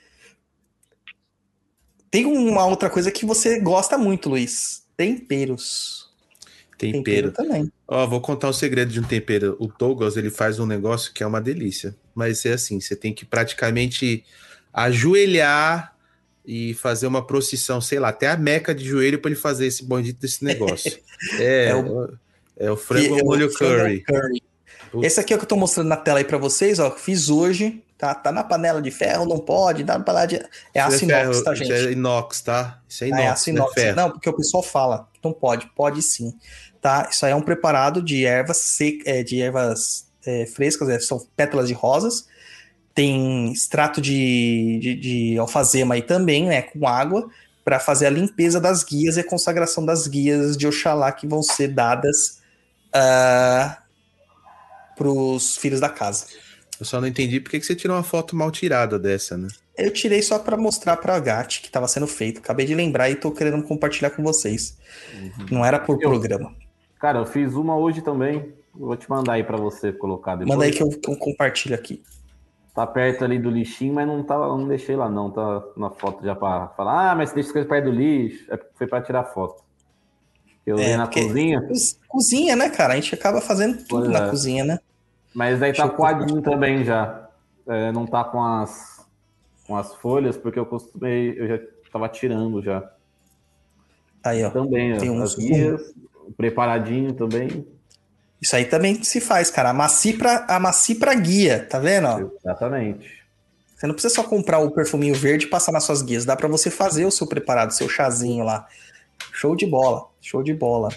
Tem uma outra coisa que você gosta muito, Luiz. Temperos.
Tempero.
Tempero também.
Ó, vou contar um segredo de um tempero. O Douglas, ele faz um negócio que é uma delícia. Mas é assim, você tem que praticamente ajoelhar e fazer uma procissão, sei lá, até a Meca de joelho para ele fazer esse bondito desse negócio. é, é, o, é o frango ao molho curry. curry.
Esse aqui é o que eu tô mostrando na tela aí para vocês, ó. Fiz hoje, tá? Tá na panela de ferro, não pode, dá pra lá de... É aço
é
inox,
ferro,
tá, gente?
Isso é inox, tá? Isso é inox,
é aço inox.
Não, é ferro.
Não, porque o pessoal fala que não pode. Pode sim, tá? Isso aí é um preparado de ervas sec... é, de ervas é, frescas, é, são pétalas de rosas. Tem extrato de, de, de alfazema aí também, né? Com água, para fazer a limpeza das guias e a consagração das guias de Oxalá que vão ser dadas uh, para os filhos da casa.
Eu só não entendi por que você tirou uma foto mal tirada dessa, né?
Eu tirei só para mostrar para a Gatti que estava sendo feito. Acabei de lembrar e tô querendo compartilhar com vocês. Uhum. Não era por eu, programa.
Cara, eu fiz uma hoje também. Vou te mandar aí para você colocar depois.
Manda aí que eu, que eu compartilho aqui.
Tá perto ali do lixinho, mas não, tá, não deixei lá não. Tá na foto já para falar, ah, mas você deixa as coisas perto do lixo. É porque foi para tirar foto. Eu
é,
na cozinha.
Cozinha, né, cara? A gente acaba fazendo tudo pois na é. cozinha, né?
Mas aí tá coadinho também já. É, não tá com as, com as folhas, porque eu costumei, eu já tava tirando já.
Aí, ó.
Também,
tem
ó,
uns
as guias, preparadinho também.
Isso aí também se faz, cara. Amacie pra, amacie pra guia, tá vendo? Ó?
Exatamente.
Você não precisa só comprar o perfuminho verde e passar nas suas guias. Dá pra você fazer o seu preparado, seu chazinho lá. Show de bola, show de bola.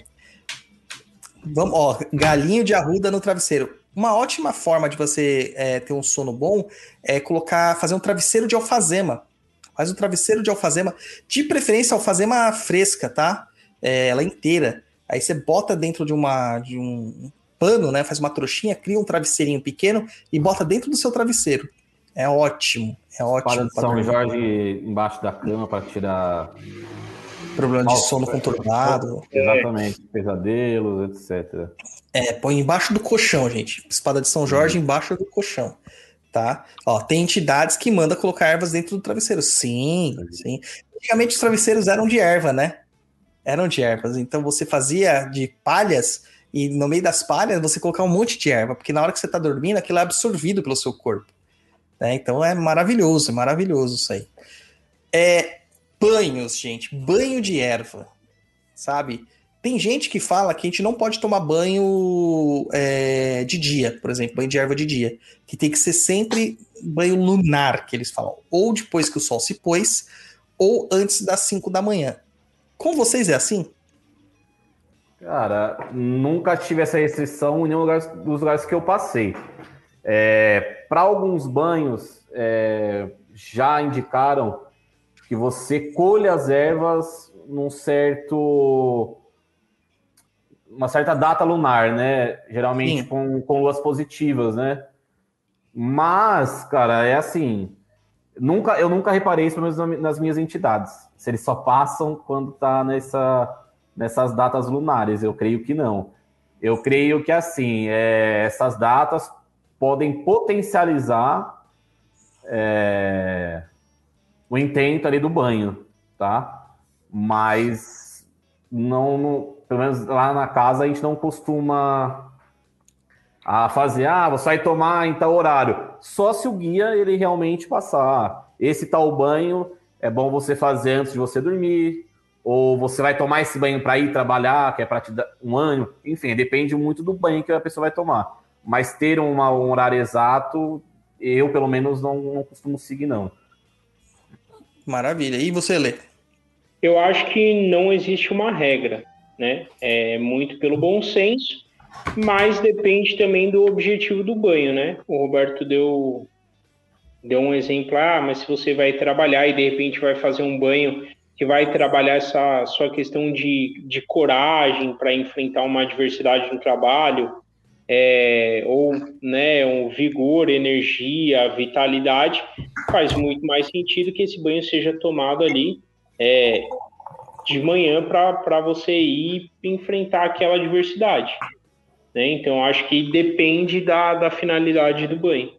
Vamos, ó, galinho de arruda no travesseiro. Uma ótima forma de você é, ter um sono bom é colocar, fazer um travesseiro de alfazema. Faz um travesseiro de alfazema, de preferência alfazema fresca, tá? É, ela inteira. Aí você bota dentro de, uma, de um pano, né? Faz uma trouxinha, cria um travesseirinho pequeno e bota dentro do seu travesseiro. É ótimo, é ótimo.
Para de São Jorge embaixo da cama para tirar...
Problema de sono conturbado.
Exatamente, pesadelos, etcétera.
É, põe embaixo do colchão, gente. Espada de São Jorge uhum. embaixo do colchão, tá? Ó, tem entidades que mandam colocar ervas dentro do travesseiro. Sim, uhum. sim. Antigamente os travesseiros eram de erva, né? Eram de ervas. Então você fazia de palhas e no meio das palhas você colocar um monte de erva, porque na hora que você tá dormindo aquilo é absorvido pelo seu corpo. Né? Então é maravilhoso, é maravilhoso isso aí. É... Banhos, gente. Banho de erva. Sabe? Tem gente que fala que a gente não pode tomar banho é, de dia, por exemplo, banho de erva de dia. Que tem que ser sempre banho lunar, que eles falam. Ou depois que o sol se pôs, ou antes das cinco da manhã. Com vocês é assim?
Cara, nunca tive essa restrição em nenhum lugar, dos lugares que eu passei. É, para alguns banhos, é, já indicaram que você colha as ervas num certo... uma certa data lunar, né? Geralmente com, com luas positivas, né? Mas, cara, é assim... Nunca, eu nunca reparei isso, pelo menos nas minhas entidades. Se eles só passam quando tá nessa, nessas datas lunares. Eu creio que não. Eu creio que, assim, é, essas datas podem potencializar é, o intento ali do banho, tá? Mas, não, não, pelo menos lá na casa, a gente não costuma a fazer, ah, você vai tomar em tal horário. Só se o guia, ele realmente passar. Esse tal banho é bom você fazer antes de você dormir, ou você vai tomar esse banho para ir trabalhar, que é para te dar um ânimo. Enfim, depende muito do banho que a pessoa vai tomar. Mas ter uma, um horário exato, eu, pelo menos, não, não costumo seguir, não.
Maravilha. E você, Lê?
Eu acho que não existe uma regra, né? É muito pelo bom senso, mas depende também do objetivo do banho, né? O Roberto deu, deu um exemplo, ah, mas se você vai trabalhar e de repente vai fazer um banho que vai trabalhar essa sua questão de, de coragem para enfrentar uma adversidade no trabalho, é, ou né, um vigor, energia, vitalidade, faz muito mais sentido que esse banho seja tomado ali é, de manhã para você ir enfrentar aquela adversidade. Né? Então, acho que depende da, da finalidade do banho.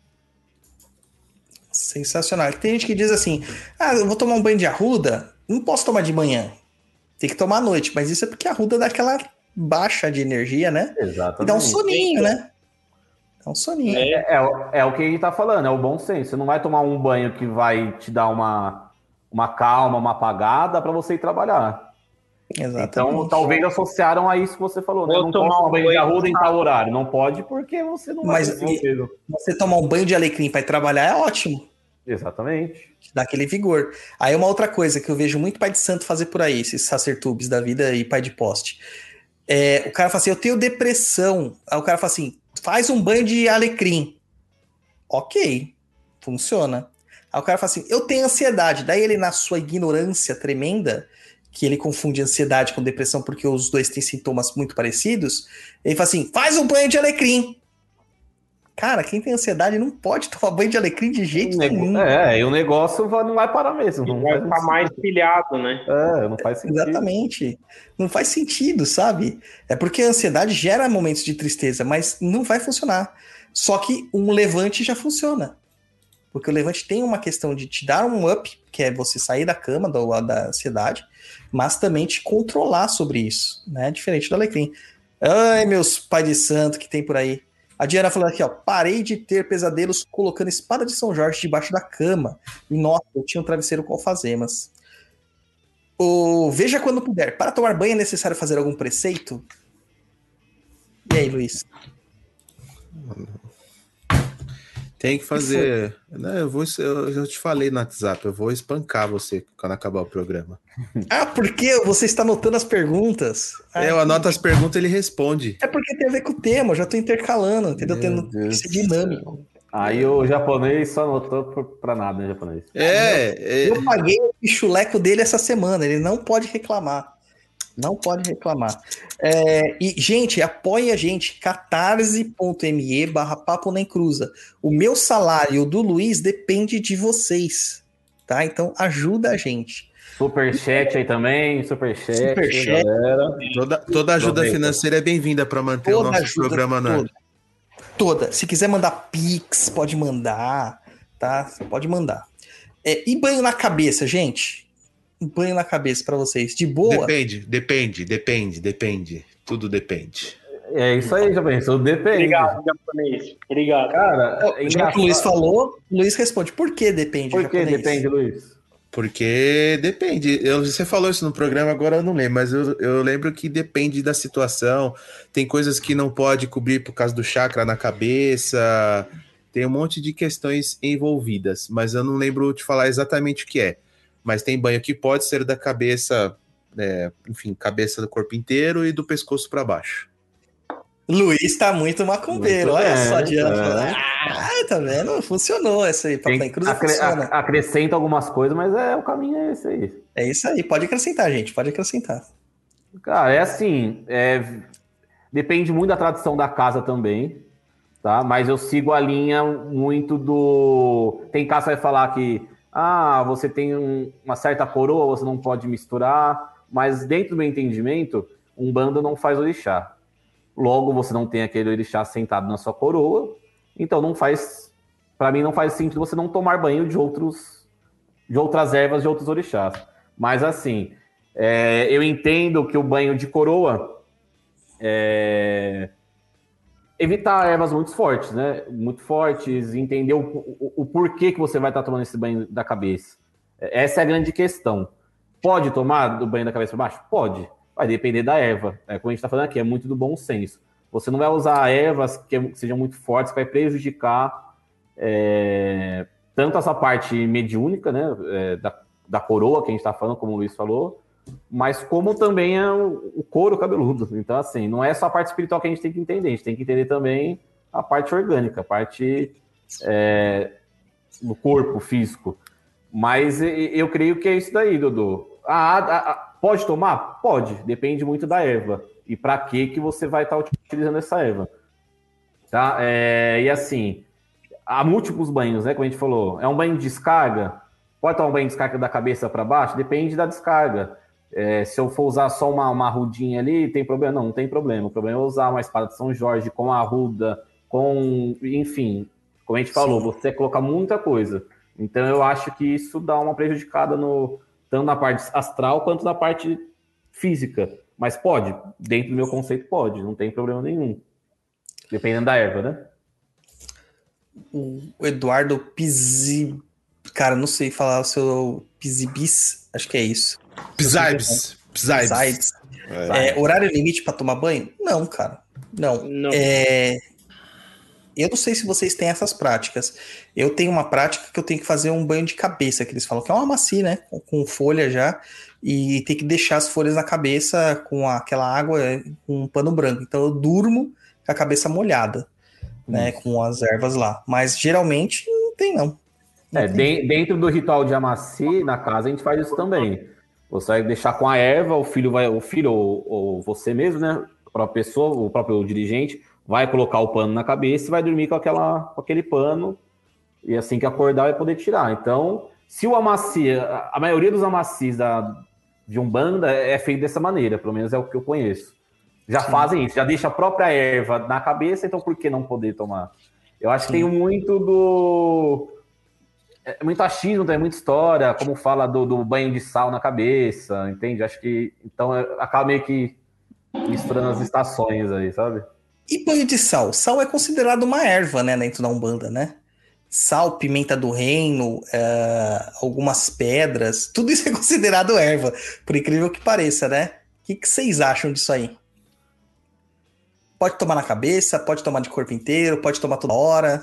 Sensacional. Tem gente que diz assim, ah, eu vou tomar um banho de arruda, não posso tomar de manhã, tem que tomar à noite, mas isso é porque a arruda dá aquela baixa de energia, né?
Exatamente.
E dá um soninho, né? Dá um soninho.
É, é, é o que a gente tá falando, é o bom senso. Você não vai tomar um banho que vai te dar uma, uma calma, uma apagada para você ir trabalhar.
Exatamente.
Então, talvez associaram a isso que você falou, né?
Vou
Não
tomar
posso tomar
um
banho de
banho
arruda em tal horário. Não pode porque você não vai
Mas
ter certeza.
você tomar um banho de alecrim para ir trabalhar é ótimo.
Exatamente.
Dá aquele vigor. Aí uma outra coisa que eu vejo muito pai de santo fazer por aí, esses sacertubes da vida e pai de poste. É, o cara fala assim, eu tenho depressão. Aí o cara fala assim, faz um banho de alecrim. Ok, funciona. Aí o cara fala assim, eu tenho ansiedade. Daí ele, na sua ignorância tremenda, que ele confunde ansiedade com depressão porque os dois têm sintomas muito parecidos, ele fala assim, faz um banho de alecrim. Cara, quem tem ansiedade não pode tomar banho de alecrim de jeito nenhum.
É, e o negócio vai, não vai parar mesmo. Não
vai
faz
ficar mais pilhado, né?
É, não faz sentido.
Exatamente. Não faz sentido, sabe? É porque a ansiedade gera momentos de tristeza, mas não vai funcionar. Só que um levante já funciona. Porque o levante tem uma questão de te dar um up, que é você sair da cama, da, da ansiedade, mas também te controlar sobre isso, né? Diferente do alecrim. Ai, meus pai de santo que tem por aí. A Diana falando aqui, ó, parei de ter pesadelos colocando espada de São Jorge debaixo da cama. E, nossa, eu tinha um travesseiro com alfazemas. O... Veja quando puder. Para tomar banho é necessário fazer algum preceito? E aí, Luiz?
Tem que fazer. Não, eu, vou, eu já te falei no WhatsApp, eu vou espancar você quando acabar o programa.
Ah, porque você está anotando as perguntas? Ah,
eu anoto as perguntas e ele responde.
É porque tem a ver com o tema, eu já estou intercalando, entendeu? Tendo que ser dinâmico.
Aí o japonês só anotou pra nada, né, japonês?
É, é...
Eu paguei o chuleco dele essa semana, ele não pode reclamar. Não pode reclamar. É, e, gente, apoie a gente, catarse.me barra papo nem cruza. O meu salário e o do Luiz depende de vocês, tá? Então ajuda a gente.
Superchat aí também, superchat,
Superchat.
galera.
Toda, toda ajuda
Aproveita.
financeira é bem-vinda para manter
Toda
o nosso
ajuda,
programa na...
toda, toda. Se quiser mandar pix, pode mandar, tá? Pode mandar. É, e banho na cabeça, gente? Banho na cabeça pra vocês. De boa?
Depende, depende, depende, depende. Tudo depende.
É isso aí, japonês. Tudo depende.
Obrigado, japonês. Obrigado.
Cara, é
já que o Luiz falou, o Luiz responde. Por que depende?
Por que
japonês?
depende, Luiz?
Porque depende. Eu, você falou isso no programa, agora eu não lembro, mas eu, eu lembro que depende da situação. Tem coisas que não pode cobrir por causa do chakra na cabeça. Tem um monte de questões envolvidas, mas eu não lembro de falar exatamente o que é. Mas tem banho que pode ser da cabeça, é, enfim, cabeça do corpo inteiro e do pescoço para baixo.
Luiz tá muito macumbeiro,
Muito
olha
bem,
só, Diana.
é.
Ah, tá vendo? Funcionou essa aí, Papo em Cruz
acre
funciona.
ac acrescenta algumas coisas, mas é o caminho é esse aí.
É isso aí, pode acrescentar, gente, pode acrescentar.
Cara, é assim, é, depende muito da tradição da casa também. tá? Mas eu sigo a linha muito do... Tem caso que vai falar que ah, você tem um, uma certa coroa, você não pode misturar, mas dentro do meu entendimento, Umbanda não faz orixá. Logo, você não tem aquele orixá sentado na sua coroa, então não faz... Para mim, não faz sentido você não tomar banho de, outros, de outras ervas, de outros orixás. Mas, assim, é, eu entendo que o banho de coroa é... evitar ervas muito fortes, né? Muito fortes, entender o, o, o porquê que você vai estar tomando esse banho da cabeça. Essa é a grande questão. Pode tomar do banho da cabeça para baixo? Pode. Vai depender da erva. É como a gente está falando aqui, é muito do bom senso. Você não vai usar ervas que sejam muito fortes, que vai prejudicar é, tanto essa parte mediúnica, né? É, da, da coroa que a gente está falando, como o Luiz falou, mas como também é o, o couro cabeludo. Então, assim, não é só a parte espiritual que a gente tem que entender, a gente tem que entender também a parte orgânica, a parte é, do corpo físico. Mas eu creio que é isso daí, Dodô. Ah, ah, ah, pode tomar? Pode, depende muito da erva. E para que que você vai estar utilizando essa erva. Tá? É, e assim, há múltiplos banhos, né? Como a gente falou. É um banho de descarga? Pode tomar um banho de descarga da cabeça para baixo? Depende da descarga. É, se eu for usar só uma, uma arrudinha ali, tem problema? Não, não tem problema. O problema é usar uma espada de São Jorge com a arruda, com... Enfim, como a gente falou, Sim. você colocar muita coisa. Então eu acho que isso dá uma prejudicada no, tanto na parte astral quanto na parte física. Mas pode, dentro do meu conceito pode, não tem problema nenhum. Dependendo da erva, né?
O Eduardo Pizzi... Cara, não sei falar o seu Pizibis, acho que é isso.
Pizibis.
Pizibis. É. É, horário limite para tomar banho? Não, cara. Não. não. É... Eu não sei se vocês têm essas práticas. Eu tenho uma prática que eu tenho que fazer um banho de cabeça, que eles falam que é uma macia, né? Com, com folha já. E tem que deixar as folhas na cabeça com aquela água, com um pano branco. Então eu durmo com a cabeça molhada, hum. né? Com as ervas lá. Mas geralmente não tem, não. não
é,
tem.
Dentro do ritual de Amaci, na casa, a gente faz isso também. Você vai deixar com a erva, o filho vai, o filho ou, ou você mesmo, né? A própria pessoa, o próprio dirigente, vai colocar o pano na cabeça e vai dormir com, aquela, com aquele pano, e assim que acordar vai poder tirar. Então, se o amaci, a maioria dos amacis da, de Umbanda é feito dessa maneira, pelo menos é o que eu conheço. Já Sim. fazem isso, já deixa a própria erva na cabeça, então por que não poder tomar? Eu acho Sim. que tem muito do... É muito achismo, tem muita história, como fala do, do banho de sal na cabeça, entende? Acho que, então, acaba meio que misturando as estações aí, sabe?
E banho de sal? Sal é considerado uma erva, né, dentro da Umbanda, né? Sal, pimenta do reino, uh, algumas pedras, tudo isso é considerado erva, por incrível que pareça, né? O que, que vocês acham disso aí? Pode tomar na cabeça, pode tomar de corpo inteiro, pode tomar toda hora?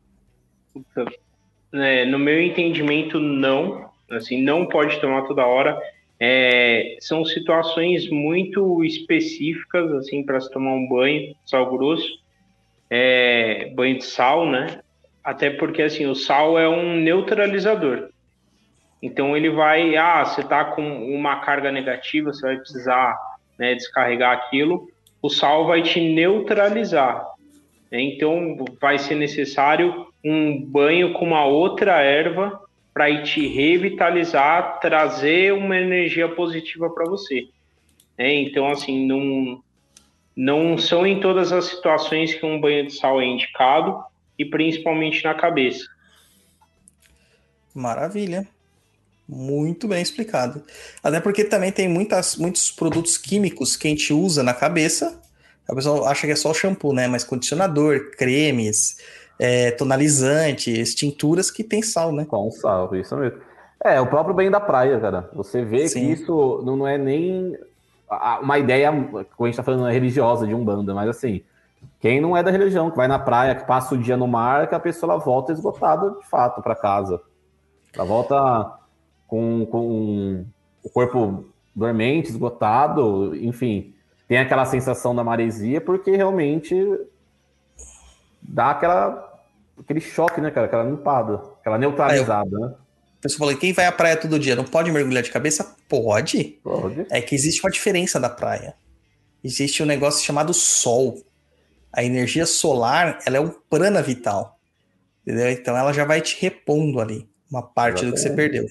É, no meu entendimento, não. Assim, não pode tomar toda hora. É, são situações muito específicas, assim, para se tomar um banho, sal grosso, é, banho de sal, né? Até porque, assim, o sal é um neutralizador. Então, ele vai... Ah, você tá com uma carga negativa, você vai precisar, né, descarregar aquilo. O sal vai te neutralizar. Né? Então, vai ser necessário um banho com uma outra erva para ir te revitalizar, trazer uma energia positiva para você. É, então, assim, não, não são em todas as situações que um banho de sal é indicado, e principalmente na cabeça.
Maravilha. Muito bem explicado. Até porque também tem muitas, muitos produtos químicos que a gente usa na cabeça. A pessoa acha que é só shampoo, né? Mas condicionador, cremes... É, tonalizantes, tinturas que tem sal, né?
Com sal, isso mesmo. É, o próprio banho da praia, cara. Você vê Sim. que isso não é nem uma ideia, como a gente tá falando, é religiosa de Umbanda, mas assim, quem não é da religião, que vai na praia, que passa o dia no mar, que a pessoa ela volta esgotada de fato para casa. Ela volta com, com o corpo dormente, esgotado, enfim, tem aquela sensação da maresia, porque realmente dá aquela... aquele choque, né, cara? Aquela limpada, aquela neutralizada, eu, né?
A pessoa falou, quem vai à praia todo dia não pode mergulhar de cabeça? Pode.
Pode.
É que existe uma diferença da praia. Existe um negócio chamado sol. A energia solar, ela é um prana vital. Entendeu? Então ela já vai te repondo ali uma parte do que você perdeu.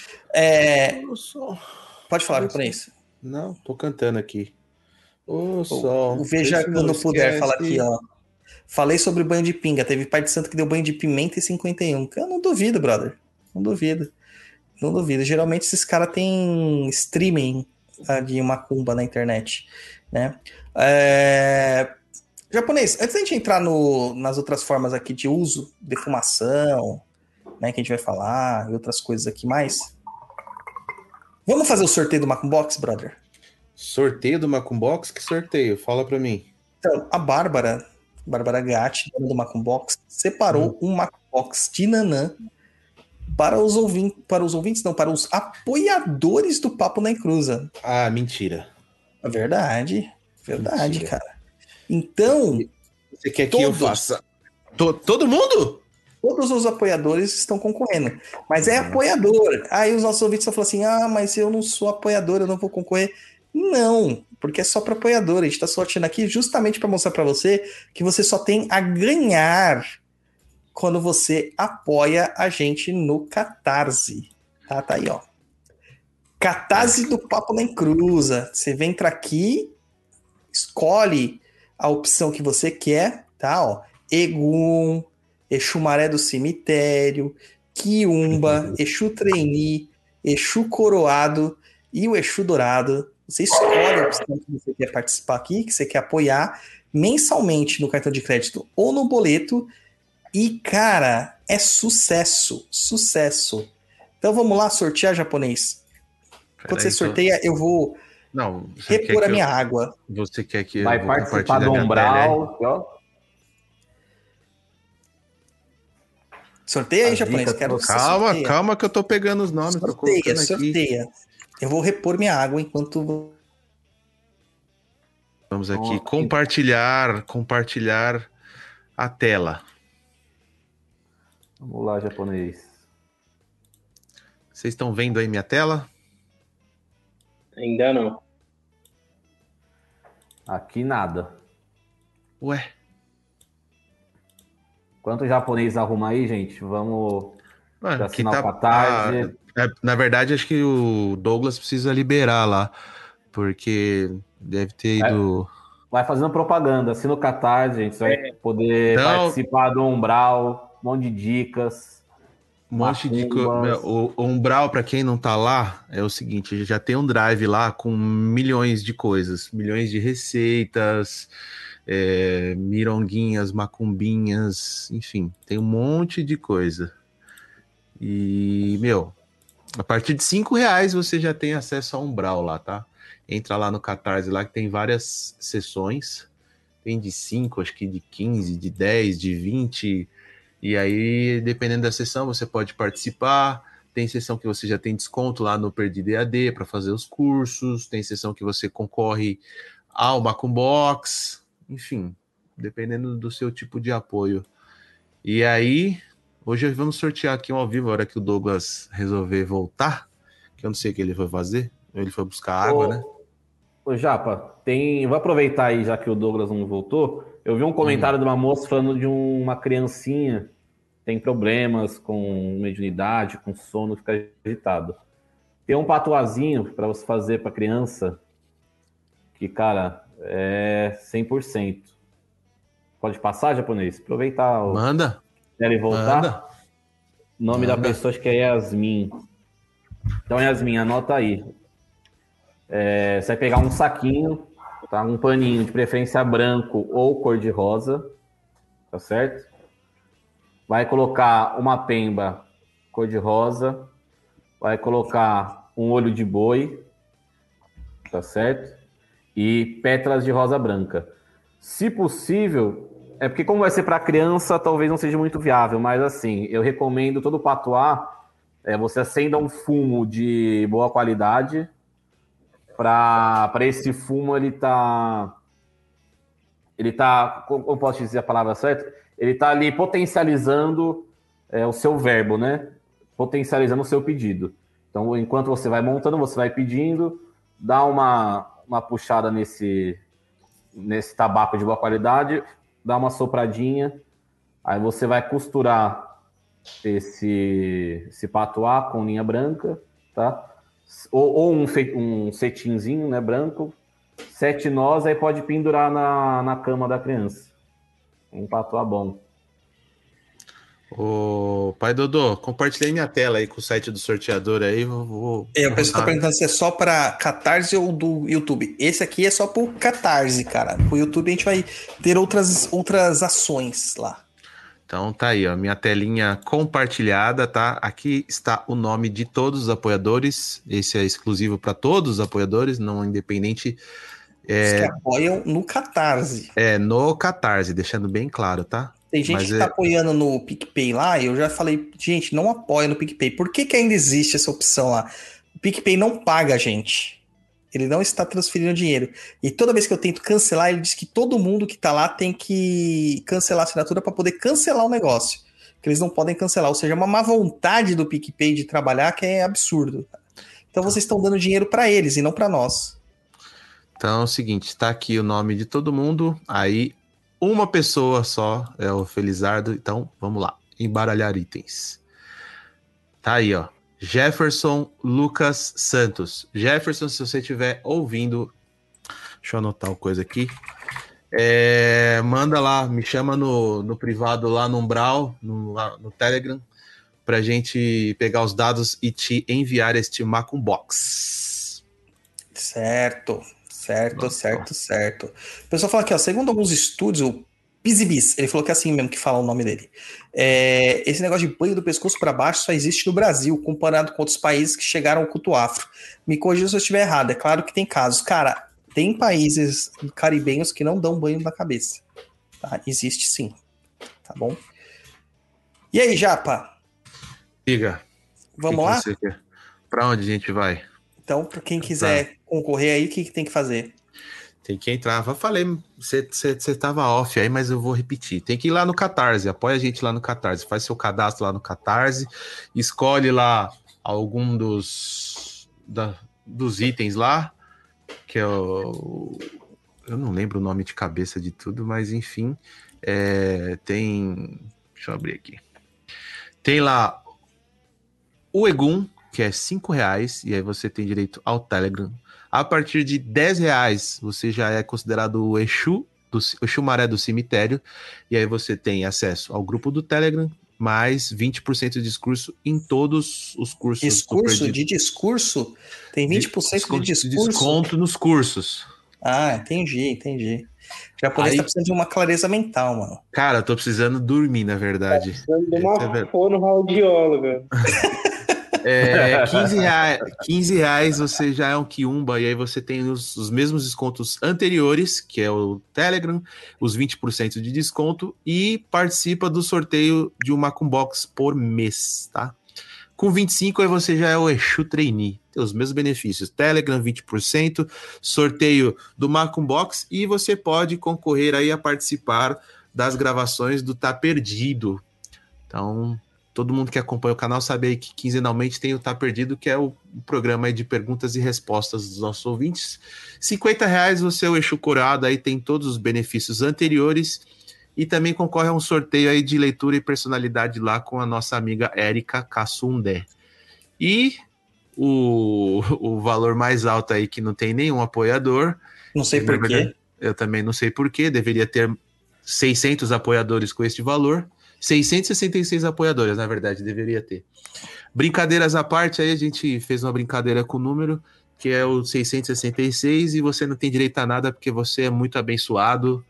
É... Pode falar para isso?
Não, tô cantando aqui. O,
o, o Veja quando puder, fala aqui, ó. Falei sobre banho de pinga. Teve pai de santo que deu banho de pimenta e cinquenta e um. Eu não duvido, brother. Não duvido. Não duvido. Geralmente esses caras têm streaming de macumba na internet, né? É... Japonês, antes da gente entrar no, nas outras formas aqui de uso, defumação, né, que a gente vai falar, e outras coisas aqui mais, vamos fazer o sorteio do Macumbox, brother?
Sorteio do Macumbox? Que sorteio? Fala pra mim.
Então, a Bárbara, Bárbara Gatti, dona do Macumbox, separou hum. um Macumbox de Nanã para os ouvintes, para os ouvintes, não, para os apoiadores do Papo na Encruza.
Ah, mentira.
Verdade, verdade, mentira. Cara. Então,
você quer que todos, eu faça? To, todo mundo?
Todos os apoiadores estão concorrendo. Mas é apoiador. Aí os nossos ouvintes estão falando assim, ah, mas eu não sou apoiador, eu não vou concorrer. Não, porque é só para apoiador. A gente está sorteando aqui justamente para mostrar para você que você só tem a ganhar quando você apoia a gente no Catarse. Tá, tá aí, ó. Catarse do Papo na Encruza. Você vem para aqui, escolhe a opção que você quer, tá? Ó, Egum, Exu Maré do Cemitério, Quiumba, Exu Trainee, Exu Coroado e o Exu Dourado. Você escolhe a opção que você quer participar aqui, que você quer apoiar mensalmente no cartão de crédito ou no boleto. E, cara, é sucesso, sucesso. Então vamos lá sortear, japonês. Pera Quando aí, você sorteia, tô... eu vou...
Não,
repor a minha
eu,
água.
Você quer que
vai
eu
participar do umbral? Ó.
Sorteia aí, japonês. Quero
que calma, sorteia. calma que eu tô pegando os nomes.
Sorteia,
tô
sorteia. Aqui. Eu vou repor minha água enquanto...
Vamos aqui, oh, compartilhar, compartilhar a tela.
Vamos lá, japonês.
Vocês estão vendo aí minha tela?
Ainda não.
Aqui nada.
Ué?
Enquanto o japonês arruma aí, gente, vamos
Ué,
assinar
tá,
o Catarse.
Ah, é, na verdade, acho que o Douglas precisa liberar lá, porque deve ter ido...
É, vai fazendo propaganda, assina o Catarse, gente, você vai poder então... participar do Umbral, um monte de dicas...
Um monte de coisa. O, o Umbral, para quem não tá lá, é o seguinte: já tem um drive lá com milhões de coisas, milhões de receitas, é, mironguinhas, macumbinhas, enfim, tem um monte de coisa. E, meu, a partir de cinco reais você já tem acesso ao Umbral lá, tá? Entra lá no Catarse lá que tem várias sessões. Tem de cinco, acho que de quinze, de dez, de vinte. E aí, dependendo da sessão, você pode participar. Tem sessão que você já tem desconto lá no Perdido E A D para fazer os cursos. Tem sessão que você concorre ao Macumbox. Enfim, dependendo do seu tipo de apoio. E aí, hoje vamos sortear aqui um ao vivo, a hora que o Douglas resolver voltar. Que eu não sei o que ele foi fazer. Ele foi buscar água,
ô,
né?
Ô, Japa, tem... vou aproveitar aí, já que o Douglas não voltou. Eu vi um comentário hum. de uma moça falando de uma criancinha que tem problemas com mediunidade, com sono, fica agitado. Tem um patuazinho para você fazer para criança que, cara, é cem por cento. Pode passar, japonês? Aproveitar. O...
Manda.
Ele voltar.
Manda.
O nome Manda. da pessoa acho que é Yasmin. Então, Yasmin, anota aí. É, você vai pegar um saquinho, tá? Um paninho, de preferência branco ou cor-de-rosa, tá certo? Vai colocar uma pemba cor-de-rosa, vai colocar um olho de boi, tá certo? E pétalas de rosa branca. Se possível, é porque como vai ser para criança, talvez não seja muito viável, mas assim, eu recomendo todo patuá, é, você acenda um fumo de boa qualidade. Para esse fumo, ele tá... Ele tá... Como posso dizer a palavra certa? Ele tá ali potencializando é, o seu verbo, né? Potencializando o seu pedido. Então, enquanto você vai montando, você vai pedindo, dá uma, uma puxada nesse, nesse tabaco de boa qualidade, dá uma sopradinha, aí você vai costurar esse, esse patuá com linha branca, tá? Ou, ou um, um cetinzinho, né, branco, sete nós, aí pode pendurar na, na cama da criança. Um patuá bom.
Ô, pai Dodô, compartilhei minha tela aí com o site do sorteador aí. Vou, vou,
é,
vou
a pessoa tá perguntando se é só para Catarse ou do YouTube. Esse aqui é só pro Catarse, cara. Pro YouTube a gente vai ter outras, outras ações lá.
Então tá aí, ó, minha telinha compartilhada, tá? Aqui está o nome de todos os apoiadores. Esse é exclusivo para todos os apoiadores, não independente. É...
Os que apoiam no Catarse.
É, no Catarse, deixando bem claro, tá?
Tem gente
Mas
que
é...
tá apoiando no PicPay lá, e eu já falei, gente, não apoia no PicPay. Por que que ainda existe essa opção lá? O PicPay não paga a gente. Ele não está transferindo dinheiro. E toda vez que eu tento cancelar, ele diz que todo mundo que tá lá tem que cancelar a assinatura para poder cancelar o negócio. Que eles não podem cancelar. Ou seja, é uma má vontade do PicPay de trabalhar que é absurdo. Então vocês estão dando dinheiro para eles e não para nós.
Então é o seguinte, tá aqui o nome de todo mundo. Aí uma pessoa só é o Felizardo. Então vamos lá, embaralhar itens. Tá aí, ó. Jefferson Lucas Santos. Jefferson, se você estiver ouvindo, deixa eu anotar uma coisa aqui. É, manda lá, me chama no, no privado lá no Umbral, no, no Telegram, pra gente pegar os dados e te enviar este Macum Box.
Certo, certo, Nossa, certo, certo. O pessoal fala aqui, ó, segundo alguns estudos, o Pizibis, ele falou que é assim mesmo que fala o nome dele. É, esse negócio de banho do pescoço para baixo só existe no Brasil, comparado com outros países que chegaram ao culto afro. Me corrija se eu estiver errado, é claro que tem casos. Cara, tem países caribenhos que não dão banho na cabeça. Tá? Existe sim. Tá bom? E aí, Japa?
Diga.
Vamos lá?
Para onde a gente vai?
Então, para quem quiser tá. concorrer aí, o que, que tem que fazer?
Tem que entrar. Eu falei, você estava off aí, mas eu vou repetir. Tem que ir lá no Catarse, apoia a gente lá no Catarse, faz seu cadastro lá no Catarse, escolhe lá algum dos, da, dos itens lá, que é o... Eu não lembro o nome de cabeça de tudo, mas enfim, é, tem... Deixa eu abrir aqui. Tem lá o Egum, que é cinco reais, e aí você tem direito ao Telegram. A partir de dez reais, você já é considerado o Exu, do, o Exu-Maré do cemitério, e aí você tem acesso ao grupo do Telegram, mais vinte por cento de discurso em todos os cursos.
Discurso? De discurso? Tem vinte por cento de, de discurso?
De desconto nos cursos.
Ah, entendi, entendi. O japonês aí, tá precisando de uma clareza mental, mano.
Cara, eu tô precisando dormir, na verdade.
Tá precisando de uma fonoaudióloga.
É, quinze reais, quinze reais você já é um quiumba, e aí você tem os, os mesmos descontos anteriores, que é o Telegram, os vinte por cento de desconto, e participa do sorteio de um Macum Box por mês, tá? Com vinte e cinco aí você já é o Exu Trainee, tem os mesmos benefícios, Telegram vinte por cento, sorteio do Macum Box, e você pode concorrer aí a participar das gravações do Tá Perdido. Então... todo mundo que acompanha o canal sabe aí que quinzenalmente tem o Tá Perdido, que é o programa aí de perguntas e respostas dos nossos ouvintes. cinquenta reais você é o Exu Coroado, aí tem todos os benefícios anteriores e também concorre a um sorteio aí de leitura e personalidade lá com a nossa amiga Érica Cassundé. E o, o valor mais alto aí que não tem nenhum apoiador.
Não sei por quê.
Eu também não sei por quê, deveria ter seiscentos apoiadores com este valor. seiscentos e sessenta e seis apoiadores, na verdade, deveria ter. Brincadeiras à parte, aí a gente fez uma brincadeira com o número, que é o seiscentos e sessenta e seis, e você não tem direito a nada porque você é muito abençoado.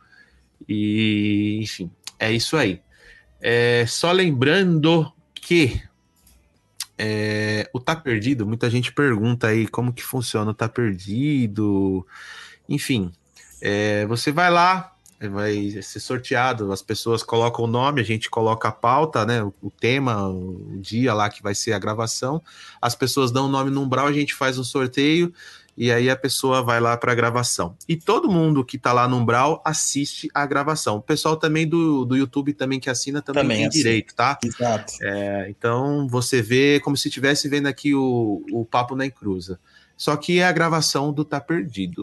E, enfim, é isso aí. É, só lembrando que é, o Tá Perdido, muita gente pergunta aí como que funciona o Tá Perdido. Enfim, é, você vai lá, vai ser sorteado, as pessoas colocam o nome, a gente coloca a pauta, né, o, o tema, o dia lá que vai ser a gravação, as pessoas dão o nome no Umbral, a gente faz um sorteio, e aí a pessoa vai lá para a gravação. E todo mundo que tá lá no Umbral assiste a gravação. O pessoal também do, do YouTube também que assina também, também tem assim. Direito, tá?
Exato.
É, então você vê como se estivesse vendo aqui o, o Papo na Encruza. Só que é a gravação do Tá Perdido.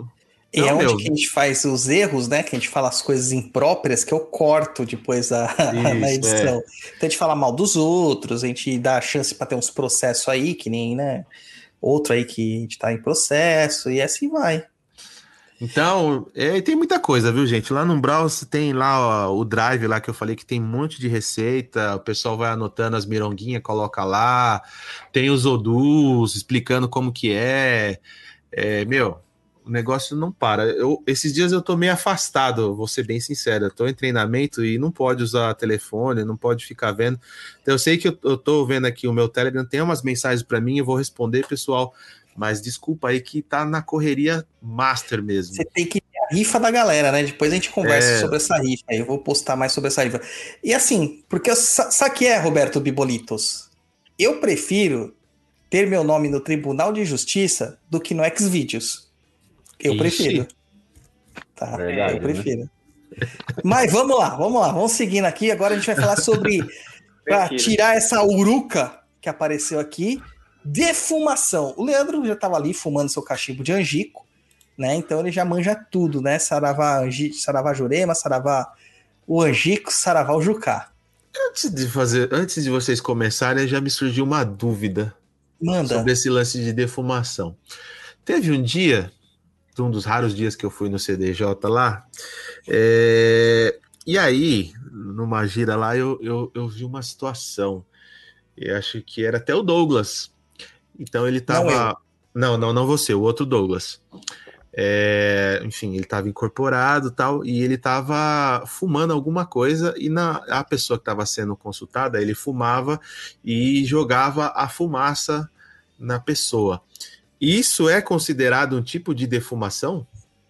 E
Não,
é onde
meu.
que a gente faz os erros, né? Que a gente fala as coisas impróprias, que eu corto depois da, na
Isso,
edição.
é.
Então a gente fala mal dos outros, a gente dá chance para ter uns processos aí, que nem, né? Outro aí que a gente tá em processo, e assim vai.
Então, é, tem muita coisa, viu, gente? Lá no Umbral você tem lá ó, o Drive lá que eu falei que tem um monte de receita, o pessoal vai anotando as mironguinhas, coloca lá, tem os odus explicando como que é, é, meu, o negócio não para. Eu, esses dias eu tô meio afastado, vou ser bem sincero, eu tô em treinamento e não pode usar telefone, não pode ficar vendo. Então eu sei que eu, eu tô vendo aqui o meu Telegram, tem umas mensagens para mim, eu vou responder, pessoal. Mas desculpa aí que tá na correria master mesmo.
Você tem que ter a rifa da galera, né? Depois a gente conversa
É.
sobre essa rifa. Aí eu vou postar mais sobre essa rifa. E assim, porque sabe o que é, Roberto Bibolitos? Eu prefiro ter meu nome no Tribunal de Justiça do que no Xvideos. Eu
Ixi.
prefiro. Tá?
Verdade,
eu prefiro. Né? Mas vamos lá, vamos lá. Vamos seguindo aqui. Agora a gente vai falar sobre... para tirar essa uruca que apareceu aqui... Defumação. O Leandro já estava ali fumando seu cachimbo de angico, né? Então ele já manja tudo, né? Saravá, angi, saravá Jurema, saravá o angico, saravá o jucá.
Antes de fazer, antes de vocês começarem, já me surgiu uma dúvida.
Manda.
Sobre esse lance de defumação. Teve um dia, um dos raros dias que eu fui no C D J lá, é, e aí, numa gira lá, eu, eu, eu vi uma situação. Eu acho que era até o Douglas. Então ele tava... Não, não, não, não você, o outro Douglas. É... Enfim, ele tava incorporado e tal, e ele tava fumando alguma coisa, e na... a pessoa que estava sendo consultada, ele fumava e jogava a fumaça na pessoa. Isso é considerado um tipo de defumação?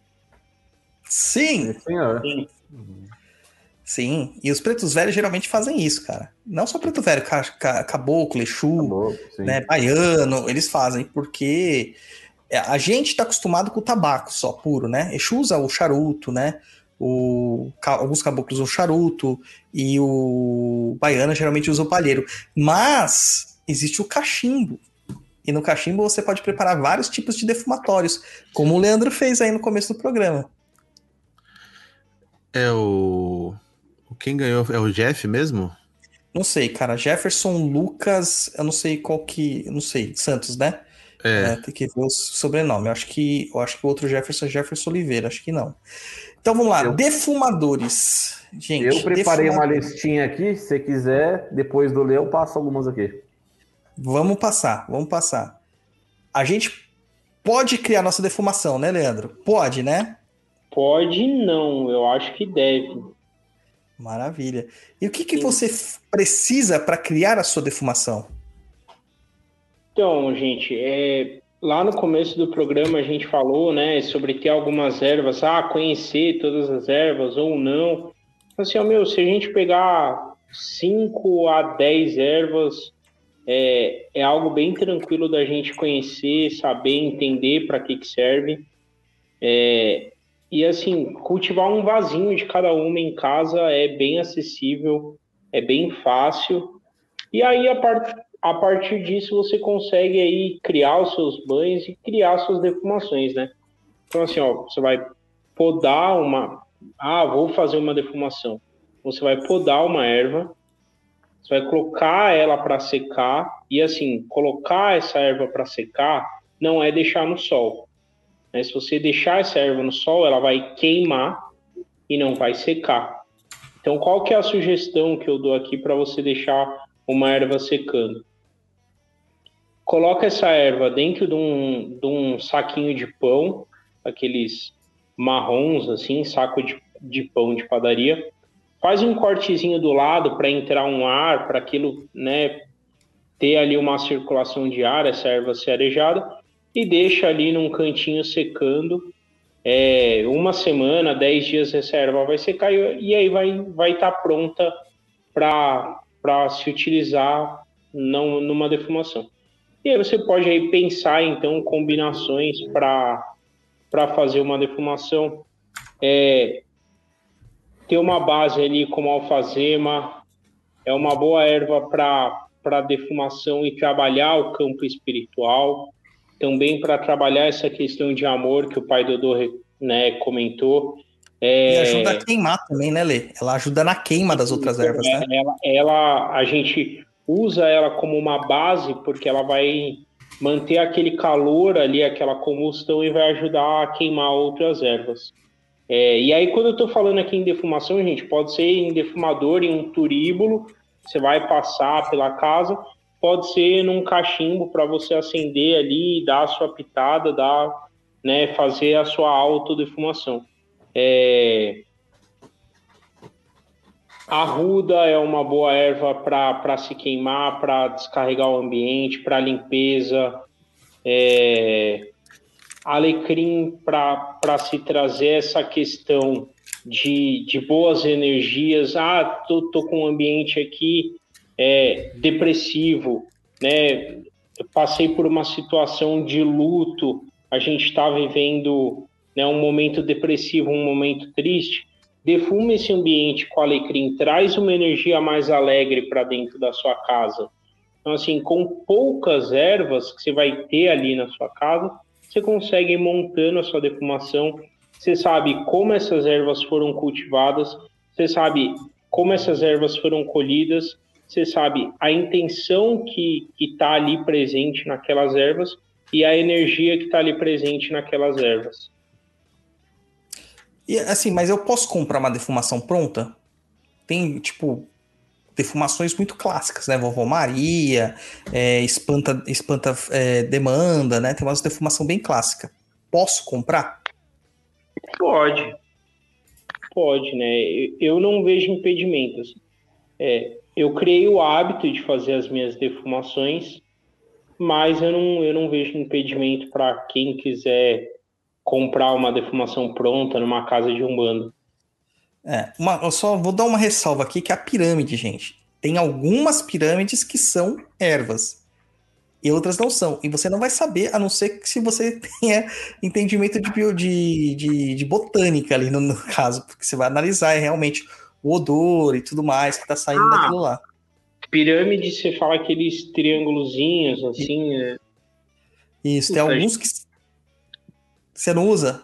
Sim!
Sim, senhor.
Sim. Sim, e os pretos velhos geralmente fazem isso, cara. Não só preto velho, ca ca caboclo, exu,
Caboclo,
né, baiano, eles fazem, porque a gente tá acostumado com o tabaco só, puro, né? Exu usa o charuto, né? O, alguns caboclos usam o charuto, e o baiano geralmente usa o palheiro. Mas existe o cachimbo. E no cachimbo você pode preparar vários tipos de defumatórios, como o Leandro fez aí no começo do programa.
É o... Quem ganhou é o Jeff mesmo?
Não sei, cara. Jefferson Lucas, eu não sei qual que... Não sei, Santos, né?
É.
É, tem que ver o sobrenome. Eu acho que, eu acho que o outro Jefferson é Jefferson Oliveira, acho que não. Então vamos lá,
Eu...
defumadores. Gente,
eu preparei
defumadores.
uma listinha aqui, se você quiser, depois do ler eu passo algumas aqui.
Vamos passar, vamos passar. A gente pode criar nossa defumação, né, Leandro? Pode, né?
Pode não, eu acho que deve.
Maravilha. E o que, que você precisa para criar a sua defumação?
Então, gente, é, lá no começo do programa a gente falou, né, sobre ter algumas ervas, ah, conhecer todas as ervas ou não. Assim, ó, meu, se a gente pegar cinco a dez ervas, é, é algo bem tranquilo da gente conhecer, saber, entender para que que serve. É, e assim, cultivar um vasinho de cada uma em casa é bem acessível, é bem fácil. E aí, a, part, a partir disso, você consegue aí criar os seus banhos e criar suas defumações, né? Então, assim, ó, você vai podar uma... Ah, vou fazer uma defumação. Você vai podar uma erva, você vai colocar ela para secar. E, assim, colocar essa erva para secar não é deixar no sol. Né? Se você deixar essa erva no sol, ela vai queimar e não vai secar. Então, qual que é a sugestão que eu dou aqui para você deixar uma erva secando? Coloca essa erva dentro de um, de um saquinho de pão, aqueles marrons, assim, saco de, de pão de padaria. Faz um cortezinho do lado para entrar um ar, para aquilo, né, ter ali uma circulação de ar, essa erva ser arejada. E deixa ali num cantinho secando, é, uma semana, dez dias essa erva vai secar e, e aí vai vai estar tá pronta para se utilizar não, numa defumação. E aí você pode aí pensar, então, combinações para fazer uma defumação. É, ter uma base ali como alfazema, é uma boa erva para defumação e trabalhar o campo espiritual. Também para trabalhar essa questão de amor que o pai Dodô né, comentou.
É... E ajuda a queimar também, né, Lê? Ela ajuda na queima das outras ervas, né?
Ela, ela, a gente usa ela como uma base porque ela vai manter aquele calor ali, aquela combustão e vai ajudar a queimar outras ervas. É, e aí, quando eu estou falando aqui em defumação, gente, pode ser em defumador, em um turíbulo, você vai passar pela casa, pode ser num cachimbo para você acender ali, dar a sua pitada, dar, né, fazer a sua autodefumação. É... A arruda é uma boa erva para se queimar, para descarregar o ambiente, para limpeza. É... Alecrim para se trazer essa questão de, de boas energias. Ah, tô, tô com um ambiente aqui é, depressivo, né? Eu passei por uma situação de luto, a gente está vivendo, né, um momento depressivo, um momento triste. Defuma esse ambiente com alecrim, traz uma energia mais alegre para dentro da sua casa. Então, assim, com poucas ervas que você vai ter ali na sua casa, você consegue ir montando a sua defumação, você sabe como essas ervas foram cultivadas, você sabe como essas ervas foram colhidas, você sabe a intenção que está ali presente naquelas ervas e a energia que está ali presente naquelas ervas.
E assim, mas eu posso comprar uma defumação pronta? Tem, tipo, defumações muito clássicas, né? Vovó Maria, é, espanta, espanta é, demanda, né? Tem uma defumação bem clássica. Posso comprar?
Pode. Pode, né? Eu não vejo impedimentos. É, eu criei o hábito de fazer as minhas defumações, mas eu não, eu não vejo impedimento para quem quiser comprar uma defumação pronta numa casa de umbanda.
É, uma, eu só vou dar uma ressalva aqui, que é a pirâmide, gente. Tem algumas pirâmides que são ervas e outras não são. E você não vai saber, a não ser que se você tenha entendimento de, bio, de, de, de botânica ali no, no caso, porque você vai analisar é realmente o odor e tudo mais que tá saindo ah, daquilo lá.
Pirâmide, você fala aqueles triângulozinhos assim. É...
Isso, tem Puta, alguns que você não usa?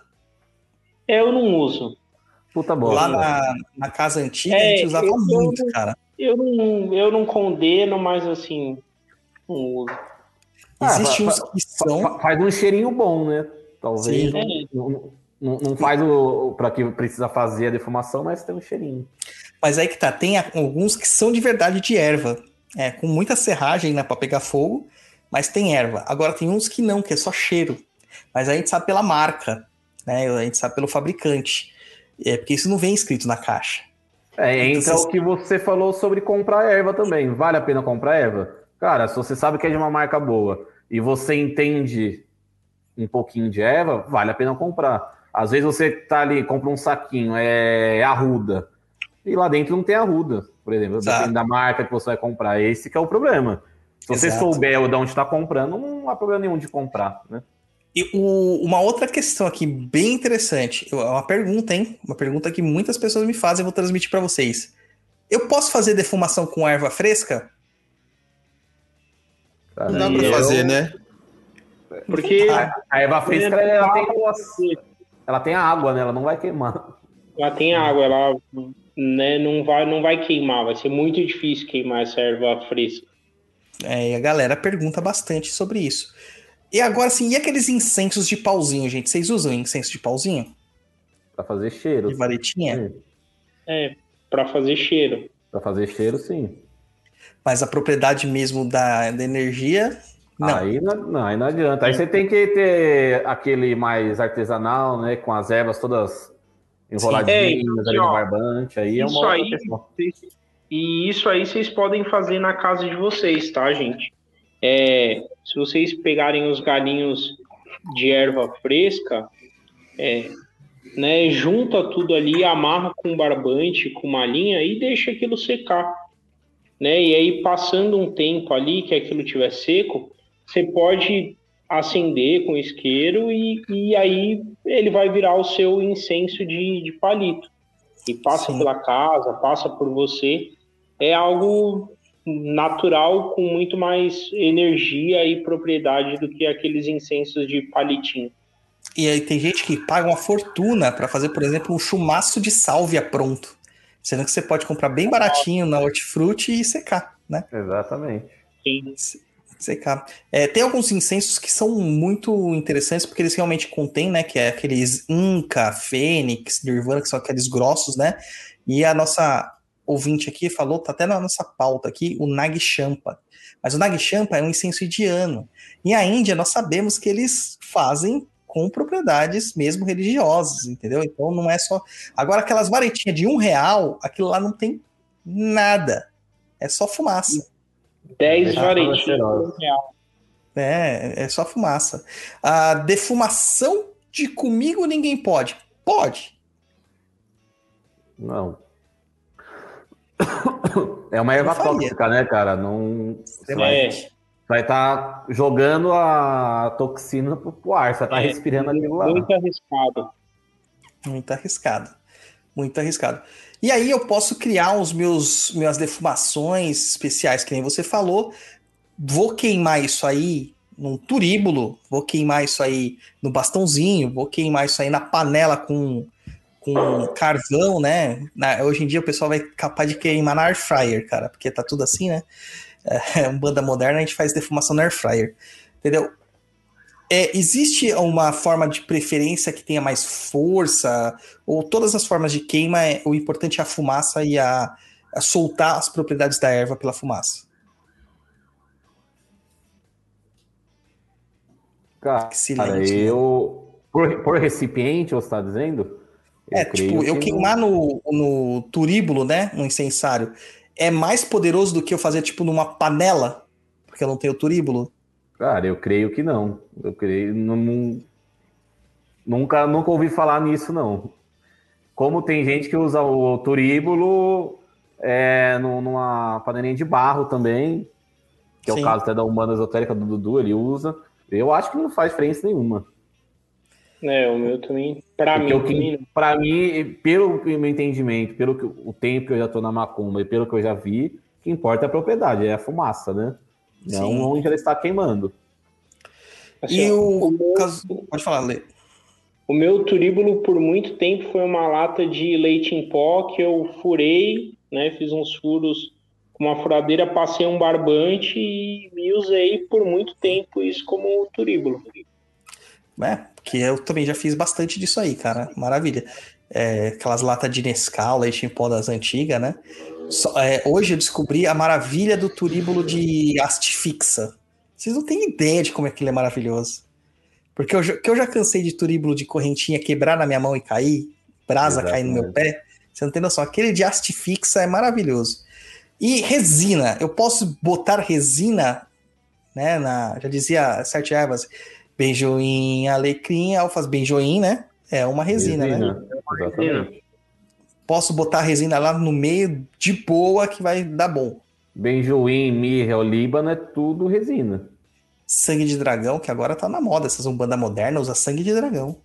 É, eu não uso.
Puta boa. Lá na, na casa antiga é, a gente usava eu, muito,
eu,
cara.
Eu não, eu não condeno, mas assim, não uso.
Existem
ah,
uns que são...
Faz um cheirinho bom, né? Talvez não, é. não, não, não faz o, o para que precisa fazer a defumação, mas tem um cheirinho.
Mas aí que tá, tem alguns que são de verdade de erva. É, com muita serragem, né, pra pegar fogo, mas tem erva. Agora tem uns que não, que é só cheiro. Mas a gente sabe pela marca, né? A gente sabe pelo fabricante. É, porque isso não vem escrito na caixa.
É, entra então, o que você falou sobre comprar erva também. Vale a pena comprar erva? Cara, se você sabe que é de uma marca boa e você entende um pouquinho de erva, vale a pena comprar. Às vezes você tá ali, compra um saquinho, é arruda, e lá dentro não tem arruda, por exemplo. Exato. Depende da marca que você vai comprar. Esse que é o problema. Se você Exato. souber de onde está comprando, não há problema nenhum de comprar, né?
E o, uma outra questão aqui bem interessante, é uma pergunta, hein? Uma pergunta que muitas pessoas me fazem, eu vou transmitir para vocês. Eu posso fazer defumação com erva fresca?
Cara, não dá para eu... fazer, né?
Porque
a, a erva fresca ela tem, ela tem a água, né? Ela não vai queimar.
Ela tem água, ela, né, não vai, não vai queimar. Vai ser muito difícil queimar essa erva fresca.
É, e a galera pergunta bastante sobre isso. E agora, assim, e aqueles incensos de pauzinho, gente? Vocês usam incenso de pauzinho?
Pra fazer cheiro.
De varetinha?
Sim.
É, pra fazer cheiro.
Pra fazer cheiro, sim.
Mas a propriedade mesmo da, da energia, não.
Aí não, não, aí não adianta. Aí você tem que ter aquele mais artesanal, né? Com as ervas todas enroladinhas, é, ali no barbante. Aí é uma outra
aí,
questão.
E isso aí vocês podem fazer na casa de vocês, tá, gente? É, se vocês pegarem os galinhos de erva fresca, é, né, junta tudo ali, amarra com um barbante, com uma linha e deixa aquilo secar. Né? E aí, passando um tempo ali, que aquilo estiver seco, você pode acender com isqueiro e, e aí ele vai virar o seu incenso de, de palito. E passa Sim. pela casa, passa por você. É algo natural, com muito mais energia e propriedade do que aqueles incensos de palitinho.
E aí tem gente que paga uma fortuna para fazer, por exemplo, um chumaço de sálvia pronto. Sendo que você pode comprar bem baratinho na Hortifruti e secar, né?
Exatamente.
Sim.
Secar. É, tem alguns incensos que são muito interessantes, porque eles realmente contêm, né? Que é aqueles Inca, Fênix, Nirvana, que são aqueles grossos, né? E a nossa ouvinte aqui falou, tá até na nossa pauta aqui, o Nag Champa. Mas o Nag Champa é um incenso indiano. E a Índia, nós sabemos que eles fazem com propriedades mesmo religiosas, entendeu? Então não é só... Agora, aquelas varetinhas de um real, aquilo lá não tem nada. É só fumaça.
dez
Ah,
varetinhas por um real.
É, é só fumaça. A defumação de comigo ninguém pode. Pode.
Não. É uma erva tóxica, né, cara? Não. Você vai
É,
vai estar jogando a toxina pro, pro ar, você vai estar
É,
respirando aquilo lá.
muito arriscado.
Muito arriscado. Muito arriscado. E aí eu posso criar os meus minhas defumações especiais, que nem você falou. Vou queimar isso aí num turíbulo, vou queimar isso aí no bastãozinho, vou queimar isso aí na panela com, com carvão, né? Na, hoje em dia o pessoal vai capaz de queimar na air fryer, cara, porque tá tudo assim, né? É, um banda moderna, a gente faz defumação na air fryer, entendeu? É, existe uma forma de preferência que tenha mais força, ou todas as formas de queima, é, o importante é a fumaça e a, a soltar as propriedades da erva pela fumaça?
Cara,
Que silêncio, mano.
eu. Por, por recipiente, você está dizendo? Eu
É,
creio
tipo, eu
que
queimar
não.
no, no turíbulo, né, no incensário, é mais poderoso do que eu fazer, tipo, numa panela, porque eu não tenho turíbulo?
Cara, eu creio que não. Eu creio. Não, não- nunca, nunca ouvi falar nisso, não. Como tem gente que usa o turíbulo é, nu- numa panelinha de barro também, que é o
Sim.
caso até da Humana Esotérica do Dudu, ele usa. Eu acho que não faz diferença nenhuma.
É, o meu também, pra
Porque
mim,
o
também
que, para mim, pelo meu entendimento, pelo que, o tempo que eu já tô na macumba e pelo que eu já vi, o que importa é a propriedade, é a fumaça, né? Não
Sim.
onde ela está queimando.
não. Assim,
E
ó,
o
o meu,
caso... Pode falar, Lê.
o meu turíbulo, por muito tempo, foi uma lata de leite em pó que eu furei, né? Fiz uns furos com uma furadeira, passei um barbante e, e usei por muito tempo isso como turíbulo.
É, porque eu também já fiz bastante disso aí, cara. Maravilha. É, aquelas latas de Nescau, leite em pó das antigas, né? Só- é, hoje eu descobri a maravilha do turíbulo de haste fixa. Vocês não têm ideia de como aquilo é maravilhoso. Porque eu, já- que eu já cansei de turíbulo de correntinha quebrar na minha mão e cair, brasa cair no meu
Exatamente.
pé. Você não tem noção. Aquele de haste fixa é maravilhoso. E resina. Eu posso botar resina, né? Na, já dizia Sete Ervas, benjoim, alecrim, alfas, benjoim, né? É uma resina, né?
Resina, exatamente.
Posso botar a resina lá no meio de boa que vai dar bom.
Benjoim, mirra, olíbano é tudo resina.
Sangue de dragão, que agora tá na moda. Essas Umbanda moderna usa sangue de dragão.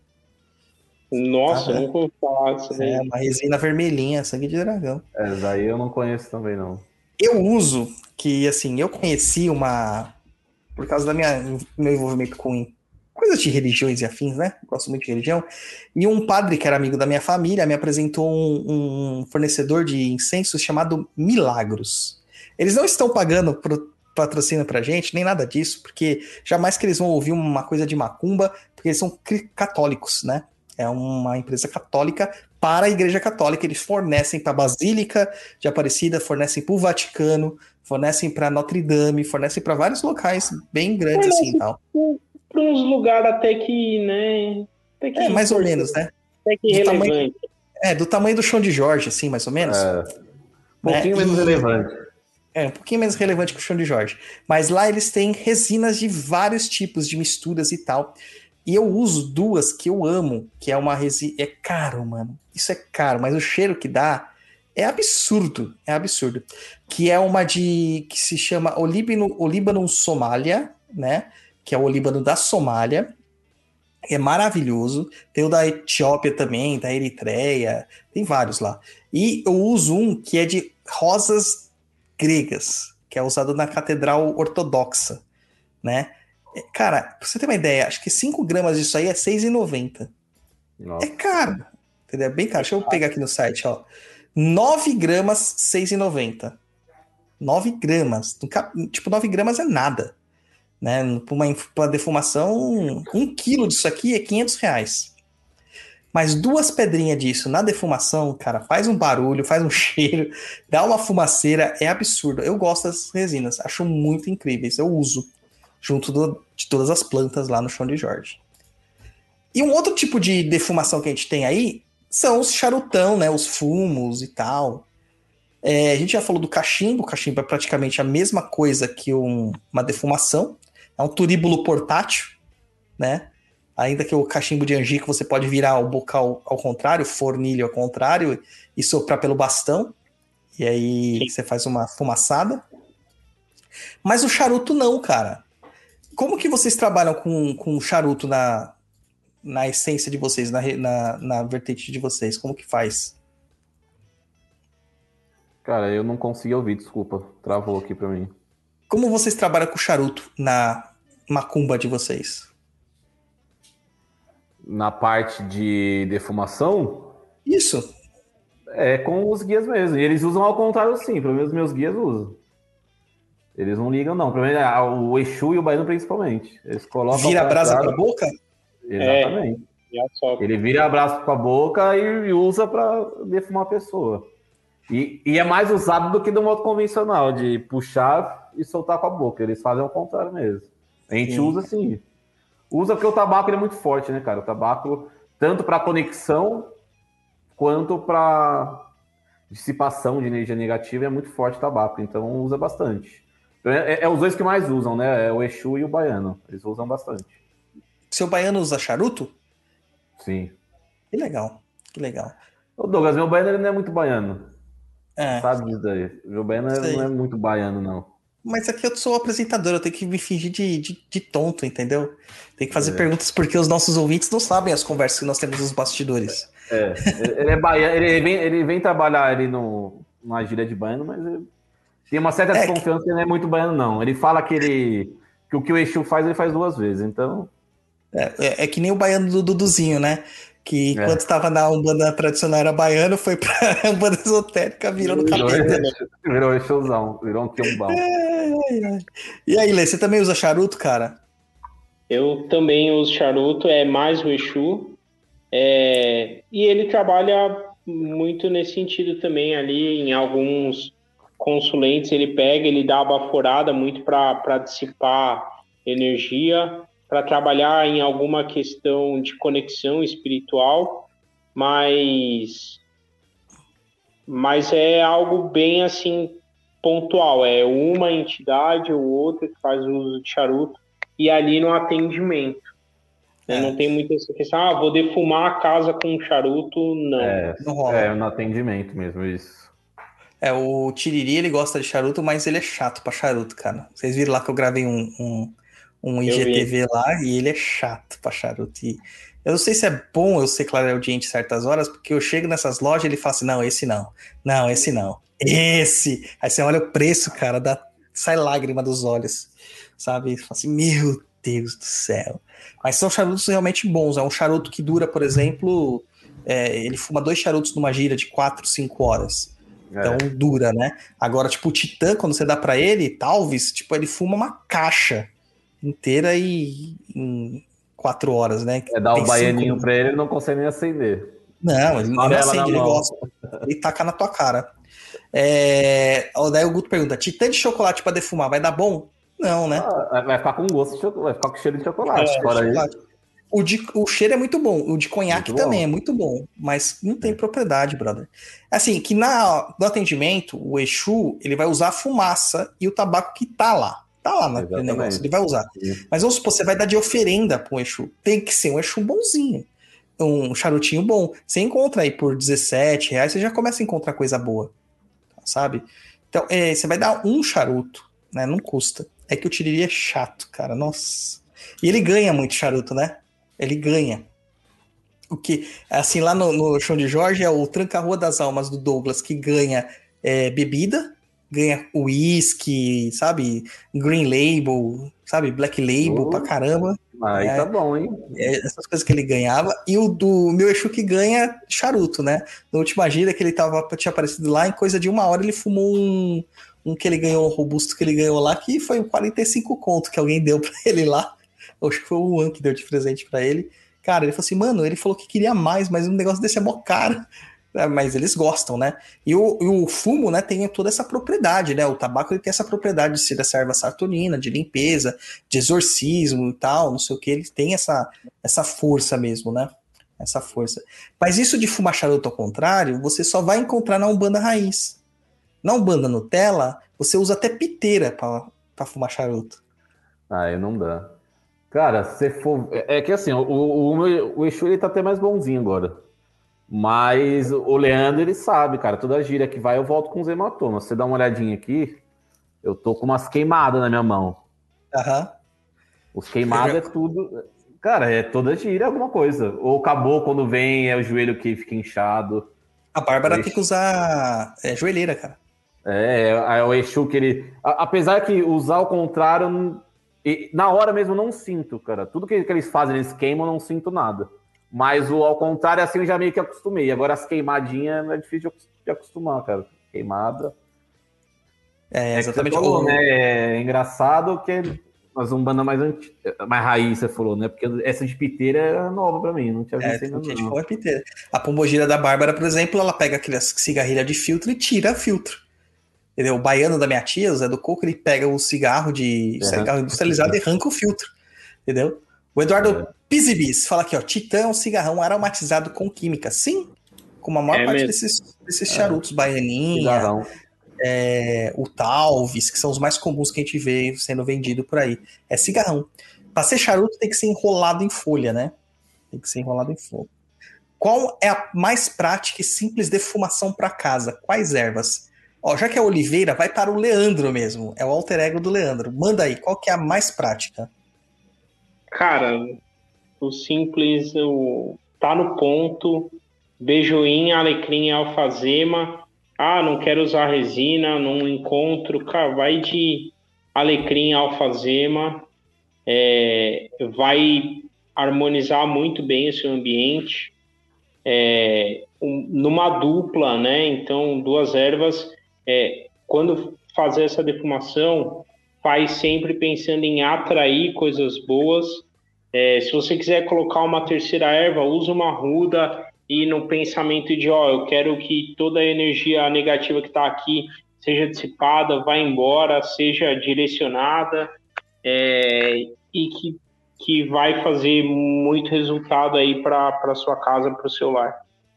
Nossa,
Ah,
eu nunca ouvi falar disso
É
daí.
uma resina vermelhinha, sangue de dragão.
Essa daí eu não conheço também, não.
Eu uso, que assim, eu conheci uma... Por causa da minha meu envolvimento com coisas de religiões e afins, né? Gosto muito de religião. E um padre que era amigo da minha família me apresentou um, um fornecedor de incensos chamado Milagros. Eles não estão pagando pro patrocínio pra gente, nem nada disso, porque jamais que eles vão ouvir uma coisa de macumba, porque eles são cri- católicos, né? É uma empresa católica para a Igreja Católica. Eles fornecem para a Basílica de Aparecida, fornecem para o Vaticano, fornecem para Notre Dame, fornecem para vários locais bem grandes assim e tal.
Para uns lugares até que, né? Até que
É, mais ou
importante,
menos, né?
até que
Do tamanho,
relevante.
é, do tamanho do chão de Jorge, assim, mais ou menos.
É, um pouquinho
né?
menos
E-
relevante.
É, um pouquinho menos relevante que o chão de Jorge. Mas lá eles têm resinas de vários tipos, de misturas e tal. E eu uso duas que eu amo, que é uma resina... É caro, mano. Isso é caro, mas o cheiro que dá é absurdo. É absurdo. Que é uma de... que se chama Olíbano, Olíbano Somália, né? Que é o Olíbano da Somália. É maravilhoso. Tem o da Etiópia também, da Eritreia. Tem vários lá. E eu uso um que é de rosas gregas, que é usado na Catedral Ortodoxa, né? Cara, pra você ter uma ideia, acho que cinco gramas disso aí é seis reais e noventa centavos. É caro. Entendeu? É bem caro. Deixa eu pegar aqui no site, ó. nove gramas, seis reais e noventa centavos. nove gramas. Tipo, nove gramas é nada. Né? Para uma, uma defumação, um quilo disso aqui é quinhentos reais. Mas duas pedrinhas disso na defumação, cara, faz um barulho, faz um cheiro, dá uma fumaceira, é absurdo. Eu gosto das resinas, acho muito incríveis. Eu uso junto do, de todas as plantas lá no chão de Jorge. E um outro tipo de defumação que a gente tem aí são os charutão, né? Os fumos e tal. É, a gente já falou do cachimbo. O cachimbo é praticamente a mesma coisa que um, uma defumação. É um turíbulo portátil, né? Ainda que o cachimbo de angico você pode virar o bocal ao contrário, fornilho ao contrário, e soprar pelo bastão. E aí Sim. você faz uma fumaçada. Mas o charuto não, cara. Como que vocês trabalham com, com charuto na, na essência de vocês, na, na, na vertente de vocês? Como que faz?
Cara, eu não consegui ouvir, desculpa. Travou aqui pra mim.
Como vocês trabalham com charuto na macumba de vocês?
Na parte de defumação?
Isso.
É com os guias mesmo. E eles usam ao contrário sim, pelo menos meus guias usam. Eles não ligam não, pelo menos o Exu e o Baiano principalmente. Eles colocam...
Vira a brasa pra boca?
Exatamente. É, ele vira a brasa com a boca e usa para defumar a pessoa. E, e é mais usado do que do modo convencional, de puxar e soltar com a boca. Eles fazem ao contrário mesmo. A gente sim. usa sim. Usa porque o tabaco ele é muito forte, né, cara? O tabaco, tanto para conexão, quanto para dissipação de energia negativa, é muito forte o tabaco. Então, usa bastante. É, é os dois que mais usam, né? É o Exu e o Baiano. Eles usam bastante.
Seu Baiano usa charuto?
Sim.
Que legal, que legal.
Ô Douglas, meu Baiano ele não é muito baiano.
É.
Sabe disso daí. Meu Baiano não é muito baiano, não.
Mas aqui eu sou apresentador, eu tenho que me fingir de, de, de tonto, entendeu? Tem que fazer é. perguntas porque os nossos ouvintes não sabem as conversas que nós temos nos bastidores.
É, ele é baiano, ele vem, ele vem trabalhar ali no, numa gíria de baiano, mas ele tem uma certa é desconfiança que... que ele não é muito baiano, não. Ele fala que, ele, que o que o Exu faz, ele faz duas vezes, então...
É, é, é que nem o baiano do Duduzinho, né? Que é. quando estava na Umbanda tradicional era baiano, foi pra Umbanda esotérica, virou no capeta.
Virou Exuzão, virou um quiumbão.
É, é, é. E aí, Lê, você também usa charuto, cara?
Eu também uso charuto, é mais o Exu. É, e ele trabalha muito nesse sentido também ali, em alguns consulentes ele pega, ele dá uma baforada muito para dissipar energia, para trabalhar em alguma questão de conexão espiritual, mas, mas é algo bem assim pontual, é uma entidade ou outra que faz uso de charuto, e ali no atendimento. É. Não tem muita essa questão, ah, vou defumar a casa com charuto, não.
É,
não rola.
É no atendimento mesmo, isso.
É, o Tiriri, ele gosta de charuto, mas ele é chato pra charuto, cara. Vocês viram lá que eu gravei um... um... um I G T V lá, e ele é chato pra charuto. E eu não sei se é bom eu ser clareaudiente certas horas, porque eu chego nessas lojas e ele fala assim, não, esse não, não, esse não, esse. Aí você olha o preço, cara, dá, sai lágrima dos olhos, sabe? Você fala assim, meu Deus do céu. Mas são charutos realmente bons. É um charuto que dura, por exemplo, é, ele fuma dois charutos numa gira de quatro, cinco horas. Então é. dura, né? Agora, tipo, o Titã, quando você dá pra ele, talvez, tipo, ele fuma uma caixa inteira e em quatro horas, né?
É dar o um baianinho cinco... pra ele, ele não consegue nem acender.
Não, ele não acende, ele gosta. Ele taca na tua cara. É... Daí o Guto pergunta, Titã de chocolate pra defumar, vai dar bom? Não, né?
Ah, vai ficar com gosto de chocolate, vai ficar com cheiro de chocolate. É, fora chocolate.
O, de, o cheiro é muito bom, o de conhaque muito também bom. É muito bom, mas não tem propriedade, brother. Assim, que na, no atendimento, o Exu, ele vai usar a fumaça e o tabaco que tá lá. Tá lá naquele negócio, ele vai usar. Sim. Mas vamos supor, você vai dar de oferenda para um Exu. Tem que ser um Exu bonzinho. Um charutinho bom. Você encontra aí por dezessete reais, você já começa a encontrar coisa boa. Sabe? Então, é, você vai dar um charuto, né? Não custa. É que o Tiriri é chato, cara. Nossa. E ele ganha muito charuto, né? Ele ganha. O que, assim, lá no, no Chão de Jorge é o Tranca-Rua das Almas do Douglas, que ganha é, bebida, ganha whisky, sabe? Green Label, sabe? Black Label
Oh.
pra caramba.
Aí
É.
tá bom, hein?
É, essas coisas que ele ganhava. E o do meu Exu que ganha charuto, né? Na última gira que ele tava, tinha aparecido lá, em coisa de uma hora ele fumou um, um que ele ganhou, um robusto que ele ganhou lá, que foi um quarenta e cinco conto que alguém deu pra ele lá. Acho que foi o Juan que deu de presente pra ele. Cara, ele falou assim, mano, ele falou que queria mais, mas um negócio desse é mó caro. É, mas eles gostam, né? E o, e o fumo, né, tem toda essa propriedade, né? O tabaco ele tem essa propriedade de ser dessa erva saturnina, de limpeza, de exorcismo e tal, não sei o que. Ele tem essa, essa força mesmo, né? Essa força. Mas isso de fumar charuto ao contrário, você só vai encontrar na Umbanda raiz. Na Umbanda Nutella, você usa até piteira pra, pra fumar charuto.
Aí não dá. Cara, se for. É é que assim, o, o, o, o Exu ele tá até mais bonzinho agora. Mas o Leandro, ele sabe, cara. Toda gira que vai, eu volto com os hematomas. Você dá uma olhadinha aqui, eu tô com umas queimadas na minha mão.
Aham.
Os queimados é tudo. Cara, é toda gira é alguma coisa. Ou acabou quando vem, é o joelho que fica inchado.
A Bárbara
O
tem que
Exu-
usar é, joelheira, cara.
É, é o Exu que ele. a- Apesar que usar ao contrário, eu não- e na hora mesmo eu não sinto, cara. Tudo que, que eles fazem, eles queimam, eu não sinto nada. Mas o ao contrário, assim, eu já meio que acostumei. Agora as queimadinhas é difícil de acos- de acostumar, cara. Queimada.
É,
É que você
exatamente.
falou,
O-
né? É engraçado que nós um banda mais, anti... mais raiz, você falou, né? Porque essa de piteira é nova pra mim, não tinha
É,
visto ainda
tem gente que
não.
fuma piteira. A pombogira da Bárbara, por exemplo, ela pega aquelas cigarrilha de filtro e tira filtro. Entendeu? O baiano da minha tia, o Zé do Coco, ele pega o cigarro de
Uhum.
cigarro industrializado e arranca o filtro. Entendeu? O Eduardo Pizibis fala aqui, ó, Titã é um cigarrão aromatizado com química. Sim, como a maior
É
parte
mesmo.
desses, desses charutos, baianinha,
Cigarrão.
é, o Talvis, que são os mais comuns que a gente vê sendo vendido por aí. É cigarrão. Para ser charuto tem que ser enrolado em folha, né? Tem que ser enrolado em folha. Qual é a mais prática e simples defumação para casa? Quais ervas? Ó, já que é Oliveira, vai para o Leandro mesmo. É o alter ego do Leandro. Manda aí, qual que é a mais prática?
Cara, o simples, o tá no ponto, beijoim, alecrim e alfazema. Ah, não quero usar resina, não encontro. Cara, vai de alecrim e alfazema. É, vai harmonizar muito bem o seu ambiente. É, um, numa dupla, né? Então, duas ervas. É, quando fazer essa defumação, faz sempre pensando em atrair coisas boas. É, se você quiser colocar uma terceira erva, usa uma ruda e no pensamento de, ó, eu quero que toda a energia negativa que está aqui seja dissipada, vá embora, seja direcionada, é, e que, que vai fazer muito resultado aí para a sua casa, para o seu lar.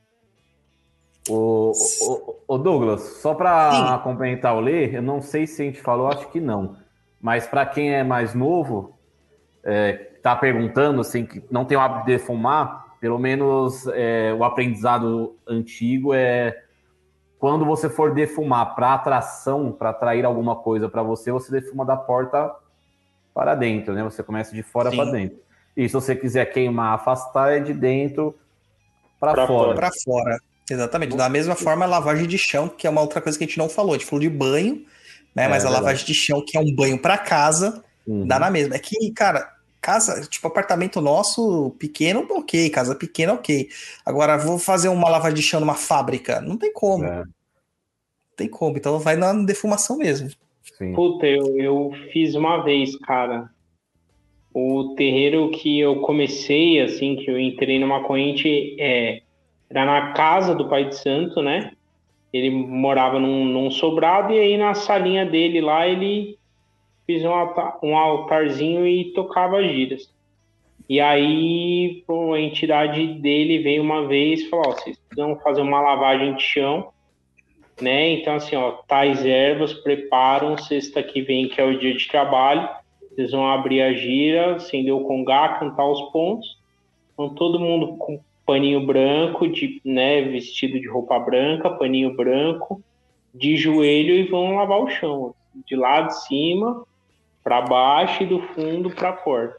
O, o, o Douglas, só para
Sim.
complementar o Lê, eu não sei se a gente falou, acho que não. Mas para quem é mais novo, é, tá perguntando, assim, que não tem o hábito de fumar, pelo menos é, o aprendizado antigo é quando você for defumar para atração, para atrair alguma coisa para você, você defuma da porta para dentro, né? Você começa de fora para dentro. E se você quiser queimar, afastar, é de dentro para fora.
Para fora. Exatamente. Da mesma forma, a lavagem de chão, que é uma outra coisa que a gente não falou. A gente falou de banho, né?
É,
Mas a
verdade.
lavagem de chão, que é um banho para casa,
Uhum.
dá na mesma. É que, cara, casa, tipo, apartamento nosso, pequeno, ok. Casa pequena, ok. Agora, vou fazer uma lavagem de chão numa fábrica. Não tem como.
É,
Não tem como. Então vai na defumação mesmo.
sim.
Puta, eu, eu fiz uma vez, cara. O terreiro que eu comecei, assim, que eu entrei numa corrente, é, era na casa do pai de santo, né? Ele morava num, num sobrado e aí na salinha dele lá ele fez um, altar, um altarzinho e tocava giras. E aí pô, a entidade dele veio uma vez e falou, ó, vocês precisam fazer uma lavagem de chão, né? Então assim, ó, tais ervas, preparam, sexta que vem, que é o dia de trabalho, vocês vão abrir a gira, acender o congá, cantar os pontos. Então todo mundo com paninho branco, de, né, vestido de roupa branca, paninho branco, de joelho e vão lavar o chão, de lá de cima para baixo e do fundo para a porta.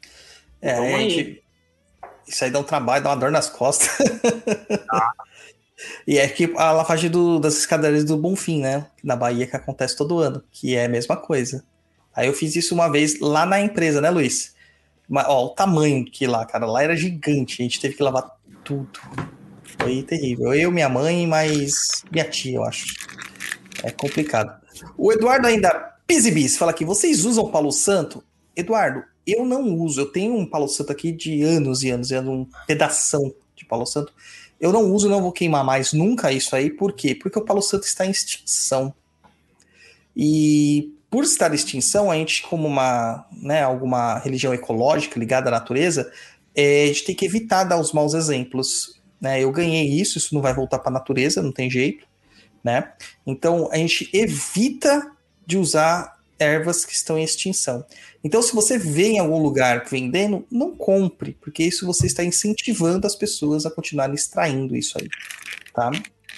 É,
Vamos
a
aí.
gente... Isso aí dá um trabalho, dá uma dor nas costas. E é que a lavagem do, das escadarias do Bonfim, né? Na Bahia, que acontece todo ano, que é a mesma coisa. Aí eu fiz isso uma vez lá na empresa, né, Luiz? Mas, ó, o tamanho que lá, cara, lá era gigante. A gente teve que lavar tudo. Foi terrível. Eu, minha mãe, mas minha tia, eu acho. É complicado. O Eduardo ainda, Pisibis, fala aqui, vocês usam Palo Santo? Eduardo, eu não uso. Eu tenho um Palo Santo aqui de anos e anos, e anos, um pedação de Palo Santo. Eu não uso, não vou queimar mais nunca isso aí. Por quê? Porque o Palo Santo está em extinção. E por estar em extinção, a gente, como uma, né, alguma religião ecológica ligada à natureza, é, a gente tem que evitar dar os maus exemplos. Né? Eu ganhei isso, isso não vai voltar para a natureza, não tem jeito. Né? Então, a gente evita de usar ervas que estão em extinção. Então, se você vê em algum lugar vendendo, não compre, porque isso você está incentivando as pessoas a continuarem extraindo isso aí. Tá?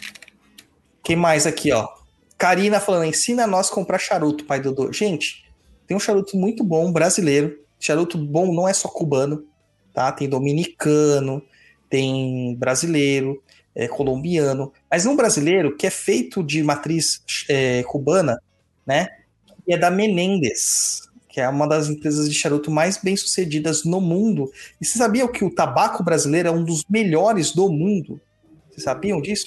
Quem mais aqui, ó? Karina falando, ensina nós a comprar charuto, pai Dodô. Gente, tem um charuto muito bom, brasileiro. Charuto bom não é só cubano, tá? Tem dominicano, tem brasileiro, é, colombiano. Mas um brasileiro que é feito de matriz é, cubana, né? E é da Menendez, que é uma das empresas de charuto mais bem-sucedidas no mundo. E você sabia que o tabaco brasileiro é um dos melhores do mundo? Vocês sabiam disso?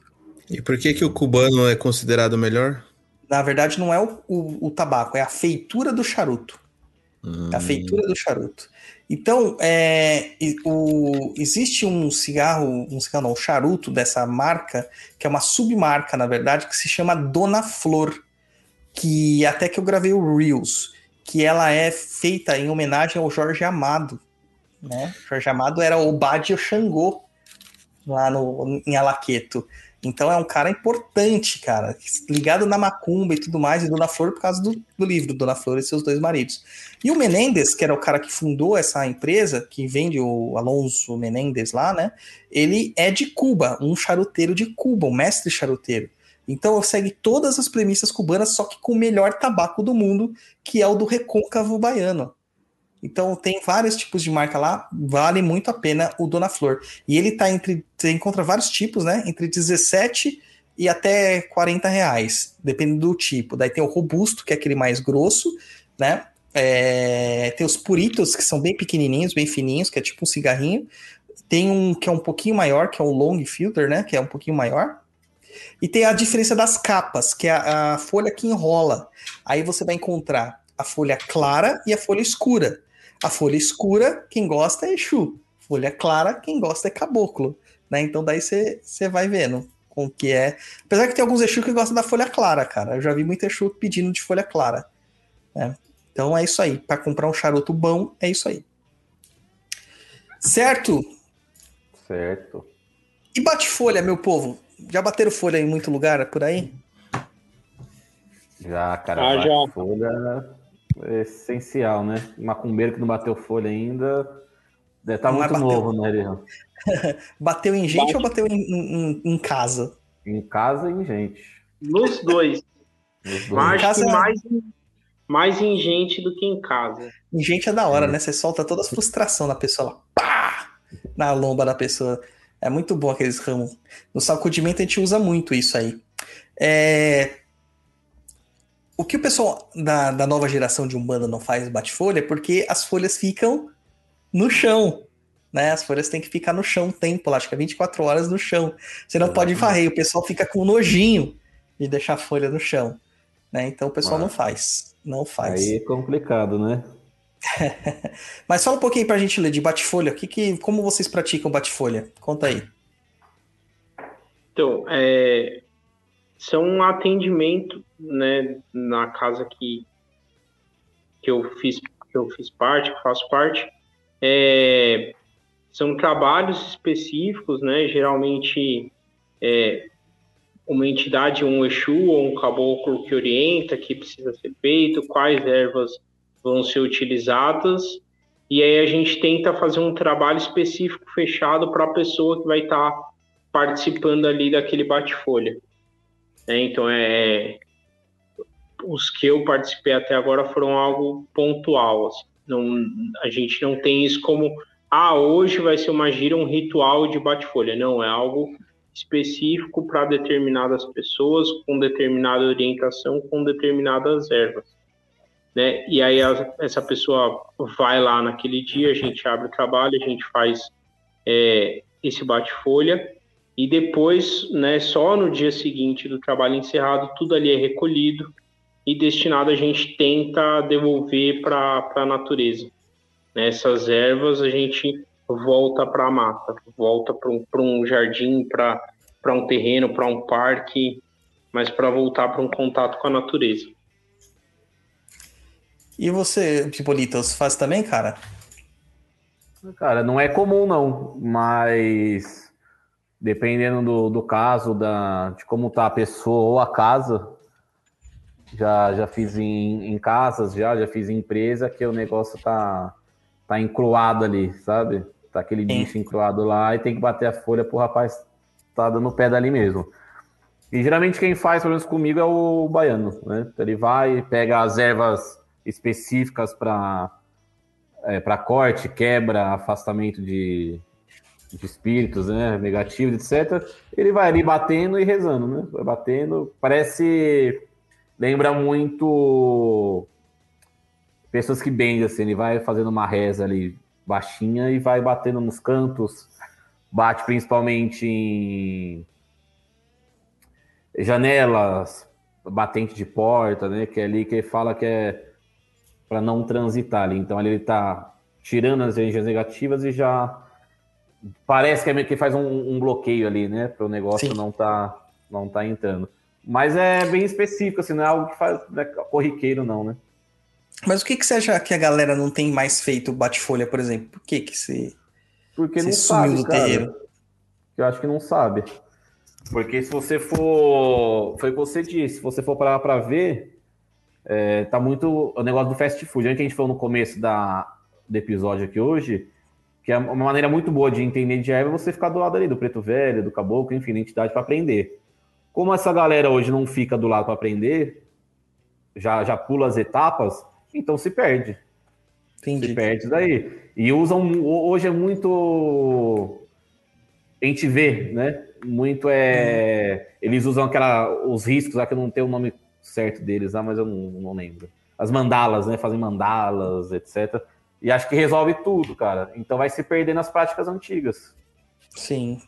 E por que que o cubano é considerado melhor?
Na verdade, não é o, o, o tabaco, é a feitura do charuto. Hum. A feitura do charuto. Então, é, o, existe um cigarro, um cigarro não, um charuto dessa marca, que é uma submarca, na verdade, que se chama Dona Flor, que até que eu gravei o Reels, que ela é feita em homenagem ao Jorge Amado. Né? Jorge Amado era o Badio Xangô, lá no, em Alaqueto. Então é um cara importante, cara, ligado na macumba e tudo mais, e Dona Flor por causa do, do livro Dona Flor e seus dois maridos. E o Menendez, que era o cara que fundou essa empresa, que vende o Alonso Menendez lá, né? Ele é de Cuba, um charuteiro de Cuba, um mestre charuteiro. Então segue todas as premissas cubanas, só que com o melhor tabaco do mundo, que é o do recôncavo baiano. Então tem vários tipos de marca lá, vale muito a pena o Dona Flor. E ele tá entre, você encontra vários tipos, né? Entre dezessete e até quarenta reais, dependendo do tipo. Daí tem o robusto, que é aquele mais grosso, né? É, tem os puritos, que são bem pequenininhos, bem fininhos, que é tipo um cigarrinho. Tem um que é um pouquinho maior, que é o long filter, né? Que é um pouquinho maior. E tem a diferença das capas, que é a, a folha que enrola. Aí você vai encontrar a folha clara e a folha escura. A folha escura, quem gosta é Exu. Folha clara, quem gosta é Caboclo. Né? Então daí você vai vendo com que é. Apesar que tem alguns Exu que gostam da folha clara, cara. Eu já vi muito Exu pedindo de folha clara. Né? Então é isso aí. Para comprar um charuto bom, é isso aí. Certo?
Certo.
E bate folha, meu povo? Já bateram folha em muito lugar por aí?
Já, cara. Ah, já. Folha é essencial, né? Macumbeiro que não bateu folha ainda deve estar muito bateu... novo, né, Leandro?
Bateu em gente Bate... ou bateu em, em, em casa?
Em casa e em gente.
Nos dois. Nos dois. Mas acho que mais, mais em gente do que em casa.
Em gente é da hora, é. né? Você solta toda a frustração na pessoa lá. Pá! Na lomba da pessoa. É muito bom aqueles ramos. No sacudimento a gente usa muito isso aí. É... O que o pessoal da, da nova geração de Umbanda não faz bate-folha é porque as folhas ficam no chão. Né? As folhas têm que ficar no chão um tempo, lá, acho que é vinte e quatro horas no chão. Você não pode varrer, o pessoal fica com nojinho de deixar a folha no chão. Né? Então o pessoal ah. não faz. Não faz.
Aí é complicado, né?
Mas fala um pouquinho pra gente ler de bate-folha. Que, que, como vocês praticam bate-folha? Conta aí.
Então, é... são um atendimento, né, na casa que, que, eu fiz, que eu fiz parte, que faço parte. É... São trabalhos específicos, né? Geralmente é uma entidade, um Exu ou um caboclo que orienta que precisa ser feito, quais ervas vão ser utilizadas, e aí a gente tenta fazer um trabalho específico fechado para a pessoa que vai estar tá participando ali daquele bate-folha. É, então, é, os que eu participei até agora foram algo pontual. Assim. Não, a gente não tem isso como, ah, hoje vai ser uma gira, um ritual de bate-folha. Não, é algo específico para determinadas pessoas, com determinada orientação, com determinadas ervas, né? E aí a, essa pessoa vai lá naquele dia, a gente abre o trabalho, a gente faz é, esse bate-folha, e depois, né, só no dia seguinte do trabalho encerrado, tudo ali é recolhido e destinado, a gente tenta devolver para a natureza. Essas ervas a gente volta para a mata, volta para um, um jardim, para um terreno, para um parque, mas para voltar para um contato com a natureza.
E você, Pipolitos, faz também, cara?
Cara, não é comum não, mas dependendo do, do caso, da, de como tá a pessoa ou a casa, já, já fiz em, em casas, já, já fiz em empresa, que o negócio tá, tá encruado ali, sabe? Tá aquele
Sim.
bicho encruado lá e tem que bater a folha pro rapaz tá dando o pé dali mesmo. E geralmente quem faz, pelo menos comigo, é o baiano, né? Ele vai, pega as ervas específicas para é, para corte, quebra, afastamento de, de espíritos, né? Negativos, etcétera. Ele vai ali batendo e rezando, né? Vai batendo. Parece... Lembra muito pessoas que bendem, assim. Ele vai fazendo uma reza ali baixinha e vai batendo nos cantos. Bate principalmente em janelas, batente de porta, né? Que é ali que ele fala que é para não transitar ali. Então ali ele tá tirando as energias negativas e já parece que, é que faz um, um bloqueio ali, né? Para o negócio não tá, não tá entrando. Mas é bem específico, assim, não é algo que faz né, corriqueiro, não, né?
Mas o que, que você acha que a galera não tem mais feito bate-folha, por exemplo? Por que que você,
Porque
você
não
sumiu
sabe,
do
cara.
terreiro?
Eu acho que não sabe. Porque se você for... Foi o que você disse. Se você for parar pra ver, é, tá muito... O negócio do fast food. A gente falou no começo da, do episódio aqui hoje, que é uma maneira muito boa de entender de erva você ficar do lado ali, do preto velho, do caboclo, enfim, da entidade para aprender. Como essa galera hoje não fica do lado para aprender, já, já pula as etapas, então se perde.
Entendi.
Se perde daí. E usam... Hoje é muito... A gente vê, né? Muito é... Hum. Eles usam aquela... Os riscos, lá que eu não tenho o nome certo deles lá, mas eu não, não lembro. As mandalas, né? Fazem mandalas, etcétera. E acho que resolve tudo, cara. Então vai se perder nas práticas antigas.
Sim.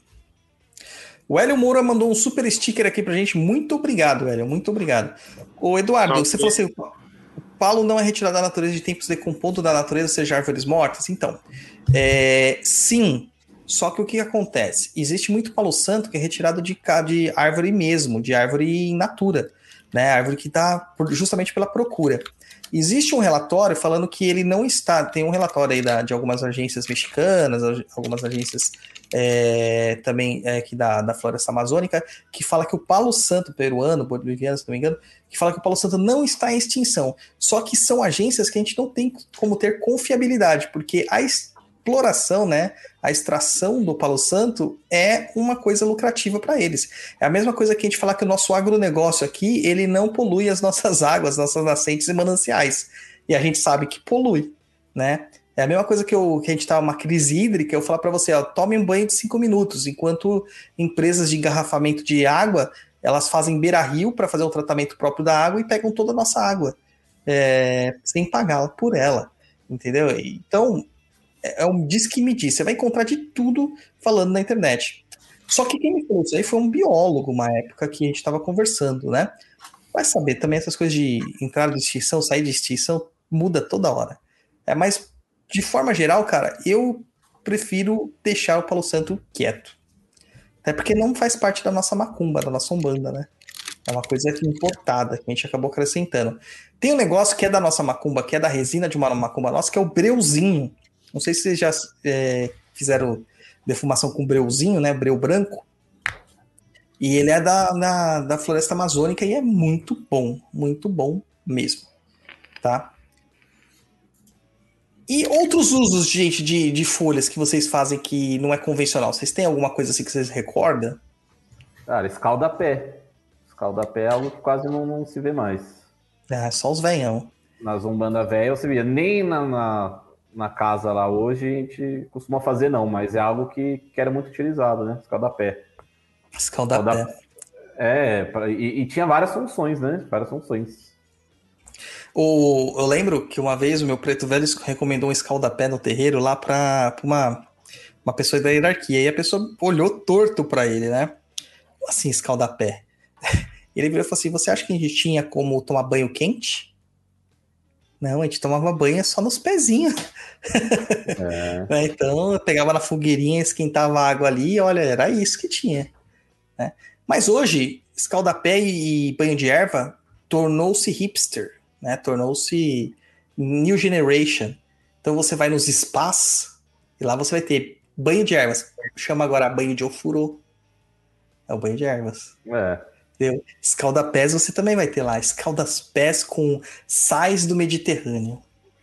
O Hélio Moura mandou um super sticker aqui pra gente. Muito obrigado, Hélio. Muito obrigado. Ô, Eduardo, não, você falou assim... O palo não é retirado da natureza de tempos decompondo da natureza, seja árvores mortas? Então, é, sim. Só que o que acontece? Existe muito palo santo que é retirado de, de árvore mesmo, de árvore in natura, né? Árvore que está justamente pela procura. Existe um relatório falando que ele não está... Tem um relatório aí da, de algumas agências mexicanas, algumas agências é, também é, aqui da, da floresta amazônica, que fala que o palo santo peruano, boliviano, se não me engano, que fala que o palo santo não está em extinção. Só que são agências que a gente não tem como ter confiabilidade, porque a exploração, né, a extração do palo santo é uma coisa lucrativa para eles. É a mesma coisa que a gente falar que o nosso agronegócio aqui, ele não polui as nossas águas, nossas nascentes e mananciais. E a gente sabe que polui, né? É a mesma coisa que, eu, que a gente tá uma crise hídrica, eu falar para você, ó, tome um banho de cinco minutos, enquanto empresas de engarrafamento de água, elas fazem beira-rio para fazer um tratamento próprio da água e pegam toda a nossa água, é, sem pagar por ela, entendeu? Então, é um diz que me diz, você vai encontrar de tudo falando na internet. Só que quem me falou isso aí foi um biólogo, uma época que a gente estava conversando, né? Vai saber também essas coisas de entrar de extinção, sair de extinção, muda toda hora. É, mas, de forma geral, cara, eu prefiro deixar o palo santo quieto. Até porque não faz parte da nossa macumba, da nossa umbanda, né? É uma coisa importada, que a gente acabou acrescentando. Tem um negócio que é da nossa macumba, que é da resina de uma macumba nossa, que é o breuzinho. Não sei se vocês já é, fizeram defumação com breuzinho, né? Breu branco. E ele é da, da, da floresta amazônica e é muito bom. Muito bom mesmo. Tá? E outros usos, gente, de, de folhas que vocês fazem que não é convencional? Vocês têm alguma coisa assim que vocês recordam?
Cara, escaldapé. Escaldapé é algo que quase não, não se vê mais.
Ah, só os velhão.
Na Umbanda velha você via. Nem na, na, na casa lá hoje a gente costuma fazer não, mas é algo que, que era muito utilizado, né? Escaldapé.
Escaldapé.
É, pra, e, e tinha várias funções, né? Várias funções.
O, eu lembro que uma vez o meu preto velho recomendou um escaldapé no terreiro lá pra, pra uma, uma pessoa da hierarquia. E a pessoa olhou torto pra ele, né? Como assim escaldapé? Ele virou e falou assim, você acha que a gente tinha como tomar banho quente? Não, a gente tomava banho só nos pezinhos. É. Então, eu pegava na fogueirinha, esquentava a água ali e olha, era isso que tinha. Né? Mas hoje, escaldapé e banho de erva tornou-se hipster, né? Tornou-se new generation. Então, você vai nos spas e lá você vai ter banho de ervas. Chama agora banho de ofurô. É o banho de ervas.
É.
Entendeu? Escaldapés você também vai ter lá. Escaldapés com sais do Mediterrâneo.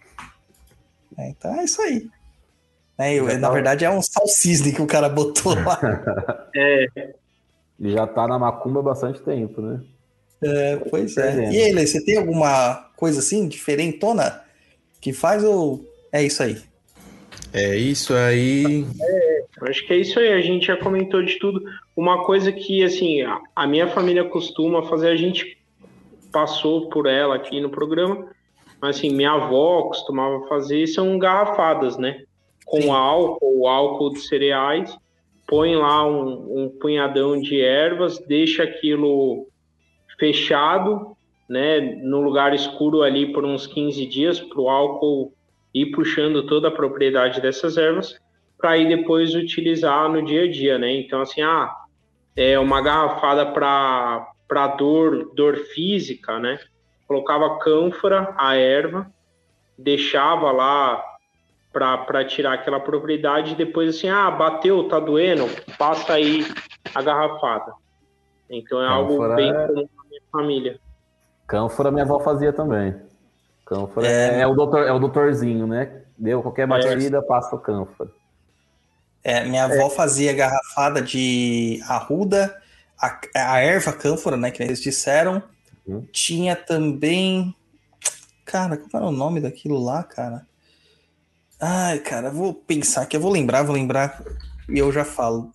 É, então é isso aí. É, eu, na tá... verdade é um salcisne que o cara botou lá.
É.
Ele já tá na macumba há bastante tempo, né?
É, pois é. E ele, você tem alguma coisa assim, diferentona, que faz ou é isso aí?
É isso aí.
É, acho que é isso aí, a gente já comentou de tudo. Uma coisa que, assim, a minha família costuma fazer, a gente passou por ela aqui no programa, mas assim, minha avó costumava fazer, são garrafadas, né? Com Sim. álcool, álcool de cereais, põe lá um, um punhadão de ervas, deixa aquilo fechado, né? No lugar escuro ali por uns quinze dias, para o álcool ir puxando toda a propriedade dessas ervas, para aí depois utilizar no dia a dia, né? Então, assim, ah, é uma garrafada para para dor, dor física, né? Colocava cânfora, a erva, deixava lá para tirar aquela propriedade, e depois assim, ah, bateu, tá doendo, passa aí a garrafada. Então é cânfora algo bem comum na minha família.
Cânfora minha avó fazia também. Cânfora é, é, o, doutor, é o doutorzinho, né? Deu qualquer batida, é. passa o cânfora.
É, minha avó é. fazia garrafada de arruda, a, a erva cânfora, né, que eles disseram. Uhum. Tinha também... Cara, qual era o nome daquilo lá, cara? Ai, cara, vou pensar que eu vou lembrar, vou lembrar e eu já falo.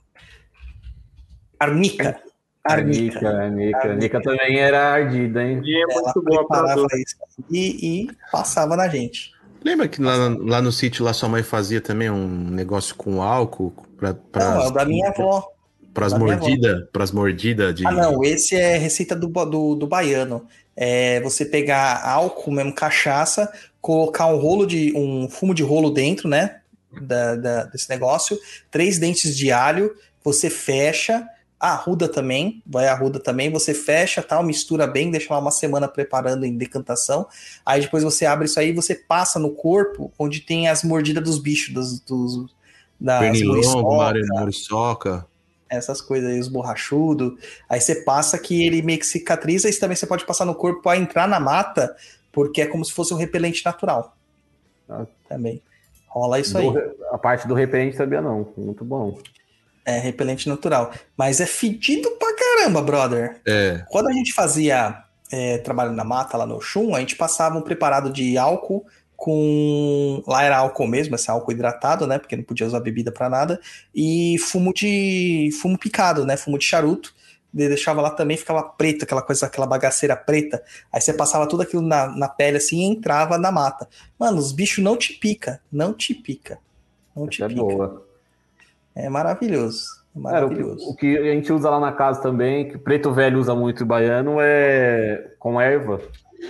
Arnica.
Arnica, arnica. Arnica também era ardida, hein?
E é muito boa pra
isso e, e passava na gente.
Lembra que lá, lá no sítio lá sua mãe fazia também um negócio com álcool? Pra, pra
não, é o da minha avó.
Para as mordidas? Para as mordidas de...
Ah, não, esse é receita do, do, do baiano. É você pegar álcool, mesmo cachaça, colocar um rolo de um fumo de rolo dentro, né? Da, da, desse negócio, três dentes de alho, você fecha, a arruda também, vai a arruda também, você fecha, tal, mistura bem, deixa lá uma semana preparando em decantação, aí depois você abre isso aí e você passa no corpo onde tem as mordidas dos bichos, dos, dos das
pernilongo, muriçoca,
essas coisas aí, os borrachudos, aí você passa que ele meio que cicatriza, isso também você pode passar no corpo para entrar na mata, porque é como se fosse um repelente natural. Ah. Também. Rola isso
do,
aí.
A parte do repelente sabia não, muito bom.
É, repelente natural. Mas é fedido pra caramba, brother.
É.
Quando a gente fazia é, trabalho na mata lá no Oxum, a gente passava um preparado de álcool com... Lá era álcool mesmo, esse álcool hidratado, né? Porque não podia usar bebida pra nada. E fumo de... fumo picado, né? Fumo de charuto. Deixava lá também, ficava preto, aquela coisa, aquela bagaceira preta. Aí você passava tudo aquilo na, na pele assim e entrava na mata. Mano, os bichos não te pica. Não te pica. Não te
é
pica.
Boa.
É maravilhoso. É maravilhoso.
É, o, que, o que a gente usa lá na casa também, que o preto velho usa muito e baiano, é com erva.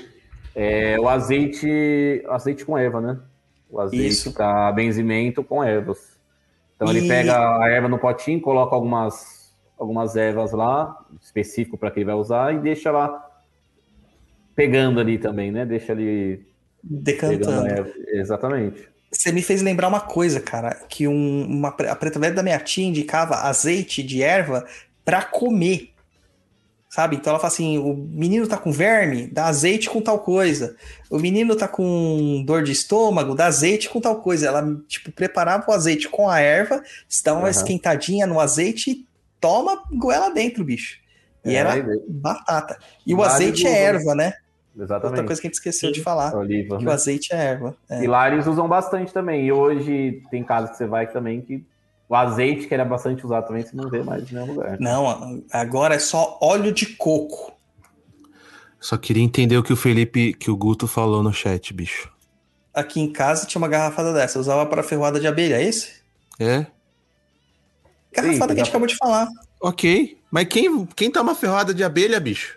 É o azeite, azeite com erva, né? O azeite para benzimento com ervas. Então e... ele pega a erva no potinho, coloca algumas, algumas ervas lá, específico para que ele vai usar, e deixa lá pegando ali também, né? Deixa ali
decantando.
Exatamente.
Você me fez lembrar uma coisa, cara, que um, uma, a preta velha da minha tia indicava azeite de erva para comer. Sabe? Então ela fala assim, o menino tá com verme, dá azeite com tal coisa. O menino tá com dor de estômago, dá azeite com tal coisa. Ela, tipo, preparava o azeite com a erva, se dá uma uhum. esquentadinha no azeite e toma goela dentro, bicho. E é, era é, batata. E o azeite é erva, né?
Exatamente.
Outra coisa que a gente esqueceu Sim. de falar.
Oliva,
que
né?
o azeite é erva. É.
E lá eles usam bastante também. E hoje tem casas que você vai também que O azeite, que era bastante usado também, você não vê mais em nenhum lugar.
Não, agora é só óleo de coco.
Só queria entender o que o Felipe, que o Guto falou no chat, bicho.
Aqui em casa tinha uma garrafada dessa. Eu usava para ferroada de abelha, é esse?
É?
Garrafada
Sim,
que a gente
já...
acabou de falar.
Ok. Mas quem, quem toma ferroada de abelha, bicho?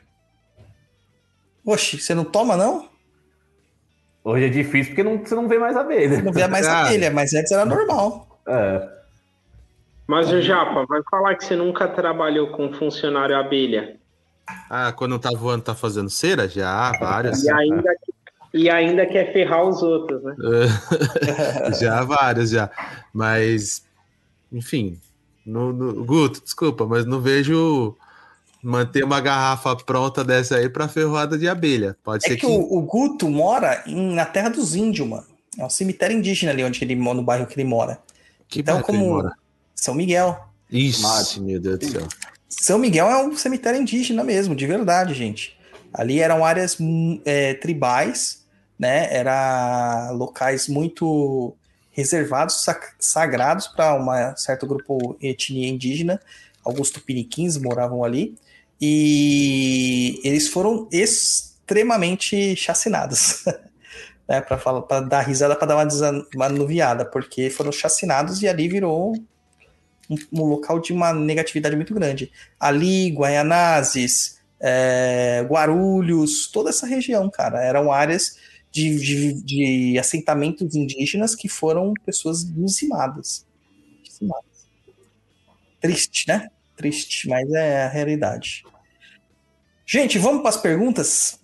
Oxi, você não toma, não?
Hoje é difícil porque não, você não vê mais abelha.
Você não vê mais
Cara.
abelha, mas antes era normal.
É.
Mas o Japa, vai falar que você nunca trabalhou com funcionário abelha.
Ah, quando tá voando, tá fazendo cera? Já, várias.
E ainda, e ainda quer ferrar os outros, né?
Já, várias, já. Mas, enfim. No, no- Guto, desculpa, mas não vejo manter uma garrafa pronta dessa aí pra ferroada de abelha. Pode
É
ser
que
que...
o, o Guto mora em- na terra dos índios, mano. É um cemitério indígena ali onde ele mora, no bairro que ele mora.
Que
Então,
bairro que ele
como
mora?
São Miguel.
Ixi,
Mate.
meu Deus do céu.
São Miguel é um cemitério indígena mesmo, de verdade, gente. Ali eram áreas hum, é, tribais, né? Era locais muito reservados, sac- sagrados para um certo grupo etnia indígena. Alguns tupiniquins moravam ali. E eles foram extremamente chacinados. Né, para dar risada, para dar uma, desa- uma anuviada, porque foram chacinados e ali virou um, um local de uma negatividade muito grande. Ali, Guaianazes, é, Guarulhos, toda essa região, cara, eram áreas de, de, de assentamentos indígenas que foram pessoas dizimadas. dizimadas. Triste, né? Triste, mas é a realidade. Gente, vamos para as perguntas?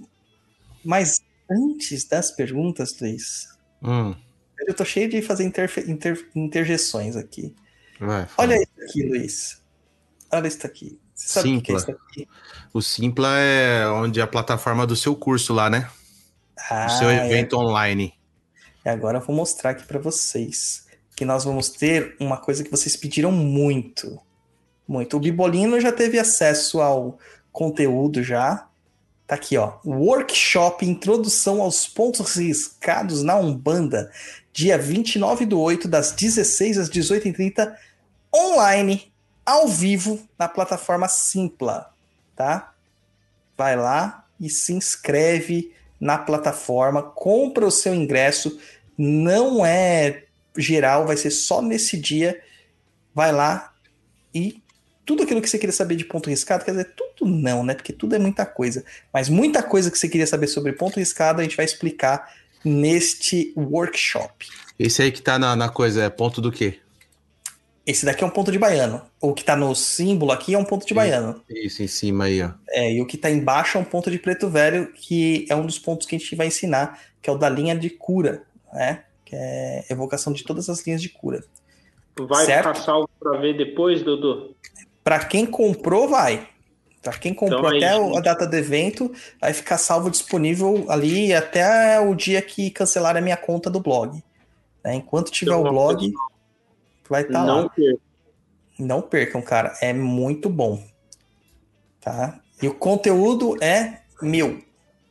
Mas antes das perguntas, Luiz,
Hum,
eu tô cheio de fazer interfe- inter- interjeções aqui.
vai, fala.
Olha isso aqui, Luiz. Olha isso aqui. Você sabe o que é
Simpla.
isso aqui?
O Simpla é onde é a plataforma do seu curso lá, né?
Ah,
O seu
é.
evento online.
E agora eu vou mostrar aqui para vocês que nós vamos ter uma coisa que vocês pediram muito. Muito. O Bibolino já teve acesso ao conteúdo já. Tá aqui, ó. Workshop Introdução aos Pontos Riscados na Umbanda. Dia vinte e nove do oito, das dezesseis às dezoito e trinta, online, ao vivo, na plataforma Simpla, tá? Vai lá e se inscreve na plataforma, compra o seu ingresso, não é geral, vai ser só nesse dia. Vai lá e tudo aquilo que você queria saber de ponto riscado, quer dizer, tudo não, né? Porque tudo é muita coisa. Mas muita coisa que você queria saber sobre ponto riscado, a gente vai explicar neste workshop.
Esse aí que tá na, na coisa é ponto do quê?
Esse daqui é um ponto de baiano. O que tá no símbolo aqui é um ponto de baiano.
Isso, em cima aí, ó.
É, e o que tá embaixo é um ponto de preto velho, que é um dos pontos que a gente vai ensinar, que é o da linha de cura, né? Que é evocação de todas as linhas de cura.
Vai
Certo?
ficar salvo para ver depois, Dudu?
Para quem comprou, vai. Para quem comprou
Então, aí,
até
gente.
a data do evento, vai ficar salvo disponível ali até o dia que cancelar a minha conta do blog. Né? Enquanto tiver
Então,
o blog, vai estar
não
lá.
perca.
Não percam, cara. É muito bom. Tá? E o conteúdo é meu.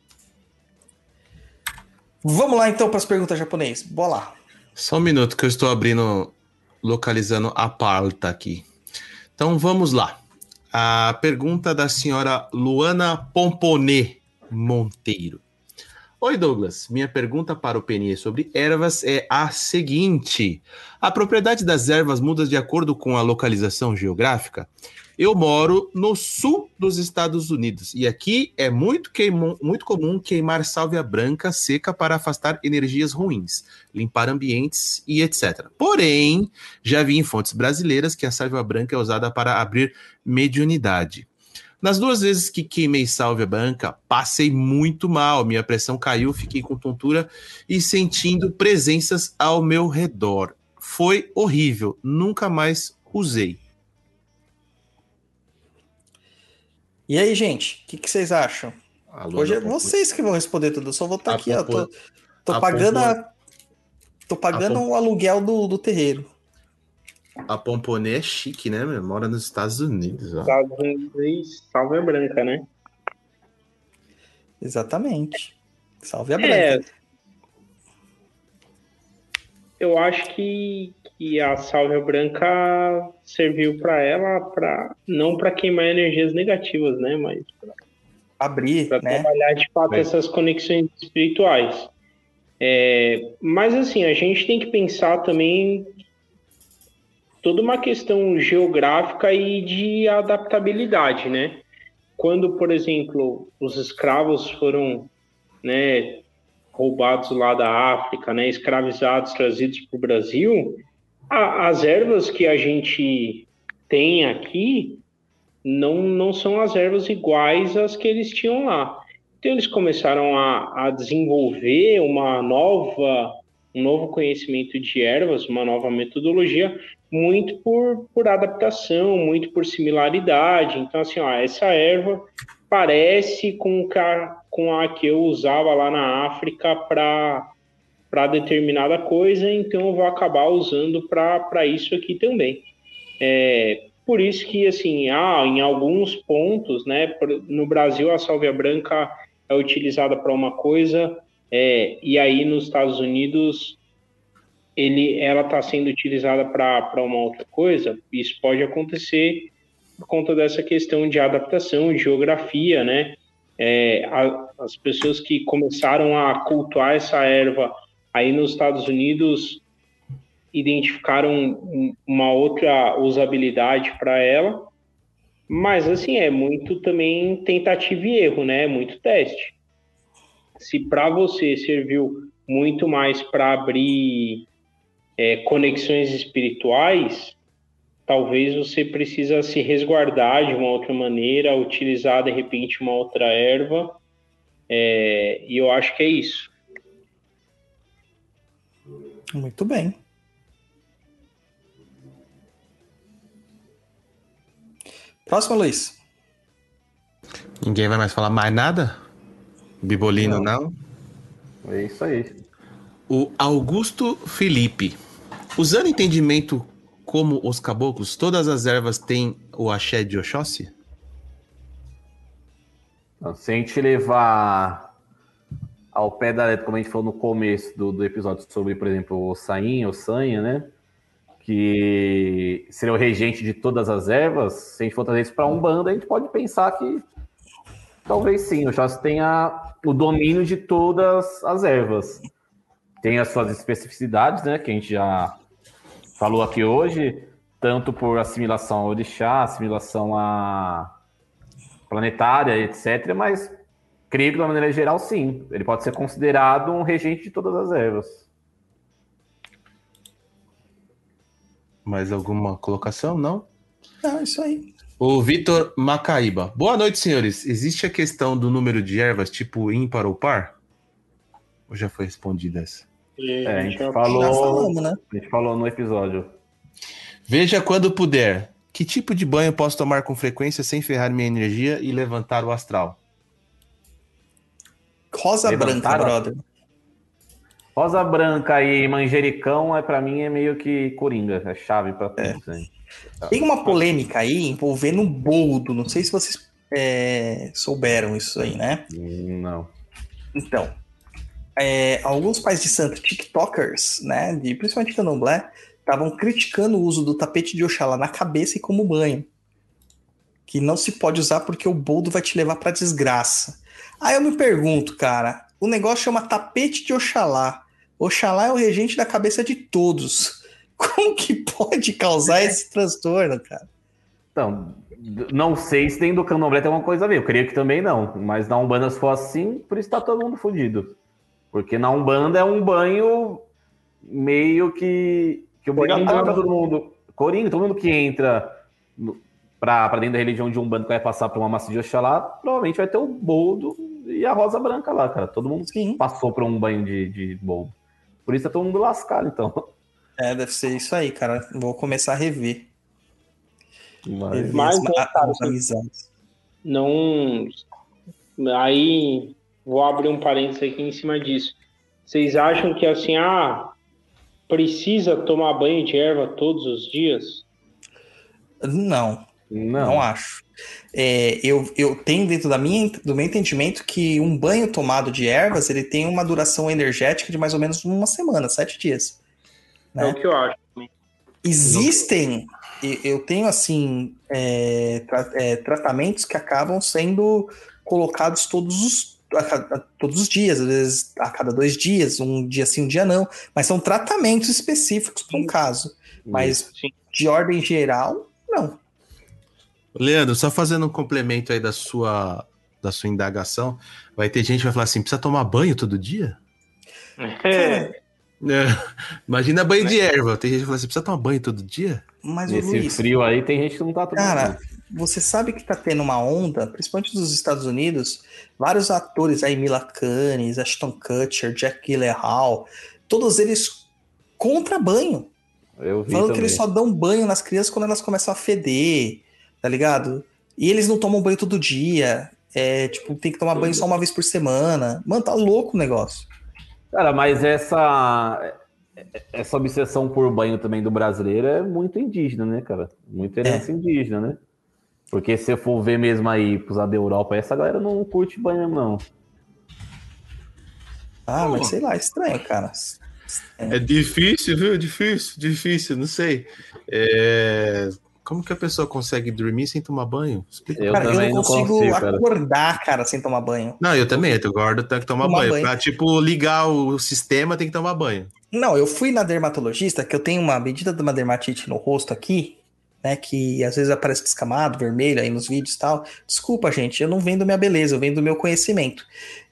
Vamos lá, então, para as perguntas japonês. Bora lá.
Só um minuto que eu estou abrindo, localizando a pauta aqui. Então vamos lá. A pergunta da senhora Luana Pomponê Monteiro. Oi, Douglas. Minha pergunta para o P N E sobre ervas é a seguinte: a propriedade das ervas muda de acordo com a localização geográfica? Eu moro no sul dos Estados Unidos e aqui é muito, queimo, muito comum queimar sálvia branca seca para afastar energias ruins, limpar ambientes e etcétera. Porém, já vi em fontes brasileiras que a sálvia branca é usada para abrir mediunidade. Nas duas vezes que queimei sálvia branca, passei muito mal, minha pressão caiu, fiquei com tontura e sentindo presenças ao meu redor. Foi horrível, nunca mais usei.
E aí, gente? O que, que vocês acham?
A Luana
Hoje é
Pomponê-
vocês que vão responder tudo. Eu só vou estar
A
aqui, ó.
Pomponê-
Tô, tô
a
pagando,
Pomponê-
a, tô pagando
a Pom-
o aluguel do, do terreiro.
A Pomponê é chique, né, meu? Mora nos Estados Unidos, ó.
Estados Unidos e sálvia branca, né?
Exatamente. Salve a
É.
branca.
eu acho que, que a sálvia branca serviu para ela, pra, não para queimar energias negativas, né? Mas pra,
abrir,
pra
né?
trabalhar de fato
É.
essas conexões espirituais. É, mas assim, a gente tem que pensar também toda uma questão geográfica e de adaptabilidade, né? Quando, por exemplo, os escravos foram, né, roubados lá da África, né, escravizados, trazidos para o Brasil, a, as ervas que a gente tem aqui não, não são as ervas iguais às que eles tinham lá. Então eles começaram a, a desenvolver uma nova, um novo conhecimento de ervas, uma nova metodologia, muito por, por adaptação, muito por similaridade. Então, assim, ó, essa erva parece com a, com a que eu usava lá na África para para determinada coisa, então eu vou acabar usando para isso aqui também. É, por isso que, assim, ah, em alguns pontos, né, no Brasil a sálvia branca é utilizada para uma coisa, é, e aí nos Estados Unidos ele, ela está sendo utilizada para uma outra coisa. Isso pode acontecer por conta dessa questão de adaptação, de geografia, né? É, a, as pessoas que começaram a cultuar essa erva aí nos Estados Unidos identificaram uma outra usabilidade para ela, mas assim, é muito também tentativa e erro, né? Muito teste. Se para você serviu muito mais para abrir é, conexões espirituais, talvez você precisa se resguardar de uma outra maneira, utilizar de repente uma outra erva, é, e eu acho que é isso.
Muito bem. Próximo, Luiz.
Ninguém vai mais falar mais nada? Bibolino não?
não? É isso aí.
O Augusto Felipe. Usando entendimento como os caboclos, todas as ervas têm o axé de Oxóssi?
Então, se a gente levar ao pé da letra, como a gente falou no começo do, do episódio sobre, por exemplo, o Ossain, Ossanha, né? Que seria o regente de todas as ervas. Se a gente for trazer isso para Umbanda, a gente pode pensar que talvez sim, o Oxóssi tenha o domínio de todas as ervas. Tem as suas especificidades, né? Que a gente já falou aqui hoje, tanto por assimilação ao orixá, assimilação a planetária, etcétera. Mas creio que, de uma maneira geral, sim. Ele pode ser considerado um regente de todas as ervas.
Mais alguma colocação? Não?
Não, é isso aí.
O Vitor Macaíba. Boa noite, senhores. Existe a questão do número de ervas, tipo ímpar ou par? Ou já foi respondida essa?
É, a gente
Já
falou,
falamos, né?
a gente falou no episódio.
Veja quando puder. Que tipo de banho posso tomar com frequência sem ferrar minha energia e levantar o astral?
Rosa
Levantar
branca,
a-
brother.
Rosa branca e manjericão, é, pra mim, é meio que coringa. É chave pra tudo. Né?
Tem uma polêmica aí envolvendo o boldo. Não sei se vocês é, souberam isso aí, né?
Não.
Então, é, alguns pais de santo tiktokers, né, de, principalmente candomblé, estavam criticando o uso do tapete de Oxalá na cabeça e como banho. Que não se pode usar porque o boldo vai te levar pra desgraça. Aí eu me pergunto, cara, o negócio chama tapete de Oxalá. Oxalá é o regente da cabeça de todos. Como que pode causar esse transtorno, cara?
Então, d- não sei se dentro do candomblé tem alguma coisa a ver. Eu creio que também não. Mas na Umbanda, se for assim, por isso tá todo mundo fodido. Porque na Umbanda é um banho meio que, que obrigatório pra todo mundo. Coringa, todo mundo que entra no, pra, pra dentro da religião de Umbanda, que vai passar por uma massa de Oxalá, provavelmente vai ter o boldo e a rosa branca lá, cara. Todo mundo
Sim.
passou por um banho de, de boldo. Por isso tá todo mundo lascado, então.
É, deve ser isso aí, cara. Vou começar a rever.
Mas...
rever
Mas,
as,
né,
as
cara,
amizades.
não. Aí vou abrir um parênteses aqui em cima disso. Vocês acham que assim, ah, precisa tomar banho de erva todos os dias?
Não,
Não.
não acho. É, eu, eu tenho dentro da minha, do meu entendimento que um banho tomado de ervas ele tem uma duração energética de mais ou menos uma semana, sete dias. Né?
É o que eu acho.
Existem, eu tenho assim, é, tra- é, tratamentos que acabam sendo colocados todos os, a cada- todos os dias, às vezes a cada dois dias, um dia sim, um dia não, mas são tratamentos específicos para um caso. Mas
Sim.
de ordem geral, não.
Leandro, só fazendo um complemento aí da sua, da sua indagação, vai ter gente que vai falar assim, precisa tomar banho todo dia?
É,
É, imagina banho de erva. Tem gente que fala assim, precisa tomar banho todo dia?
Mas o
Nesse
Luiz,
frio aí tem gente que não tá tomando.
cara, você sabe que tá tendo uma onda, principalmente dos Estados Unidos, vários atores aí, Mila Kunis, Ashton Kutcher, Jack Gyllenhaal, todos eles contra banho.
Eu vi
Falando
também.
que eles só dão banho nas crianças quando elas começam a feder, tá ligado? E eles não tomam banho todo dia. É, tipo, tem que tomar banho só uma vez por semana. Mano, tá louco o negócio.
Cara, mas essa essa obsessão por banho também do brasileiro é muito indígena, né, cara? Muito herança indígena, né? Porque se eu for ver mesmo aí pros lados da Europa, essa galera não curte banho mesmo, não.
Ah, mas sei lá, é estranho, cara.
É difícil, viu? Difícil, difícil, não sei. É... Como que a pessoa consegue dormir sem tomar banho? Explica.
Eu
Cara, eu
também
não
não
consigo,
consigo, cara.
acordar, cara, sem tomar banho.
Não, eu também, eu gordo, tenho que tomar,
Tomar
banho.
banho.
Pra, tipo, ligar o sistema, tem que tomar banho.
Não, eu fui na dermatologista, que eu tenho uma medida de uma dermatite no rosto aqui, né, que às vezes aparece descamado, vermelho aí nos vídeos e tal. Desculpa, gente, eu não vendo minha beleza, eu vendo meu conhecimento.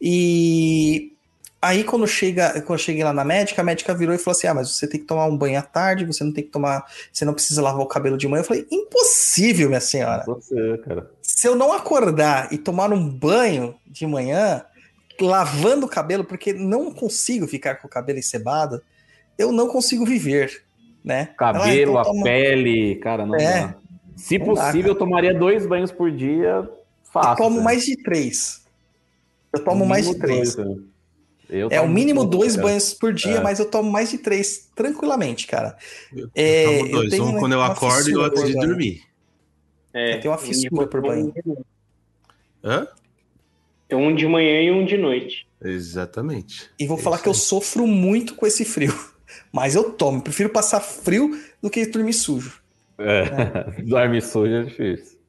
E aí quando, chega, quando eu cheguei lá na médica, a médica virou e falou assim, ah, mas você tem que tomar um banho à tarde, você não tem que tomar, você não precisa lavar o cabelo de manhã. Eu falei, impossível, minha senhora.
Você, cara.
Se eu não acordar e tomar um banho de manhã, lavando o cabelo, porque não consigo ficar com o cabelo encebado, eu não consigo viver, né?
Cabelo,
Ah, então
a
toma-
pele, cara, não
É,
dá. Se
não
possível,
dá,
eu tomaria dois banhos por dia,
Eu
fácil.
tomo
cara.
mais de três. Eu tomo
No
mais de
mínimo
três.
dois, né? Eu
É o
tomo
mínimo
muito,
dois
cara.
banhos por dia,
É.
mas eu tomo mais de três, tranquilamente, cara.
Eu,
É,
eu tomo
eu
dois,
tenho
um quando eu
uma
acordo e
fissura
outro
por
de
banho.
dormir.
é.
Eu tenho uma
Um de
fissura por banho.
manhã-
Hã?
É um de manhã e um de noite.
Exatamente.
E vou
É
falar
isso
que eu
aí.
sofro muito com esse frio. Mas eu tomo. Prefiro passar frio do que dormir sujo.
É. Dorme sujo é difícil.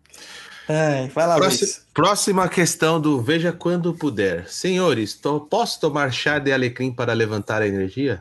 Ai, vai lá,
Próxima,
Luiz.
próxima questão do Veja Quando Puder. Senhores, to- posso tomar chá de alecrim para levantar a energia?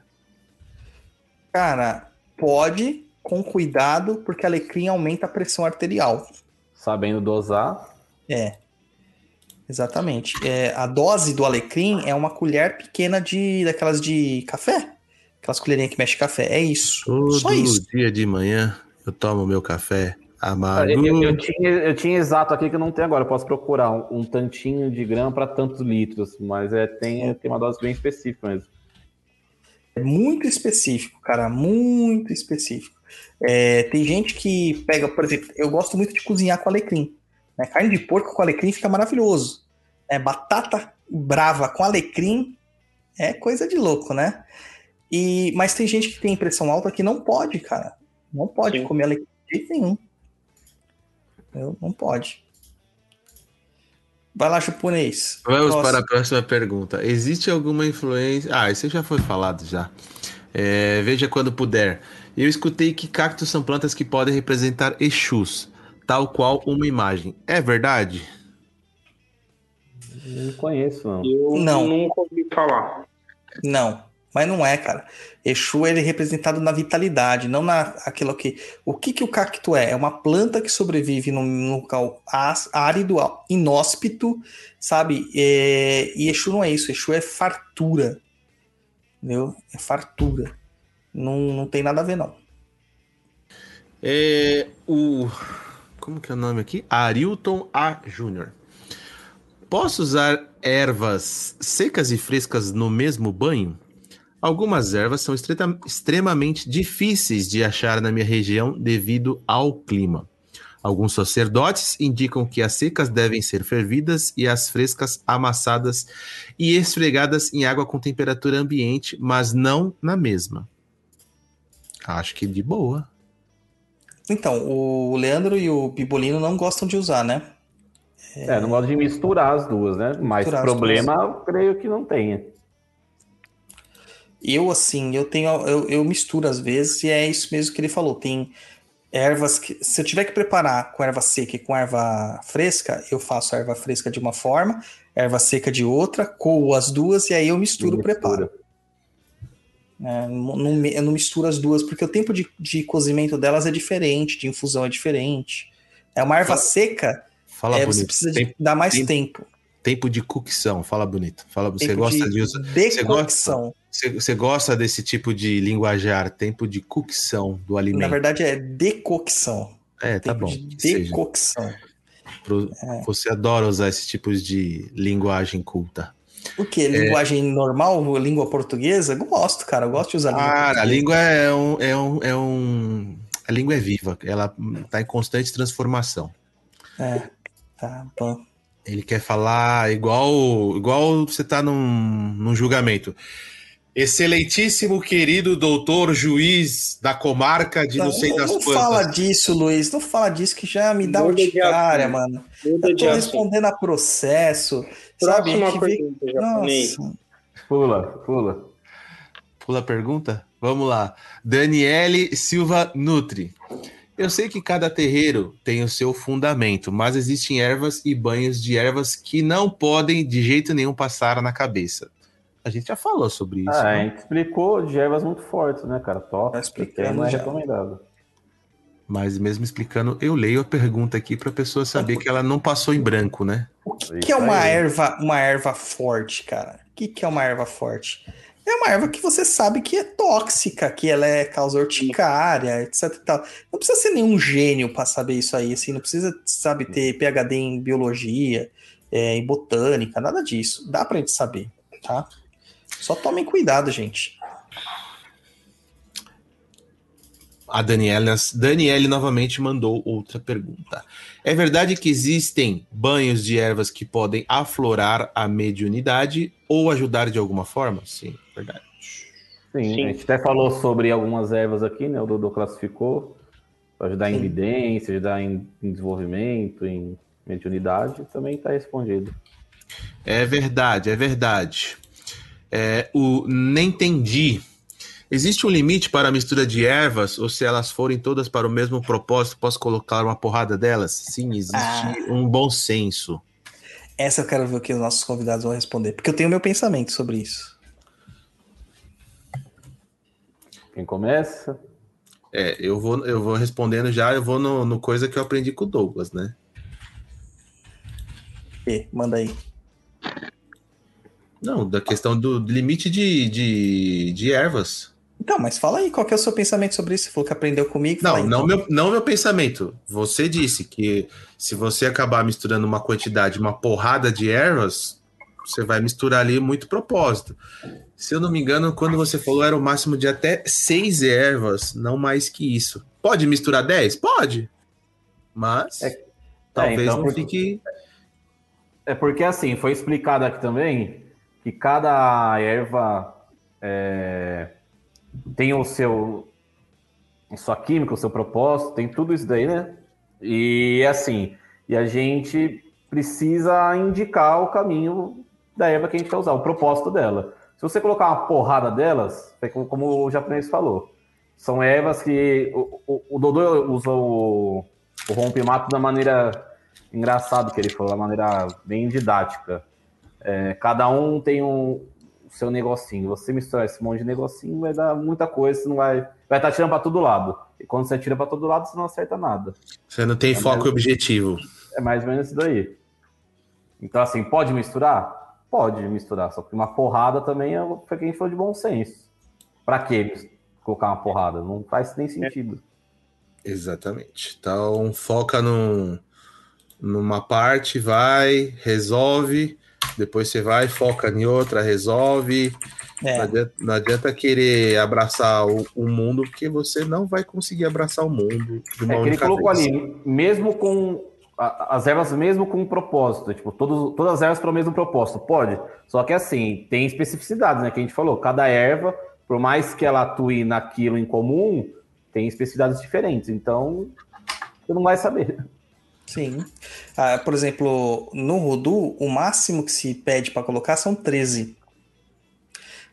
Cara, pode, com cuidado, porque alecrim aumenta a pressão arterial.
Sabendo dosar.
É, exatamente. É, a dose do alecrim é uma colher pequena de daquelas de café. Aquelas colherinhas que mexe café. É isso. Só
Todo
isso.
dia de manhã eu tomo meu café
Cara,
amargo.
Eu, eu tinha, eu tinha exato aqui que eu não tenho agora. Eu posso procurar um, um tantinho de grama para tantos litros, mas é, tem, tem uma dose bem específica mesmo.
É muito específico, cara. Muito específico. É, tem gente que pega, por exemplo, eu gosto muito de cozinhar com alecrim. Né? Carne de porco com alecrim fica maravilhoso. É, batata brava com alecrim é coisa de louco, né? E, mas tem gente que tem pressão alta que não pode, cara. Não pode
Sim.
comer alecrim de jeito nenhum. Eu, não pode. Vai lá, japonês.
Vamos
Próximo.
para a próxima pergunta. Existe alguma influência... Ah, isso já foi falado já. É, veja quando puder. Eu escutei que cactos são plantas que podem representar Exus, tal qual uma imagem. É verdade?
Não conheço, não.
Eu
Não.
nunca ouvi falar.
Não, mas não é, cara. Exu ele é representado na vitalidade, não na aquilo que. O que, que o cacto é? É uma planta que sobrevive num, num local ás- árido, inóspito, sabe? É, e Exu não é isso. Exu é fartura. Entendeu? É fartura. Não, não tem nada a ver, não.
É o... Como que é o nome aqui? Arilton A. Júnior. Posso usar ervas secas e frescas no mesmo banho? Algumas ervas são extrema- extremamente difíceis de achar na minha região devido ao clima. Alguns sacerdotes indicam que as secas devem ser fervidas e as frescas amassadas e esfregadas em água com temperatura ambiente, mas não na mesma. Acho que de boa.
Então, o Leandro e o Bibolino não gostam de usar, né?
É, não gosto de misturar as duas, né? Mas
Misturar as
problema, eu creio que não tenha.
Eu, assim, eu tenho. Eu, eu misturo às vezes, e é isso mesmo que ele falou. Tem ervas que. Se eu tiver que preparar com erva seca e com erva fresca, eu faço a erva fresca de uma forma, erva seca de outra, coo as duas, e aí eu misturo o preparo. É, não, não, eu não misturo as duas, porque o tempo de, de cozimento delas é diferente, de infusão é diferente. É uma erva
fala,
seca,
fala
é,
bonito.
você precisa
Tempo,
de dar mais
tempo,
tempo.
Tempo de cocção, fala bonito. Fala, você
Tempo
gosta
de
de usar.
decocção.
Você, você gosta desse tipo de linguajar, tempo de cocção do alimento?
Na verdade é decocção.
É, tá
tempo
bom.
de decocção.
Pro, é. Você adora usar esses tipos de linguagem culta.
O que? É... Linguagem normal? Língua portuguesa? Gosto, cara. Eu gosto de usar a língua
ah,
portuguesa.
A língua é um, é, um, é um. A língua é viva, ela tá em constante transformação.
É, tá bom.
Ele quer falar igual, igual você tá num, num julgamento. Excelentíssimo, querido doutor juiz da comarca de não, não sei das
não
quantas.
Não fala disso, Luiz. Não fala disso que já me dá urticária, mano. Muda Eu tô respondendo a processo.
Próxima
sabe?
pergunta,
vê...
japonês.
Nossa.
Pula, pula.
Pula a pergunta? Vamos lá. Daniele Silva Nutri. Eu sei que cada terreiro tem o seu fundamento, mas existem ervas e banhos de ervas que não podem de jeito nenhum passar na cabeça. A gente já falou sobre isso.
Ah,
né?
A gente explicou de ervas muito fortes, né, cara? Top.
Tá explicando
não é
já.
recomendado.
Mas mesmo explicando, eu leio a pergunta aqui para a pessoa saber que ela não passou em branco, né?
O que, que é uma erva, uma erva forte, cara? O que, que é uma erva forte? É uma erva que você sabe que é tóxica, que ela é causa urticária, etc e tal. Não precisa ser nenhum gênio para saber isso aí, assim, não precisa, sabe, ter P H D em biologia, é, em botânica, nada disso. Dá pra gente saber, tá? Só tomem cuidado, gente.
A Daniela, Daniele novamente mandou outra pergunta. É verdade que existem banhos de ervas que podem aflorar a mediunidade ou ajudar de alguma forma? Sim, verdade.
Sim, Sim. a gente até falou sobre algumas ervas aqui, né? O Dodô classificou para ajudar Sim. em evidência, ajudar em, em desenvolvimento, em mediunidade, também está respondido.
É verdade, é verdade. É, o Nem Entendi. Existe um limite para a mistura de ervas, ou se elas forem todas para o mesmo propósito, posso colocar uma porrada delas? Sim, existe ah, um bom senso.
Essa eu quero ver o que os nossos convidados vão responder, porque eu tenho meu pensamento sobre isso.
Quem começa?
É, eu vou, eu vou respondendo já, eu vou no, no coisa que eu aprendi com o Douglas, né?
E, manda aí.
Não, da questão do limite de, de, de ervas.
Então, mas fala aí, qual que é o seu pensamento sobre isso? Você falou que aprendeu comigo.
Não,
aí,
não,
então.
meu, não meu pensamento. Você disse que se você acabar misturando uma quantidade, uma porrada de ervas, você vai misturar ali muito propósito. Se eu não me engano, quando você falou, era o máximo de até seis ervas, não mais que isso. Pode misturar dez? Pode. Mas
é,
talvez
é, então,
não
porque,
fique...
É porque, assim, foi explicado aqui também que cada erva é, tem o seu... a sua química, o seu propósito, tem tudo isso daí, né? E, assim, e a gente precisa indicar o caminho da erva que a gente quer usar, o propósito dela. Se você colocar uma porrada delas, como o japonês falou, são ervas que... O, o, o Dodô usa o, o rompimato da maneira engraçada que ele falou, da maneira bem didática. É, cada um tem um o seu negocinho. Você misturar esse monte de negocinho vai dar muita coisa, você não vai... Vai estar tirando para todo lado. E quando você atira para todo lado, você não acerta nada.
Você não tem
é
foco
mais,
e objetivo.
É mais ou menos isso daí. Então, assim, pode misturar? Pode misturar, só que uma porrada também é o que a gente falou de bom senso. Pra que colocar uma porrada? Não faz nem sentido.
Exatamente. Então, foca num, numa parte, vai, resolve, depois você vai, foca em outra, resolve. É. Não, adianta, não adianta querer abraçar o, o mundo, porque você não vai conseguir abraçar o mundo de uma
é que ele colocou
vez.
ali, mesmo com as ervas mesmo com um propósito, tipo, todos, todas as ervas para o mesmo propósito, pode. Só que assim, tem especificidades, né, que a gente falou, cada erva, por mais que ela atue naquilo em comum, tem especificidades diferentes, então você não vai saber.
Sim. Ah, por exemplo, no Voodoo, o máximo que se pede para colocar são treze.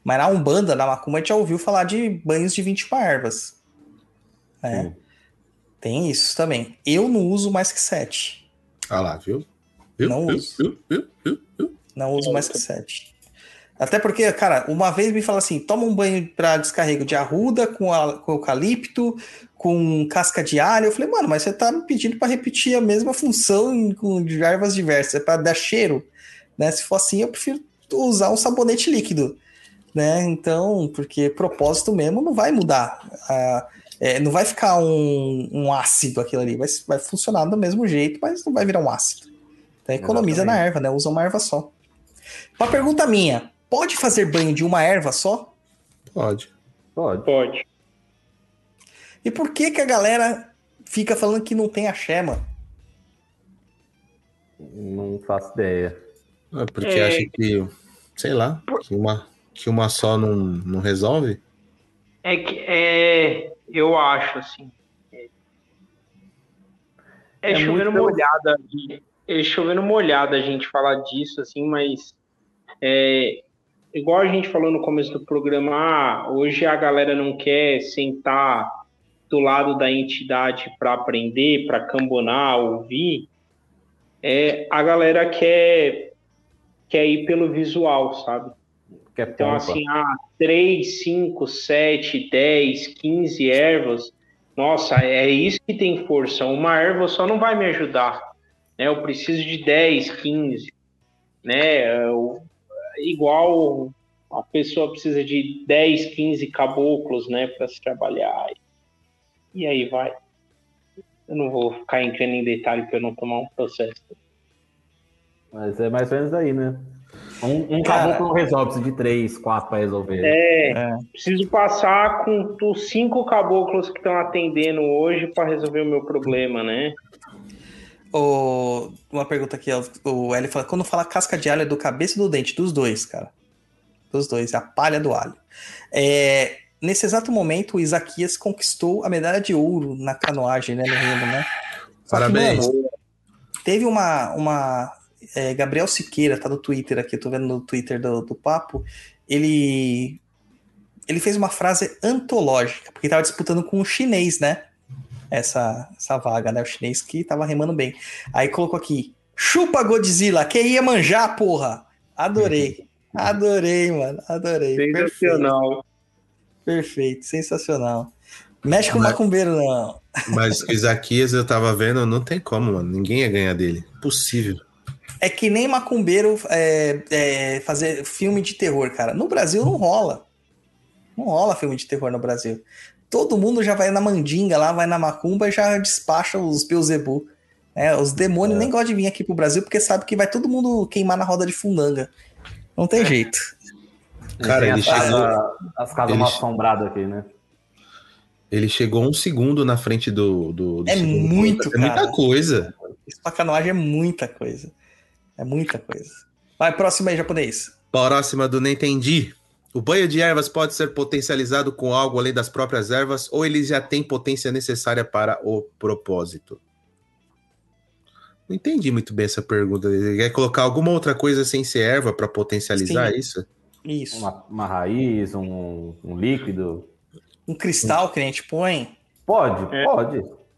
Mas na Umbanda, na Macumba, a gente já ouviu falar de banhos de vinte e uma ervas. Né?
Hum.
Tem isso também. Eu não uso mais que sete.
Ah lá, viu? viu?
Não
viu?
uso.
Viu? Viu? Viu? Viu?
Não uso mais que sete. Até porque, cara, uma vez me fala assim, toma um banho para descarrego de arruda com, a, com eucalipto, com casca de alho. Eu falei, mano, mas você tá me pedindo para repetir a mesma função com de ervas diversas, é para dar cheiro, né? Se for assim, eu prefiro usar um sabonete líquido, né? Então, porque propósito mesmo não vai mudar. Ah, é, não vai ficar um, um ácido aquilo ali, vai, vai funcionar do mesmo jeito, mas não vai virar um ácido. Então economiza Exatamente. Na erva, né? Usa uma erva só. Uma pergunta minha. Pode fazer banho de uma erva só?
Pode.
Pode. Pode.
E por que que a galera fica falando que não tem axé, mano?
Não faço ideia.
É porque é... acha que, sei lá, que uma, que uma só não, não resolve?
É que, é, eu acho, assim, é, é, é chovendo muito... molhada, é chovendo molhada a gente falar disso, assim, mas é, igual a gente falou no começo do programa, ah, hoje a galera não quer sentar do lado da entidade para aprender, para cambonar, ouvir, é, a galera quer, quer ir pelo visual, sabe?
Quer
então,
pompa.
assim, ah, três, cinco, sete, dez, quinze ervas, nossa, é isso que tem força. Uma erva só não vai me ajudar, né? Eu preciso de dez, quinze, né? Eu, igual a pessoa precisa de dez, quinze caboclos, né, para se trabalhar. E aí vai. Eu não vou ficar entrando em detalhe para eu não tomar um processo.
Mas é mais ou menos aí, né? Um, um caboclo não resolve, precisa de três, quatro para resolver.
É, é, preciso passar com os cinco caboclos que estão atendendo hoje para resolver o meu problema, né?
O, uma pergunta aqui, o Eli fala, quando fala casca de alho é do cabeça e do dente, dos dois, cara. Dos dois, a palha do alho. É, nesse exato momento, o Isaquias conquistou a medalha de ouro na canoagem, né, no remo, né? Só
Parabéns.
Que, mano, teve uma... uma é, Gabriel Siqueira, tá no Twitter aqui, eu tô vendo no Twitter do, do Papo, ele... ele fez uma frase antológica, porque tava disputando com o chinês, né? Essa, essa vaga, né? O chinês que tava remando bem. Aí colocou aqui, chupa Godzilla, que ia manjar, porra! Adorei. Adorei, mano. Adorei.
Sensacional.
Perfeito, Perfeito. Sensacional. Mexe com o macumbeiro, não.
Mas o Isaquias, eu tava vendo, não tem como, mano. Ninguém ia ganhar dele. Impossível.
É que nem macumbeiro é, é, fazer filme de terror, cara. No Brasil não rola. Não rola filme de terror no Brasil. Todo mundo já vai na mandinga lá, vai na macumba e já despacha os Beelzebub. É, os demônios é. nem gostam de vir aqui pro Brasil porque sabe que vai todo mundo queimar na roda de fundanga. Não tem jeito.
Cara, ele
as
chegou...
Casa, as casas mal assombradas aqui, né?
Ele chegou um segundo na frente do... do, do
é muito,
cara. É muita coisa.
Isso pra canoagem é muita coisa. É muita coisa. Vai, próxima aí, japonês.
Próxima do Nem Entendi. O banho de ervas pode ser potencializado com algo além das próprias ervas ou ele já tem potência necessária para o propósito? Não entendi muito bem essa pergunta. Ele quer colocar alguma outra coisa sem ser erva para potencializar
Sim.
isso?
Isso.
Uma, uma raiz, um, um líquido.
Um cristal que a gente põe?
Pode,
é.
pode.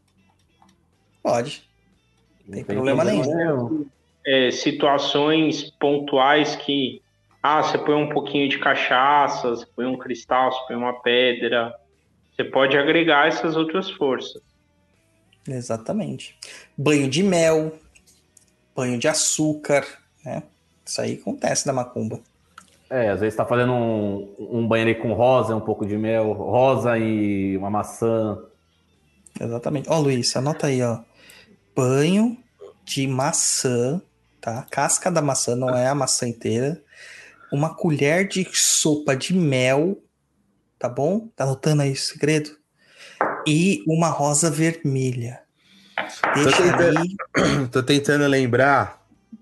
Pode. Não tem, tem problema nenhum.
É, situações pontuais que ah, você põe um pouquinho de cachaça, você põe um cristal, você põe uma pedra. Você pode agregar essas outras forças.
Exatamente. Banho de mel, banho de açúcar, né? Isso aí acontece na macumba.
É, às vezes tá fazendo um, um banho ali com rosa, um pouco de mel, rosa e uma maçã.
Exatamente. Ó, Luiz, anota aí, ó. Banho de maçã, tá? Casca da maçã, não é a maçã inteira. Uma colher de sopa de mel, tá bom? Tá anotando aí o segredo? E uma rosa vermelha. Deixa
tô tentando,
ali.
Tô tentando lembrar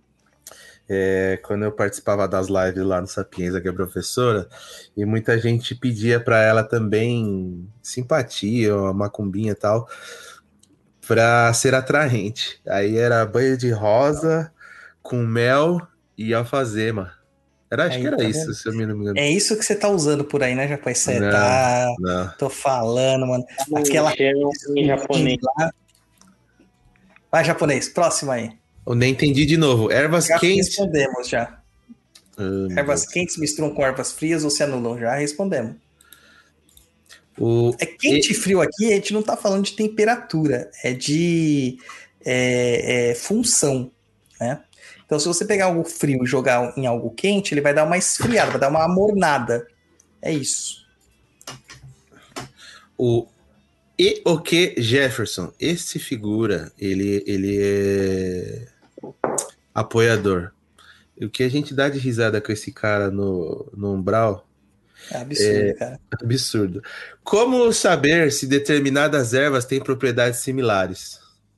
é, quando eu participava das lives lá no Sapienza, que é professora, e muita gente pedia para ela também simpatia, uma macumbinha e tal, para ser atraente. Aí era banho de rosa com mel e alfazema. Era, acho
Aí,
que era
tá
isso,
vendo?
se eu me não me engano.
É isso que você tá usando por aí, né, Japão? Você
Não,
tá.
não.
Tô falando, mano.
Não
Aquela.
mexendo em japonês.
Lá. Vai, japonês, próximo aí.
Eu nem entendi de novo. Ervas
Já
quentes.
respondemos já.
Ah, meu
Ervas
Deus.
quentes misturam com ervas frias ou se anulam? Já respondemos.
O...
É quente e frio aqui, a gente não tá falando de temperatura, é de é, é, função, né? Então, se você pegar algo frio e jogar em algo quente, ele vai dar uma esfriada, vai dar uma amornada. É isso.
O E O Q Jefferson, esse figura, ele, ele é apoiador. E o que a gente dá de risada com esse cara no, no umbral
É absurdo,
é
cara.
absurdo. Como saber se determinadas ervas têm propriedades similares?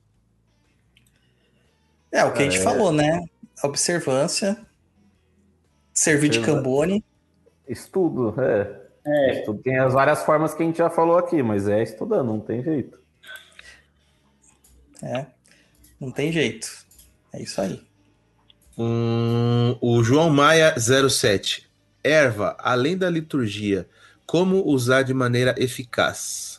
É o que a gente
É.
falou, né? Observância, servir de
Observa-
Cambone.
Estudo, é.
É,
Estudo tem as várias formas que a gente já falou aqui, mas é estudando, não tem jeito.
É, não tem jeito. É isso aí.
Hum, o João Maia zero sete. Erva, além da liturgia, como usar de maneira eficaz?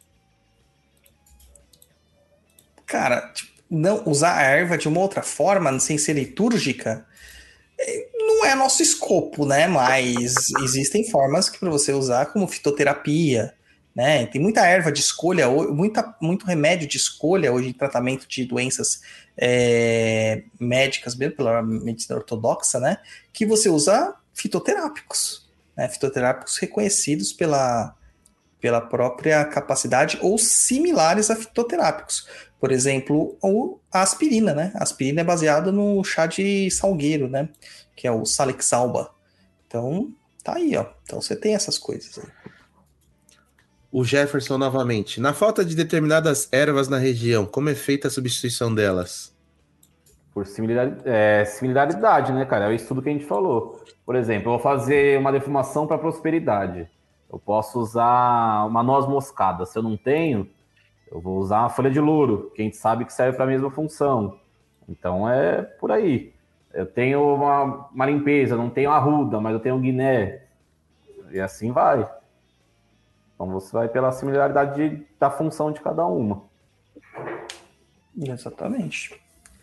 Cara, tipo, não usar a erva de uma outra forma, sem ser litúrgica, é, não é nosso escopo, né? Mas existem formas que para você usar, como fitoterapia, né? Tem muita erva de escolha, ho- muita, muito remédio de escolha hoje em tratamento de doenças é, médicas, mesmo pela medicina ortodoxa, né? Que você usa fitoterápicos, né? Fitoterápicos reconhecidos pela, pela própria capacidade ou similares a fitoterápicos. Por exemplo, ou a aspirina, né? A aspirina é baseada no chá de salgueiro, né? Que é o Salixalba. Então, tá aí, ó. Então você tem essas coisas aí.
O Jefferson novamente. Na falta de determinadas ervas na região, como é feita a substituição delas?
Por similaridade, é, similaridade, né, cara? É o estudo que a gente falou. Por exemplo, eu vou fazer uma defumação para prosperidade. Eu posso usar uma noz moscada. Se eu não tenho, eu vou usar uma folha de louro, que a gente sabe que serve para a mesma função. Então é por aí. Eu tenho uma, uma limpeza, não tenho arruda, mas eu tenho guiné. E assim vai. Então você vai pela similaridade de, da função de cada uma.
Exatamente.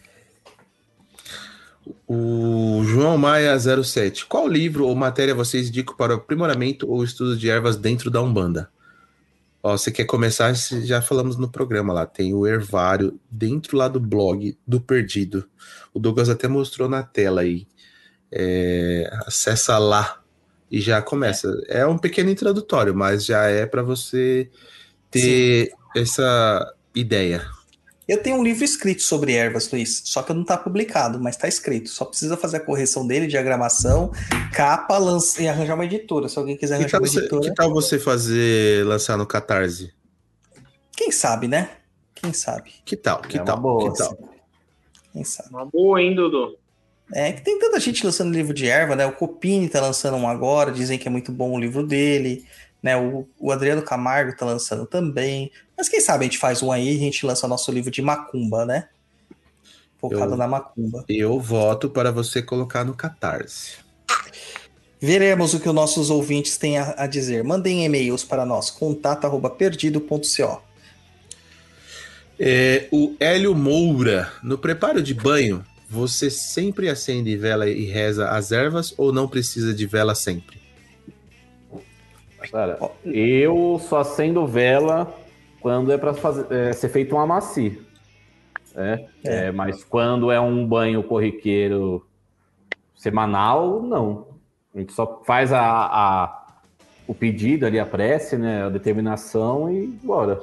O João Maia zero sete. Qual livro ou matéria vocês indicam para o aprimoramento ou estudo de ervas dentro da Umbanda? Ó, você quer começar? Já falamos no programa lá. Tem o Hervário dentro lá do blog do Perdido. O Douglas até mostrou na tela aí. É, acessa lá e já começa. É um pequeno introdutório, mas já é para você ter essa ideia.
Eu tenho um livro escrito sobre ervas, Luiz, só que não está publicado, mas está escrito. Só precisa fazer a correção dele, diagramação, capa, lança, e arranjar uma editora. Se alguém quiser
Que
arranjar
tal,
uma
você,
editora,
que tal você fazer, lançar no Catarse?
quem sabe, né? Quem sabe?
Que tal? Que
É uma
tal?
boa.
Que tal?
Quem sabe?
uma boa, hein, Dudu?
É que tem tanta gente lançando livro de erva, né? O Copini tá lançando um agora, dizem que é muito bom o livro dele, né? O, o Adriano Camargo tá lançando também. Mas quem sabe a gente faz um aí e a gente lança o nosso livro de macumba, né? Focado
Eu-
na macumba.
Eu voto para você colocar no Catarse.
Veremos o que os nossos ouvintes têm a, a dizer. Mandem e-mails para nós, contato arroba perdido ponto co.
É, o Hélio Moura, no preparo de banho, você sempre acende vela e reza as ervas ou não precisa de vela sempre?
Cara, eu só acendo vela quando é para é, ser feito um amaci. Né?
É.
É, mas quando é um banho corriqueiro semanal, não. A gente só faz a, a- o pedido ali, a prece, né? A determinação e bora.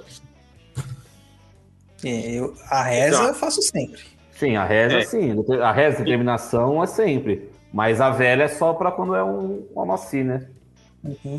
É, eu- a reza
Então.
eu faço sempre.
Sim, a reza
É.
sim. A reza, a determinação é sempre. Mas a vela é só para quando é um, um amaci, né?
Uhum.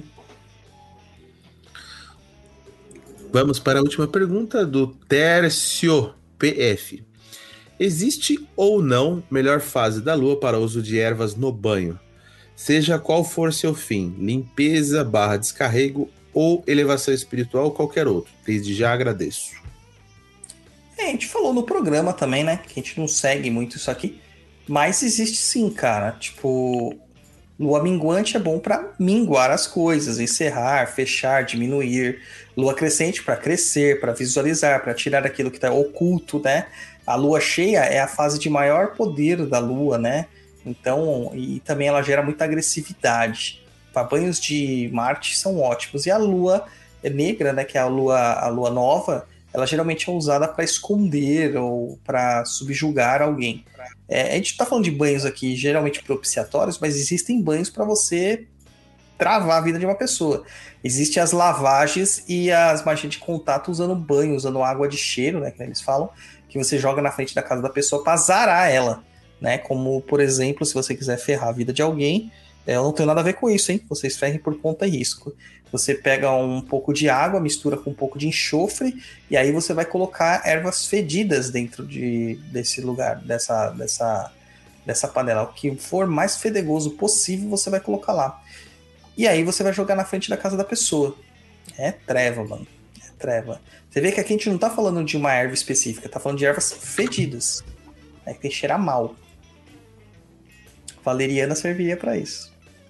Vamos para a última pergunta do Tércio P F. Existe ou não melhor fase da lua para uso de ervas no banho? Seja qual for seu fim, limpeza, barra descarrego ou elevação espiritual ou qualquer outro. Desde já agradeço.
É, a gente falou no programa também, né? Que a gente não segue muito isso aqui. Mas existe sim, cara. Tipo, Lua minguante é bom para minguar as coisas, encerrar, fechar, diminuir. Lua crescente para crescer, para visualizar, para tirar aquilo que está oculto, né? A lua cheia é a fase de maior poder da lua, né? Então, e também ela gera muita agressividade. Banhos de Marte são ótimos. E a lua negra, né, que é a lua, a lua nova, ela geralmente é usada para esconder ou para subjugar alguém. É, a gente está falando de banhos aqui geralmente propiciatórios, mas existem banhos para você travar a vida de uma pessoa. Existem as lavagens e as magias de contato usando banho, usando água de cheiro, né, que eles falam, que você joga na frente da casa da pessoa para azarar ela, né? Como, por exemplo, se você quiser ferrar a vida de alguém, eu não tenho nada a ver com isso, hein? Vocês ferrem por conta e risco. Você pega um pouco de água, mistura com um pouco de enxofre, e aí você vai colocar ervas fedidas dentro de, desse lugar, dessa, dessa, dessa panela. O que for mais fedegoso possível, você vai colocar lá. E aí você vai jogar na frente da casa da pessoa. É treva, mano. É treva. Você vê que aqui a gente não tá falando de uma erva específica, tá falando de ervas fedidas. É que tem que cheirar mal. Valeriana serviria para isso.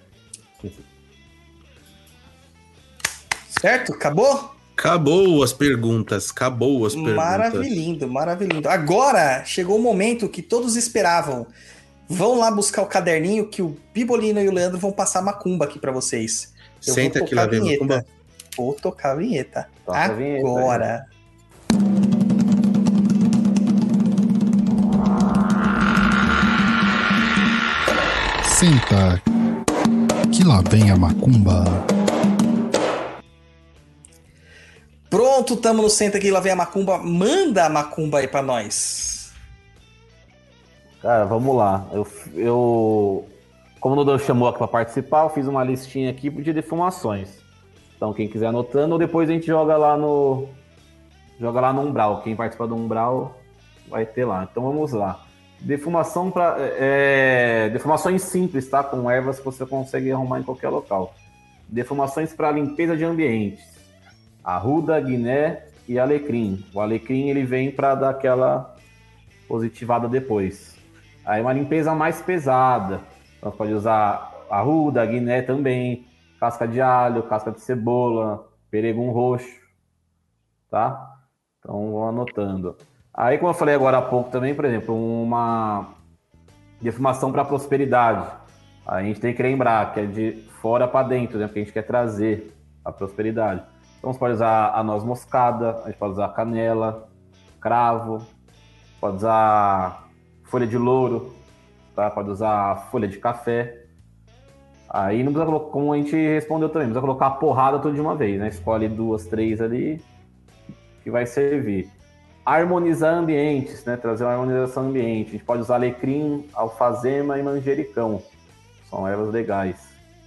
Certo? Acabou?
Acabou as perguntas, acabou as perguntas.
Maravilhindo, maravilhindo. Agora chegou o momento que todos esperavam. Vão lá buscar o caderninho que o Bibolino e o Leandro vão passar macumba aqui para vocês. Eu
Senta
vou
aqui lá, vem macumba.
Vou tocar a vinheta.
Toca a vinheta,
agora.
Senta, que lá vem a macumba.
Pronto, tamo no Senta que lá vem a macumba. Manda a macumba aí pra nós.
Cara, vamos lá. Eu, eu como o Dodô chamou aqui pra participar, eu fiz uma listinha aqui de defumações. Então, quem quiser anotando, ou depois a gente joga lá no joga lá no Umbral. Quem participa do Umbral vai ter lá. Então, vamos lá. Defumação para é, defumações simples, tá? Com ervas que você consegue arrumar em qualquer local. Defumações para limpeza de ambientes. Arruda, guiné e alecrim. O alecrim ele vem para dar aquela positivada depois. Aí uma limpeza mais pesada. Então pode usar arruda, guiné também, casca de alho, casca de cebola, peregum roxo, tá? Então vou anotando. Aí, como eu falei agora há pouco também, por exemplo, uma defumação para prosperidade. A gente tem que lembrar que é de fora para dentro, né? Porque a gente quer trazer a prosperidade. Então, você pode usar a noz moscada, a gente pode usar canela, cravo, pode usar folha de louro, tá? Pode usar folha de café. Aí não precisa colocar, como a gente respondeu também, não precisa colocar a porrada tudo de uma vez, né? Escolhe duas, três ali que vai servir. Harmonizar ambientes, né? Trazer uma harmonização ambiente. A gente pode usar alecrim, alfazema e manjericão. São ervas legais.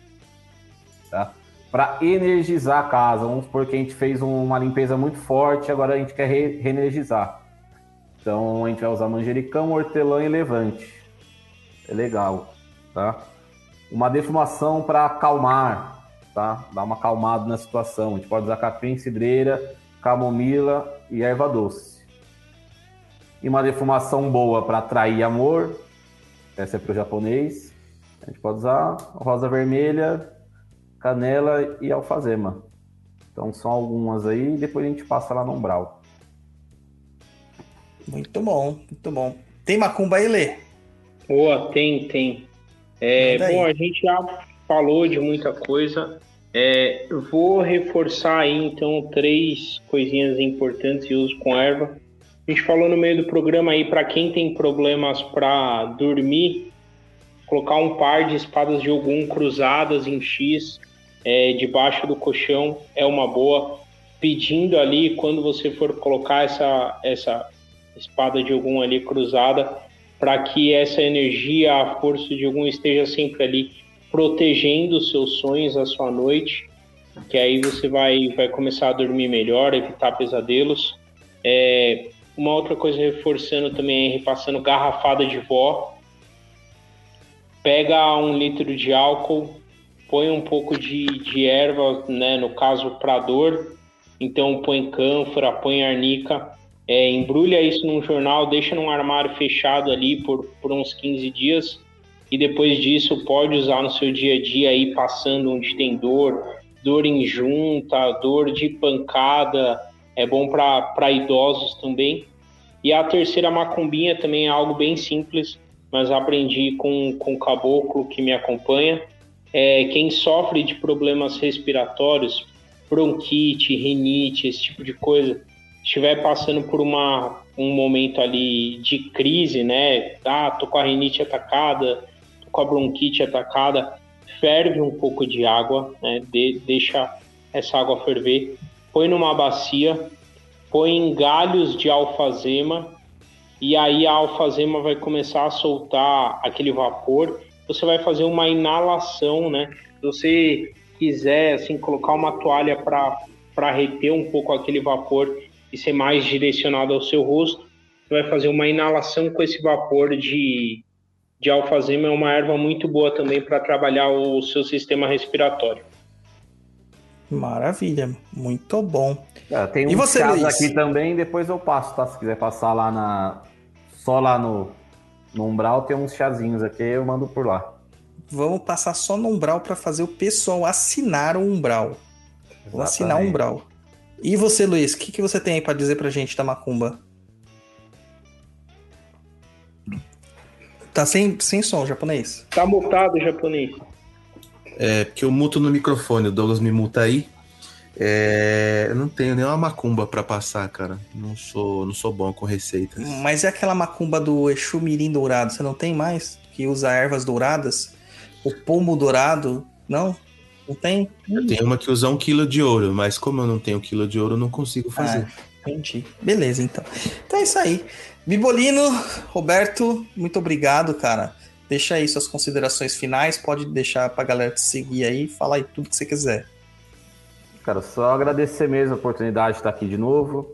Tá? Para energizar a casa. Vamos supor que a gente fez uma limpeza muito forte, agora a gente quer re- reenergizar. Então a gente vai usar manjericão, hortelã e levante. É legal, tá? Uma defumação para acalmar, tá? Dar uma acalmada na situação. A gente pode usar capim, cidreira, camomila e erva doce. E uma defumação boa para atrair amor. Essa é para o japonês. A gente pode usar rosa vermelha, canela e alfazema. Então são algumas aí, depois a gente passa lá no Umbral.
Muito bom, muito bom. Tem macumba aí, Lê?
Boa, tem, tem. É, bom, a gente já falou de muita coisa. É, eu vou reforçar aí, então, três coisinhas importantes e uso com erva. A gente falou no meio do programa aí, para quem tem problemas para dormir, colocar um par de espadas de Ogum cruzadas em X é, debaixo do colchão é uma boa. Pedindo ali, quando você for colocar essa, essa espada de Ogum ali cruzada, para que essa energia, a força de Ogum esteja sempre ali protegendo os seus sonhos, a sua noite, que aí você vai, vai começar a dormir melhor, evitar pesadelos. É, uma outra coisa reforçando também, repassando garrafada de vó. Pega um litro de álcool, põe um pouco de, de erva, né, no caso para dor, então põe cânfora, põe arnica, é, embrulha isso num jornal, deixa num armário fechado ali por, por uns quinze dias, e depois disso pode usar no seu dia a dia aí passando onde tem dor, dor em junta, dor de pancada, é bom para idosos também. E a terceira macumbinha também é algo bem simples, mas aprendi com, com o caboclo que me acompanha. É, quem sofre de problemas respiratórios, bronquite, rinite, esse tipo de coisa, estiver passando por uma, um momento ali de crise, né? Ah, tô com a rinite atacada, tô com a bronquite atacada, ferve um pouco de água, né? De, deixa essa água ferver, põe numa bacia, põe em galhos de alfazema, e aí a alfazema vai começar a soltar aquele vapor. Você vai fazer uma inalação, né? Se você quiser, assim, colocar uma toalha para reter um pouco aquele vapor e ser mais direcionado ao seu rosto, você vai fazer uma inalação com esse vapor de, de alfazema. É uma erva muito boa também para trabalhar o seu sistema respiratório.
Maravilha, muito bom.
É, tem um
e você,
chás
Luiz?
Aqui também, depois eu passo, tá? Se quiser passar lá na... Só lá no, no Umbral tem uns chazinhos aqui, eu mando por lá.
Vamos passar só no Umbral para fazer o pessoal assinar o Umbral. Vou assinar o Umbral. E você, Luiz, o que, que você tem aí para dizer pra gente da macumba? Tá sem, sem som, japonês.
Tá mutado, japonês.
É, porque eu muto no microfone, o Douglas me muta aí. É, eu não tenho nenhuma macumba pra passar, cara. Não sou, não sou bom com receitas.
Mas é aquela macumba do Exu Mirim dourado, você não tem mais? Que usa ervas douradas? O pomo dourado? Não? Não tem?
Eu tenho uma que usa um quilo de ouro, mas como eu não tenho um quilo de ouro, eu não consigo fazer.
Ah, entendi. Beleza, então. Então é isso aí. Bibolino, Roberto, muito obrigado, cara. Deixa aí suas considerações finais, pode deixar pra galera te seguir aí, falar aí tudo que você quiser.
Cara, só agradecer mesmo a oportunidade de estar aqui de novo.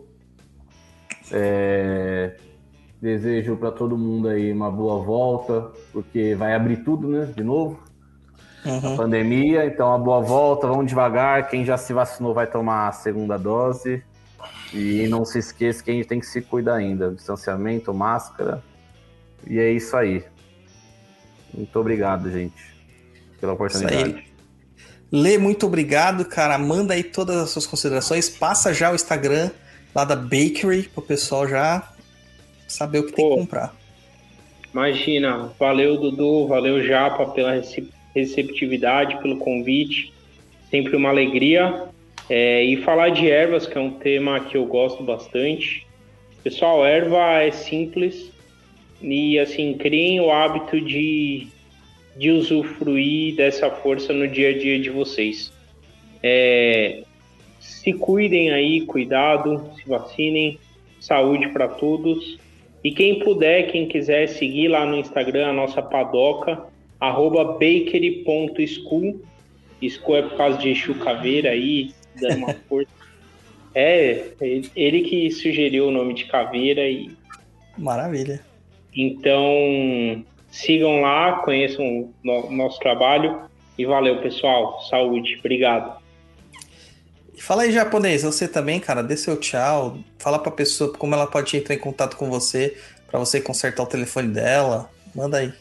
É... Desejo para todo mundo aí uma boa volta, porque vai abrir tudo, né, de novo. Uhum. A pandemia, então uma boa volta, vamos devagar. Quem já se vacinou vai tomar a segunda dose. E não se esqueça que a gente tem que se cuidar ainda. Distanciamento, máscara. E é isso aí. Muito obrigado, gente, pela oportunidade.
Lê, muito obrigado, cara. Manda aí todas as suas considerações. Passa já o Instagram lá da Bakery pro pessoal já saber o que Pô, tem que comprar.
Imagina. Valeu, Dudu. Valeu, Japa, pela receptividade, pelo convite. Sempre uma alegria. É, e falar de ervas, que é um tema que eu gosto bastante. Pessoal, erva é simples. E, assim, criem o hábito de... de usufruir dessa força no dia a dia de vocês. É, se cuidem aí, cuidado, se vacinem, saúde para todos. E quem puder, quem quiser seguir lá no Instagram a nossa padoca, arroba bakery ponto school. School é por causa de Exu Caveira aí, dando uma força. É, ele que sugeriu o nome de Caveira. E...
Maravilha.
Então... sigam lá, conheçam o no, nosso trabalho e valeu, pessoal. Saúde, obrigado.
Fala aí, japonês, você também, cara, dê seu tchau. Fala pra pessoa como ela pode entrar em contato com você, pra você consertar o telefone dela. Manda aí.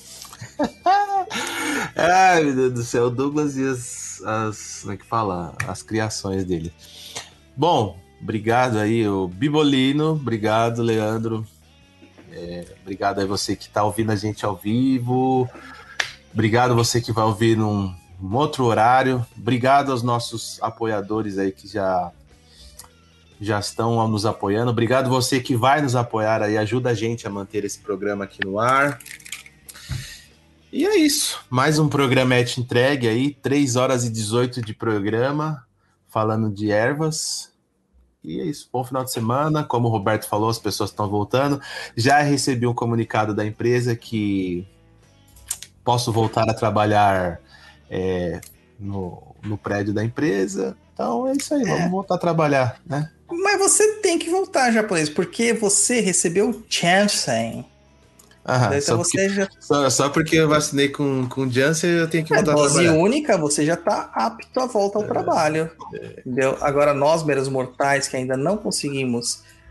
Ai, meu Deus do céu, o Douglas e as, as, como é que fala? As criações dele. Bom, obrigado aí, o Bibolino, obrigado, Leandro. É, obrigado aí você que está ouvindo a gente ao vivo. Obrigado você que vai ouvir num, num outro horário. Obrigado aos nossos apoiadores aí que já, já estão nos apoiando. Obrigado você que vai nos apoiar aí. Ajuda a gente a manter esse programa aqui no ar. E é isso. Mais um programete entregue aí. três horas e dezoito de programa falando de ervas. E é isso, bom final de semana. Como o Roberto falou, as pessoas estão voltando. Já recebi um comunicado da empresa que posso voltar a trabalhar é, no, no prédio da empresa. Então é isso aí, vamos é. voltar a trabalhar, né?
Mas você tem que voltar, japonês, porque você recebeu o Janssen.
Ah,
então
só,
você
porque,
já...
só, só porque eu vacinei com, com o Janssen, eu tenho que voltar
é,
a trabalhar.
Dose única, você já está apto à volta ao é, trabalho. É. Entendeu? Agora, nós, meros mortais, que ainda não conseguimos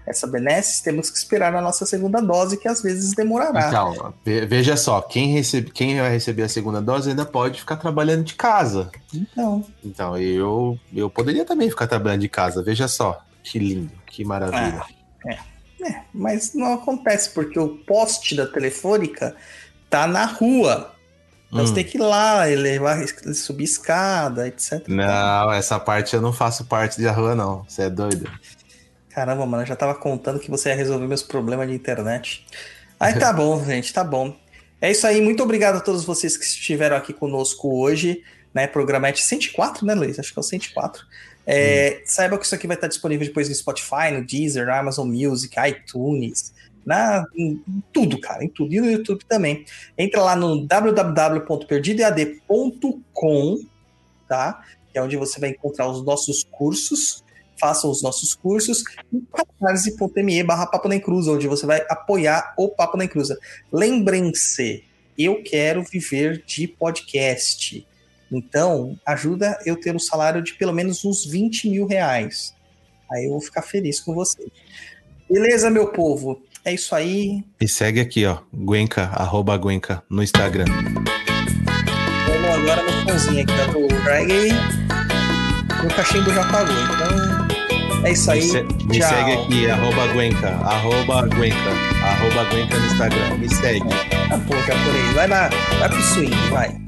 essa benesse, temos que esperar a nossa segunda dose, que às vezes demorará.
Então, veja só, quem, recebe, quem vai receber a segunda dose ainda pode ficar trabalhando de casa.
Então,
então eu, eu poderia também ficar trabalhando de casa, veja só, que lindo, que maravilha.
Ah, é, é, mas não acontece, porque o poste da telefônica tá na rua. Então hum. você tem que ir lá, levar, subir escada, etcétera.
Não, essa parte eu não faço parte da rua, não. Você é doido.
Caramba, mano, eu já tava contando que você ia resolver meus problemas de internet. Aí tá bom, gente, tá bom. É isso aí, muito obrigado a todos vocês que estiveram aqui conosco hoje, né? Programete cento e quatro, né, Luiz? Acho que é o cento e quatro. É, hum. Saiba que isso aqui vai estar disponível depois no Spotify, no Deezer, na Amazon Music, iTunes, na, em tudo, cara, em tudo. E no YouTube também. Entra lá no w w w ponto perdido e a d ponto com, tá? Que é onde você vai encontrar os nossos cursos. Façam os nossos cursos em catarse ponto m e barra Papo na Encruza, onde você vai apoiar o Papo na Encruza. Lembrem-se, eu quero viver de podcast. Então, ajuda eu ter um salário de pelo menos uns vinte mil reais. Aí eu vou ficar feliz com vocês. Beleza, meu povo? É isso aí.
E segue aqui, ó, Guenca, arroba Guenca, no Instagram.
Vamos agora no pãozinho aqui, tá? O drag. O cachimbo já pagou, então é isso aí.
Me, se, me segue aqui, arroba Guenca, arroba Guenca, arroba Guenca no Instagram. Me segue.
Tá bom, japonês. Vai lá, vai pro swing, vai.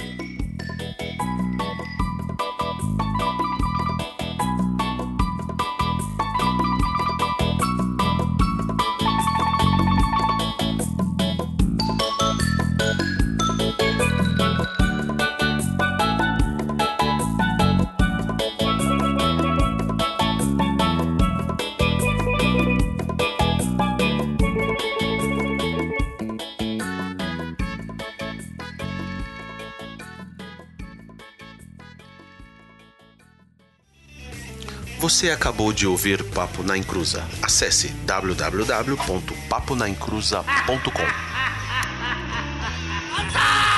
Você acabou de ouvir Papo na Encruza. Acesse w w w ponto papo na encruza ponto com.